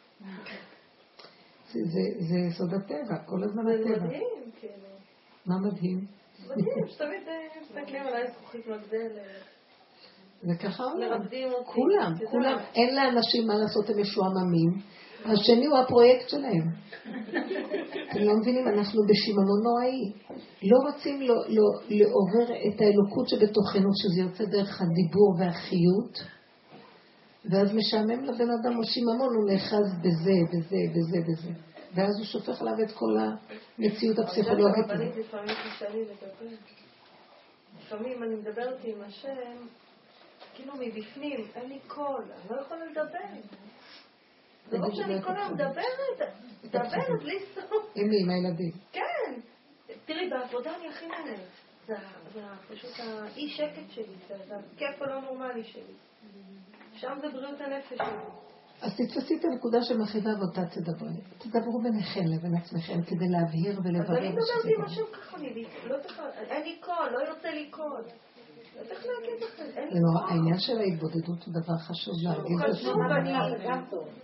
S2: זה יסוד הטבע, כל הזמן
S7: זה
S2: הטבע.
S7: מדהים, כאילו.
S2: מה מדהים?
S7: מדהים, שתמיד מסתכלים עליי זכוכית מגדלת.
S2: זה ככה עולם.
S7: מרבדים אותי.
S2: כולם, כולם. אין לאנשים מה לעשות, הם משועממים. השני הוא הפרויקט שלהם. אתם לא מבינים, אנחנו בשיממון נוראי. לא רוצים לא, לא, לעורר את האלוקות שבתוכנו, שזה יוצא דרך הדיבור והחיות. ואז משעמם לבן אדם או שיממון, הוא נאחז בזה, בזה, בזה, בזה. ואז הוא שופך עליו את כל המציאות הפסיכולוגית.
S7: אבל אני לפעמים קשה לי לדבר. לפעמים אני מדברת עם השם, כאילו מבפנים, אין לי קול, אני לא יכולה לדבר. זה לא שאני כל היום מדברת, מדברת בלי סוף.
S2: עם מי, עם הילדים?
S7: כן. תראי, בעבודה אני הכי נהנית. זה פשוט האי שקט שלי, זה הכיף הלא נורמלי שלי. שם זה בריאות הנפש שלי.
S2: אז תתפסי את הנקודה שמחידה ואותה תדברו. תדברו ביניכם לבין עצמכם כדי להבהיר ולברר.
S7: אז אני מדברת עם משהו ככה, אין לי קול, לא יוצא לי קול. לא צריך להגיד לכם, אין לי קול.
S2: העניין של ההתבודדות הוא דבר חשוב להרגיז את זה.
S5: גם טוב.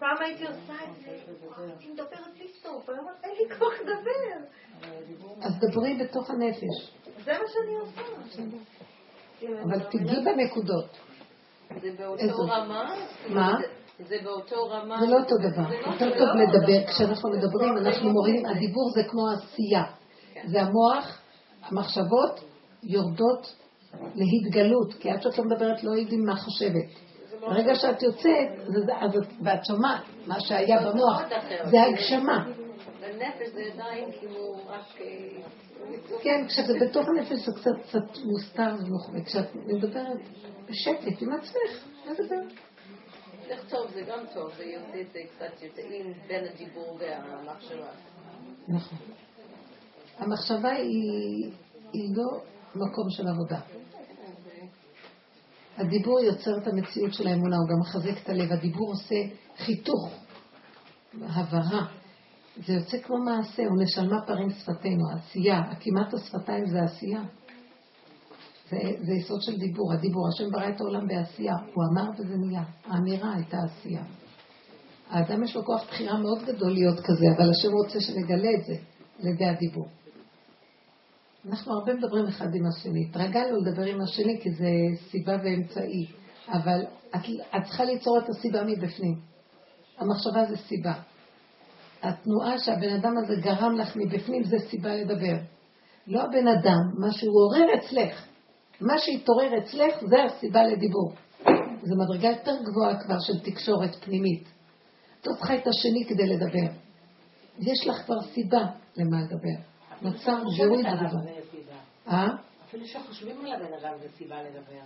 S6: פעם הייתי עושה את זה, הייתי מדברת בלי סוף, היום אין לי כוח לדבר.
S2: אז דברי בתוך הנפש.
S6: זה מה שאני עושה.
S2: אבל תגיעי בנקודות.
S4: זה באותו רמה?
S2: מה?
S4: זה באותו רמה?
S2: זה לא אותו דבר. יותר טוב לדבר. כשאנחנו מדברים, אנחנו מורידים, הדיבור זה כמו עשייה. זה המוח, המחשבות יורדות להתגלות, כי עד שאת לא מדברת לא יודעים מה חושבת. ברגע שאת יוצאת, ואת שומעת מה שהיה במוח, זה הגשמה.
S4: בנפש זה עדיין כאילו רק...
S2: כן, כשזה בתוך הנפש זה קצת מוסתר וכשאת מדברת בשקט עם עצמך, מדבר.
S4: לכתוב זה גם טוב, זה יוצא את זה קצת יוצאים בין הדיבור והמחשבה.
S2: נכון. המחשבה היא לא מקום של עבודה. הדיבור יוצר את המציאות של האמונה, הוא גם מחזק את הלב. הדיבור עושה חיתוך, הבהרה. זה יוצא כמו מעשה, הוא נשלמה פרים שפתינו, העשייה. כמעט השפתיים זה העשייה. זה, זה יסוד של דיבור. הדיבור, השם ברא את העולם בעשייה. הוא אמר וזה נהיה. האמירה הייתה עשייה. האדם יש לו כוח בחירה מאוד גדול להיות כזה, אבל השם רוצה שנגלה את זה, לידי הדיבור. אנחנו הרבה מדברים אחד עם השני. התרגלנו לדבר עם השני כי זה סיבה ואמצעי. אבל את, את צריכה ליצור את הסיבה מבפנים. המחשבה זה סיבה. התנועה שהבן אדם הזה גרם לך מבפנים זה סיבה לדבר. לא הבן אדם, מה שהוא עורר אצלך. מה שהתעורר אצלך זה הסיבה לדיבור. זה מדרגה יותר גבוהה כבר של תקשורת פנימית. את לא צריכה את השני כדי לדבר. יש לך כבר סיבה למה לדבר. נוצר גירוי בדבר. אה?
S5: אפילו שחושבים על הבן אדם זה סיבה לדבר.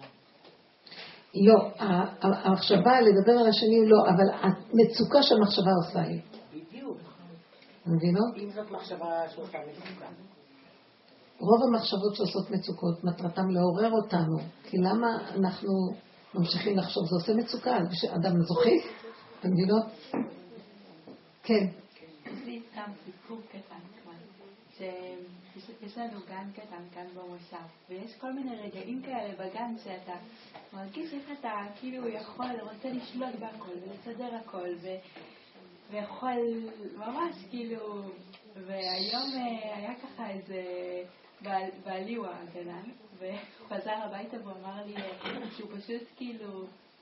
S2: לא, המחשבה לדבר על השני לא, אבל המצוקה שהמחשבה עושה לי.
S5: בדיוק.
S2: מבינות?
S5: אם זאת מחשבה שעושה מצוקה.
S2: רוב המחשבות שעושות מצוקות, מטרתם לעורר אותנו. כי למה אנחנו ממשיכים לחשוב? זה עושה מצוקה, אדם מזוכיסט, אתם מבינות? כן.
S8: יש לי סתם סיפור קטן כבר, שיש לנו גן קטן כאן במושב, ויש כל מיני רגעים כאלה בגן שאתה מרגיש איך אתה כאילו יכול, רוצה לשלוט בהכל ולסדר הכל, ויכול ממש כאילו, והיום היה ככה איזה, בעלי הוא הגנן, והוא חזר הביתה והוא אמר לי שהוא פשוט כאילו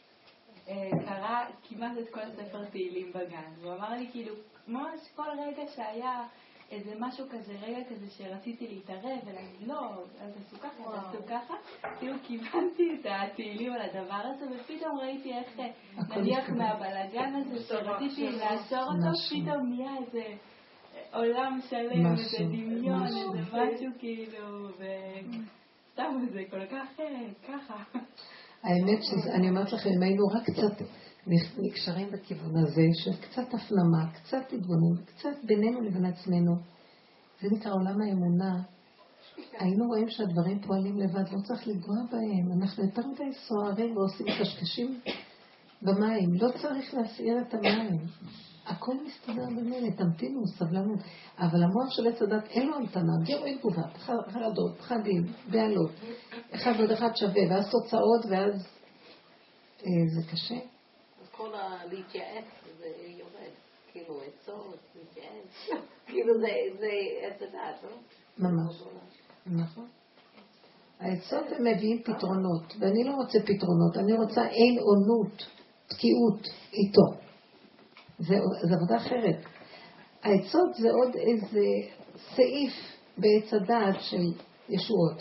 S8: קרא כמעט את כל הספר תהילים בגן, והוא אמר לי כאילו, ממש כל רגע שהיה איזה משהו כזה, רגע כזה שרציתי להתערב ולהגיד לא, אז תעשו ככה, תעשו ככה, כאילו כיוונתי את התהילים על הדבר הזה, ופתאום ראיתי איך נניח מהבלגן הזה שרציתי לעצור אותו, פתאום נהיה איזה עולם שלם, איזה דמיון, איזה משהו כאילו, וסתם זה כל כך ככה.
S2: האמת שאני אומרת לכם, אם היינו רק קצת נקשרים בכיוון הזה, של קצת הפנמה, קצת התבוננות, קצת בינינו לבין עצמנו, זה נקרא עולם האמונה, היינו רואים שהדברים פועלים לבד, לא צריך לגוע בהם, אנחנו יותר מדי סוערים ועושים קשקשים במים, לא צריך להסעיר את המים, הכל מסתדר במילא, תמתינו, סבלנות, אבל המוח של עץ הדת אין לו המתנה, גירוי תגובה, חרדות, פחדים, בעלות, אחד ועוד אחד שווה, ואז תוצאות, ואז אה, זה קשה.
S4: אז כל הלהתייעץ זה יורד, כאילו עצות, להתייעץ, כאילו זה עץ הדת, לא?
S2: ממש, נכון. העצות הם מביאים פתרונות, ואני לא רוצה פתרונות, אני רוצה אין עונות, תקיעות איתו. זה, זה עבודה אחרת. העצות זה עוד איזה סעיף בעץ הדעת של ישועות.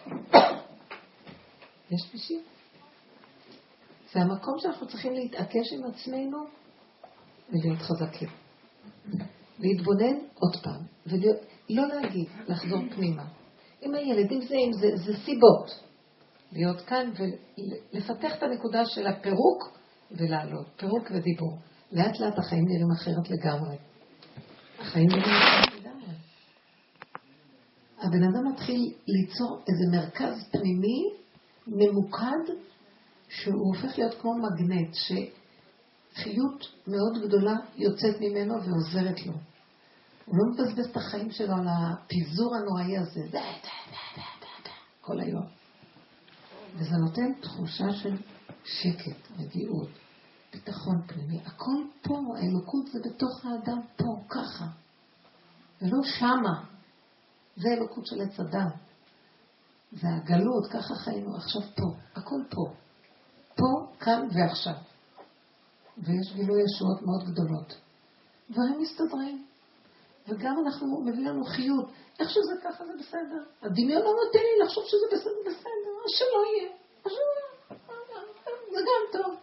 S2: יש שלישי? זה המקום שאנחנו צריכים להתעקש עם עצמנו ולהיות חזקים. להתבונן עוד פעם, ולהיות, לא להגיד, לחזור פנימה. עם הילדים זה, עם זה, זה סיבות. להיות כאן ולפתח את הנקודה של הפירוק ולעלות. פירוק ודיבור. לאט לאט החיים נראים אחרת לגמרי. החיים נראים אחרת לגמרי. הבן אדם מתחיל ליצור איזה מרכז פנימי ממוקד שהוא הופך להיות כמו מגנט שחיות מאוד גדולה יוצאת ממנו ועוזרת לו. הוא לא מבזבז את החיים שלו על הפיזור הנוראי הזה. כל היום. וזה נותן תחושה של שקט, רגיעות. ביטחון פנימי. הכל פה, האלוקות זה בתוך האדם פה, ככה. ולא שמה. זה אלוקות של עץ הדת. זה הגלות, ככה חיינו עכשיו פה. הכל פה. פה, כאן ועכשיו. ויש גילוי ישועות מאוד גדולות. דברים מסתדרים. וגם אנחנו מביא לנו חיות. איך שזה ככה זה בסדר. הדמיון לא נותן לי לחשוב שזה בסדר, בסדר. אז שלא יהיה. אז שלא יהיה. זה גם טוב.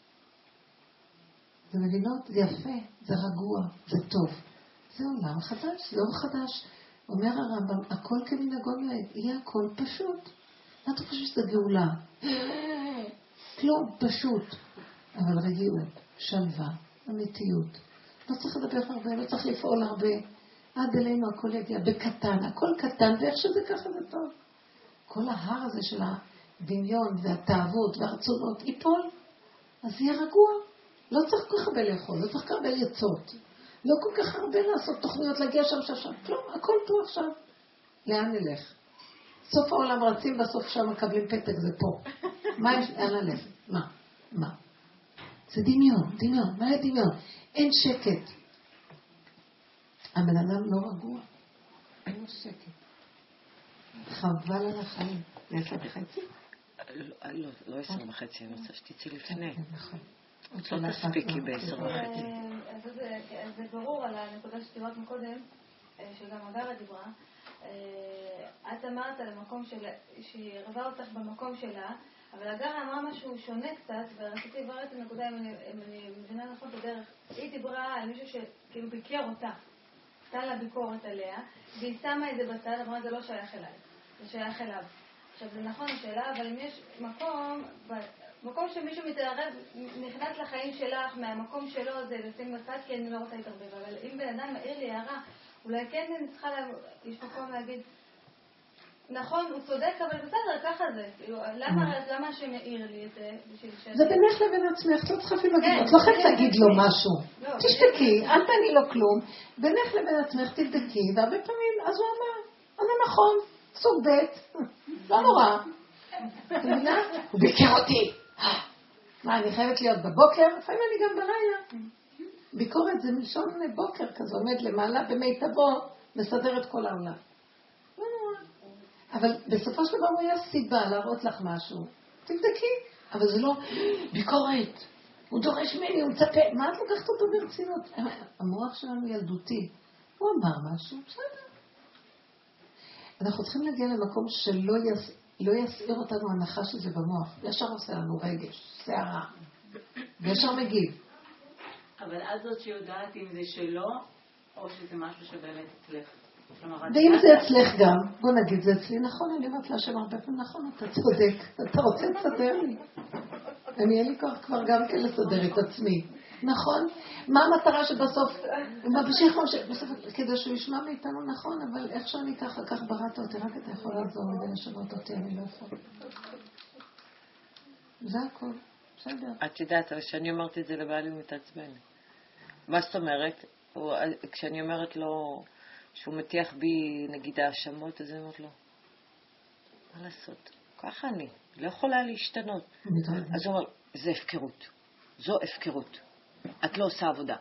S2: זה מבינות? זה יפה, זה רגוע, זה טוב. זה עולם חדש, זה אור חדש. אומר הרמב"ם, הכל כמנהגו נוהג, יהיה הכל פשוט. מה אתה חושב שזה גאולה? כלום, פשוט. אבל רגיעות, שלווה, אמיתיות. לא צריך לדבר הרבה, לא צריך לפעול הרבה. עד אלינו הכל יגיע בקטן, הכל קטן, ואיך שזה ככה זה טוב. כל ההר הזה של הדמיון והתאוות והרצונות ייפול, אז יהיה רגוע. לא צריך כל כך הרבה לאכול, לא צריך כל כך הרבה יצות. לא כל כך הרבה לעשות תוכניות, להגיע שם, שם, שם. כלום, הכל פה עכשיו. לאן נלך? סוף העולם רצים, בסוף שם מקבלים פתק, זה פה. מה יש? לאן ללכת? מה? מה? זה דמיון, דמיון. מה זה דמיון? אין שקט. הבן אדם לא רגוע. אין לו שקט. חבל על החיים. עשר וחצי?
S9: לא, לא עשר וחצי, אני רוצה שתצאי לפני.
S2: נכון.
S9: את לא תספיקי בעשר וחצי.
S6: אז זה ברור על הנקודה שדיברת מקודם, שגם הגרה דיברה. את אמרת על המקום שהיא רבה אותך במקום שלה, אבל הגרה אמרה משהו שונה קצת, ורציתי לברר את הנקודה, אם אני מבינה נכון את הדרך. היא דיברה על מישהו שכאילו ביקר אותה, נתן לה ביקורת עליה, והיא שמה את זה בצד, אמרה זה לא שייך אליי, זה שייך אליו. עכשיו זה נכון השאלה, אבל אם יש מקום, מקום שמישהו מתערב, נכנס לחיים שלך, מהמקום שלו זה לשים בצד, כי אני לא רוצה להתערבב. אבל אם בן אדם מעיר לי הערה, אולי כן אני צריכה, יש מקום להגיד, נכון, הוא צודק, אבל בסדר, ככה זה. למה שמעיר לי את זה?
S2: זה בינך לבין עצמך, את לא צריכה אפילו להגיד, את לא חייבת להגיד לו משהו. תשתקי, אל תעני לו כלום. בינך לבין עצמך תבדקי, והרבה פעמים, אז הוא אמר, אז זה נכון, סוג ב', לא נורא. הוא ביקר אותי. מה, אני חייבת להיות בבוקר? לפעמים אני גם בלילה. ביקורת זה מלשון בוקר כזה, עומד למעלה במיטבו, מסדר את כל העולם. לא נורא. אבל בסופו של דבר הוא היה סיבה להראות לך משהו. תבדקי. אבל זה לא ביקורת. הוא דורש ממני, הוא מצפה. מה את לוקחת אותו ברצינות? המוח שלנו ילדותי. הוא אמר משהו, בסדר. אנחנו צריכים להגיע למקום שלא יס... לא יסעיר אותנו הנחה שזה במוח. ישר עושה לנו רגש, שערה. וישר מגיב.
S3: אבל אז זאת שיודעת אם זה שלו, או שזה משהו שבאמת אצלך.
S2: ואם זה אצלך גם, בוא נגיד, זה אצלי נכון, אני אומרת להשם הרבה פעמים, נכון, אתה צודק, אתה רוצה לסדר לי. אני אין לי כוח כבר גם כן לסדר את עצמי. נכון? מה המטרה שבסוף, הוא ממשיך בסוף, כדי שהוא ישמע מאיתנו נכון, אבל איך שאני ככה, כך בראת אותי, רק אתה יכול לעזור לי ולשנות אותי, אני לא יכול. זה הכל, בסדר.
S9: את יודעת, אבל כשאני אומרת את זה לבעלי הוא מתעצבן. מה זאת אומרת? כשאני אומרת לו שהוא מטיח בי נגיד האשמות, אז אני אומרת לו, מה לעשות? ככה אני, לא יכולה להשתנות. אז הוא אומר, זה הפקרות, זו הפקרות. את לא עושה עבודה.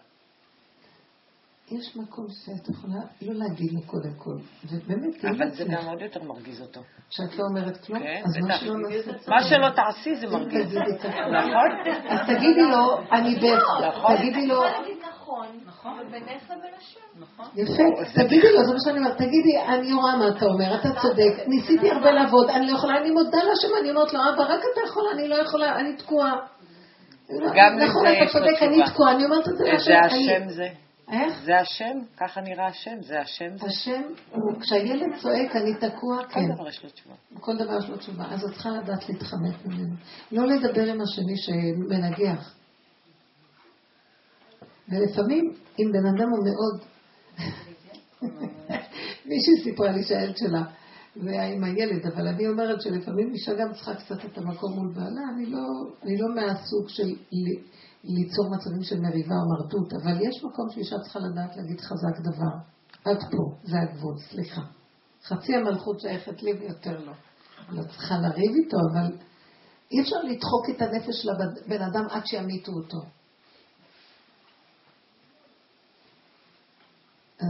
S2: יש מקום שאת יכולה לא להגיד לו קודם כל. ובאמת,
S9: אבל זה גם עוד יותר מרגיז אותו.
S2: שאת לא אומרת כלום, אז מה שלא נעשה.
S9: מה שלא תעשי זה מרגיז. נכון?
S2: אז תגידי לו, אני בעצם, תגידי לו...
S8: נכון, ובינך לבין השם. נכון.
S2: יפה, תגידי לו, זה מה שאני אומרת, תגידי, אני רואה מה אתה אומר, אתה צודק, ניסיתי הרבה לעבוד, אני לא יכולה, אני מודה לשם, אני אומרת לו, אבא, רק אתה יכול, אני לא יכולה, אני תקועה. נכון, אתה צודק, אני תקועה, אני אומרת את זה לשם.
S9: זה השם זה.
S2: איך?
S9: זה השם, ככה נראה השם, זה השם זה.
S2: השם, כשהילד צועק, אני תקוע, כן.
S9: כל דבר יש לו תשובה.
S2: כל דבר יש לו תשובה, אז את צריכה לדעת להתחמק ממנו. לא לדבר עם השני שמנגח. ולפעמים, אם בן אדם הוא מאוד... מישהי סיפרה לי שהילד שלה, זה היה עם הילד, אבל אני אומרת שלפעמים אישה גם צריכה קצת את המקום מול בעלה, אני לא, אני לא מהסוג של ליצור מצבים של מריבה או מרדות, אבל יש מקום שאישה צריכה לדעת להגיד חזק דבר. עד פה, זה הגבול, סליחה. חצי המלכות שייכת לי ויותר לא. לא צריכה לריב איתו, אבל אי אפשר לדחוק את הנפש לבן אדם עד שימיתו אותו.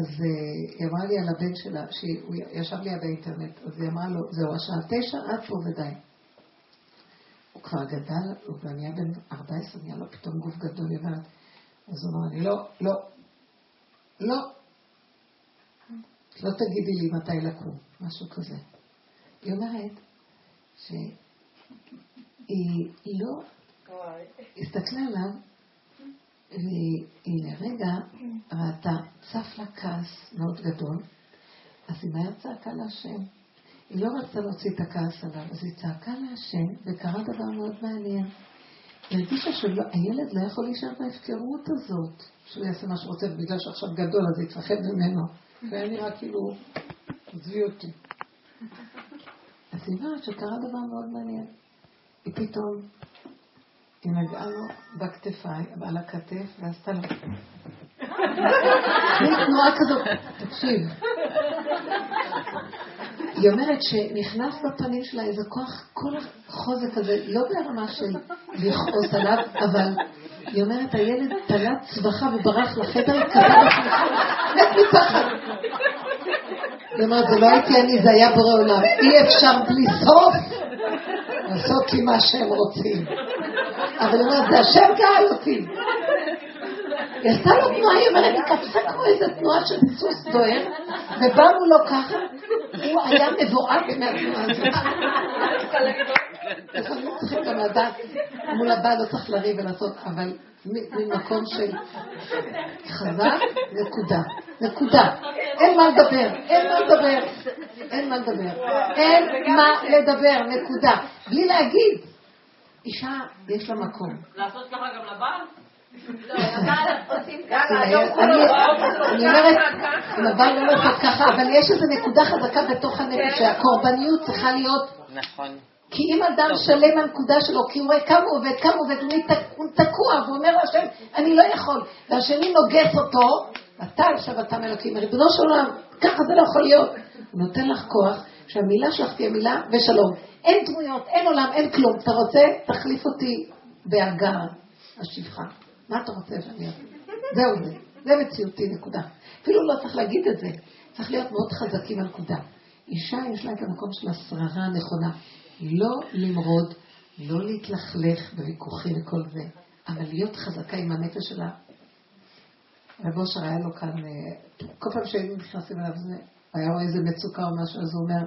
S2: אז היא אמרה לי על הבן שלה, שהוא ישב לי באינטרנט, אז היא אמרה לו, זהו, השעה תשע, עד פה ודי. הוא כבר גדל, הוא כבר נהיה בן ארבע עשרה, נהיה לו פתאום גוף גדול, היא אומרת, אז הוא אמר לי, לא, לא, לא, לא תגידי לי מתי לקום, משהו כזה. היא אומרת שהיא לא הסתכלה עליו, והיא לרגע ראתה צף לה כעס מאוד גדול, אז היא מהר צעקה להשם. היא לא רצתה להוציא את הכעס עליו, אז היא צעקה להשם, וקרה דבר מאוד מעניין. היא הרגישה שהילד לא יכול להישאר בהפקרות הזאת, שהוא יעשה מה שרוצה, בגלל שעכשיו גדול, אז היא התפחד ממנו. והיה נראה כאילו, עזבי אותי. אז היא אמרת שקרה דבר מאוד מעניין. היא פתאום, היא נגעה לו בכתפיי, על הכתף, ועשתה לו. היא תנועה כזאת, תקשיב. היא אומרת שנכנס בפנים שלה איזה כוח, כל החוזק הזה, לא ברמה של לכעוס עליו, אבל היא אומרת, הילד תלה צבחה וברח לחדר, היא קטע בשמחה, מת מפחד. היא אומרת, זה לא הייתי אני, זה היה בורא עולם. אי אפשר בלי סוף לעשות לי מה שהם רוצים. אבל היא אומרת, זה השם גאל אותי. היא עשתה לו תנועה, היא אומרת, היא קפסה כמו איזו תנועה של סוס דוהר, ובא מולו ככה, הוא היה מבואה מהתנועה הזאת. לפעמים צריכים גם לדעת, מול הבא לא צריך לריב ולעשות, אבל ממקום של חזק, נקודה. נקודה. אין מה לדבר, אין מה לדבר, אין מה לדבר, אין מה לדבר, נקודה. בלי להגיד, אישה יש לה מקום.
S7: לעשות ככה גם לבעל?
S2: אני אומרת, אם הבעל לא לעשות ככה, אבל יש איזו נקודה חזקה בתוך הנפש, שהקורבניות צריכה להיות, כי אם אדם שלם הנקודה שלו, כי הוא רואה כמה הוא עובד, כמה הוא עובד, הוא תקוע, והוא אומר לשם, אני לא יכול, והשני נוגס אותו, אתה עכשיו אתה מלכים, ריבונו של עולם, ככה זה לא יכול להיות. הוא נותן לך כוח, שהמילה שלך תהיה מילה ושלום. אין דמויות, אין עולם, אין כלום. אתה רוצה, תחליף אותי בהגר השפחה. מה אתה רוצה שאני אעשה? זהו זה. זה מציאותי, נקודה. אפילו לא צריך להגיד את זה. צריך להיות מאוד חזקים על נקודה. אישה יש לה את המקום של השררה הנכונה. לא למרוד, לא להתלכלך בוויכוחים וכל זה, אבל להיות חזקה עם הנפש שלה. רב אושר היה לו כאן, כל פעם שהיינו נכנסים אליו, היה רואה איזה מצוקה או משהו, אז הוא אומר,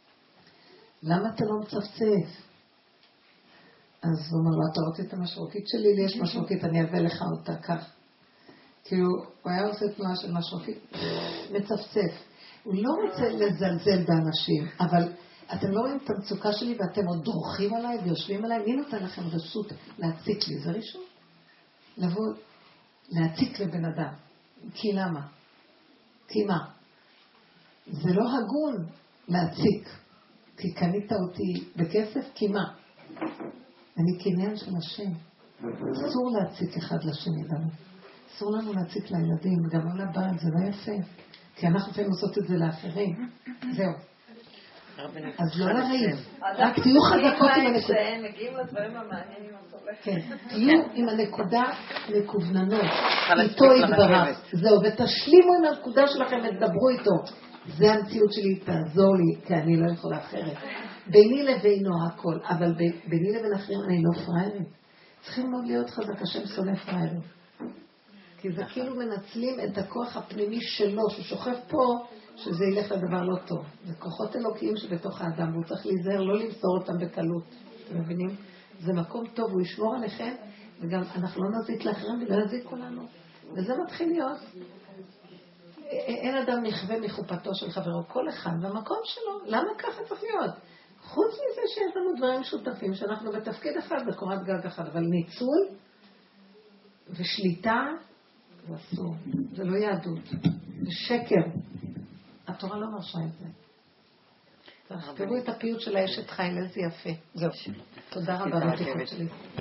S2: למה אתה לא מצפצף? אז הוא אומר לו, אתה רוצה את המשרוקית שלי? לי יש משרוקית, אני אביא לך אותה כך. כאילו, הוא היה עושה תנועה של משרוקית, מצפצף. הוא לא רוצה לזלזל באנשים, אבל אתם לא רואים את המצוקה שלי ואתם עוד דורכים עליי ויושבים עליי, מי נותן לכם רשות להציק לי? זה ראשון? לבוא, להציק לבן אדם. כי למה? כי מה? זה לא הגון להציק. כי קנית אותי בכסף, כי מה? אני קניין של השם. אסור להציק אחד לשני לנו. אסור לנו להציק לילדים, גם לא לבעל, זה לא יפה. כי אנחנו יכולים לעשות את זה לאחרים. זהו. אז לא לריב. רק תהיו חזקות עם הנקודה.
S7: מגיעים לדברים המעניינים המטורפים.
S2: כן, תהיו עם הנקודה מקווננות. איתו יתברך. זהו, ותשלימו עם הנקודה שלכם, תדברו איתו. זה המציאות שלי, תעזור לי, כי אני לא יכולה אחרת. ביני לבינו הכל, אבל ביני לבין אחרים אני לא פריירית. צריכים מאוד להיות חזק, השם שונא פריירים. כי זה כאילו מנצלים את הכוח הפנימי שלו, ששוכב פה, שזה ילך לדבר לא טוב. זה כוחות אלוקיים שבתוך האדם, והוא צריך להיזהר, לא למסור אותם בקלות. אתם מבינים? זה מקום טוב, הוא ישמור עליכם, וגם אנחנו לא נזיק לאחרים ולא נזיקו לנו. וזה מתחיל להיות. אין אדם נכווה מחופתו של חברו, כל אחד במקום שלו. למה ככה צריך להיות? חוץ מזה שיש לנו דברים משותפים, שאנחנו בתפקיד אחד, בקורת גג אחד, אבל ניצול ושליטה, זה אסור. זה לא יהדות. זה שקר. התורה לא מרשה את זה. תראו את הפיוט של האשת חיל, איזה יפה. זהו. תודה רבה בתיקות שלי.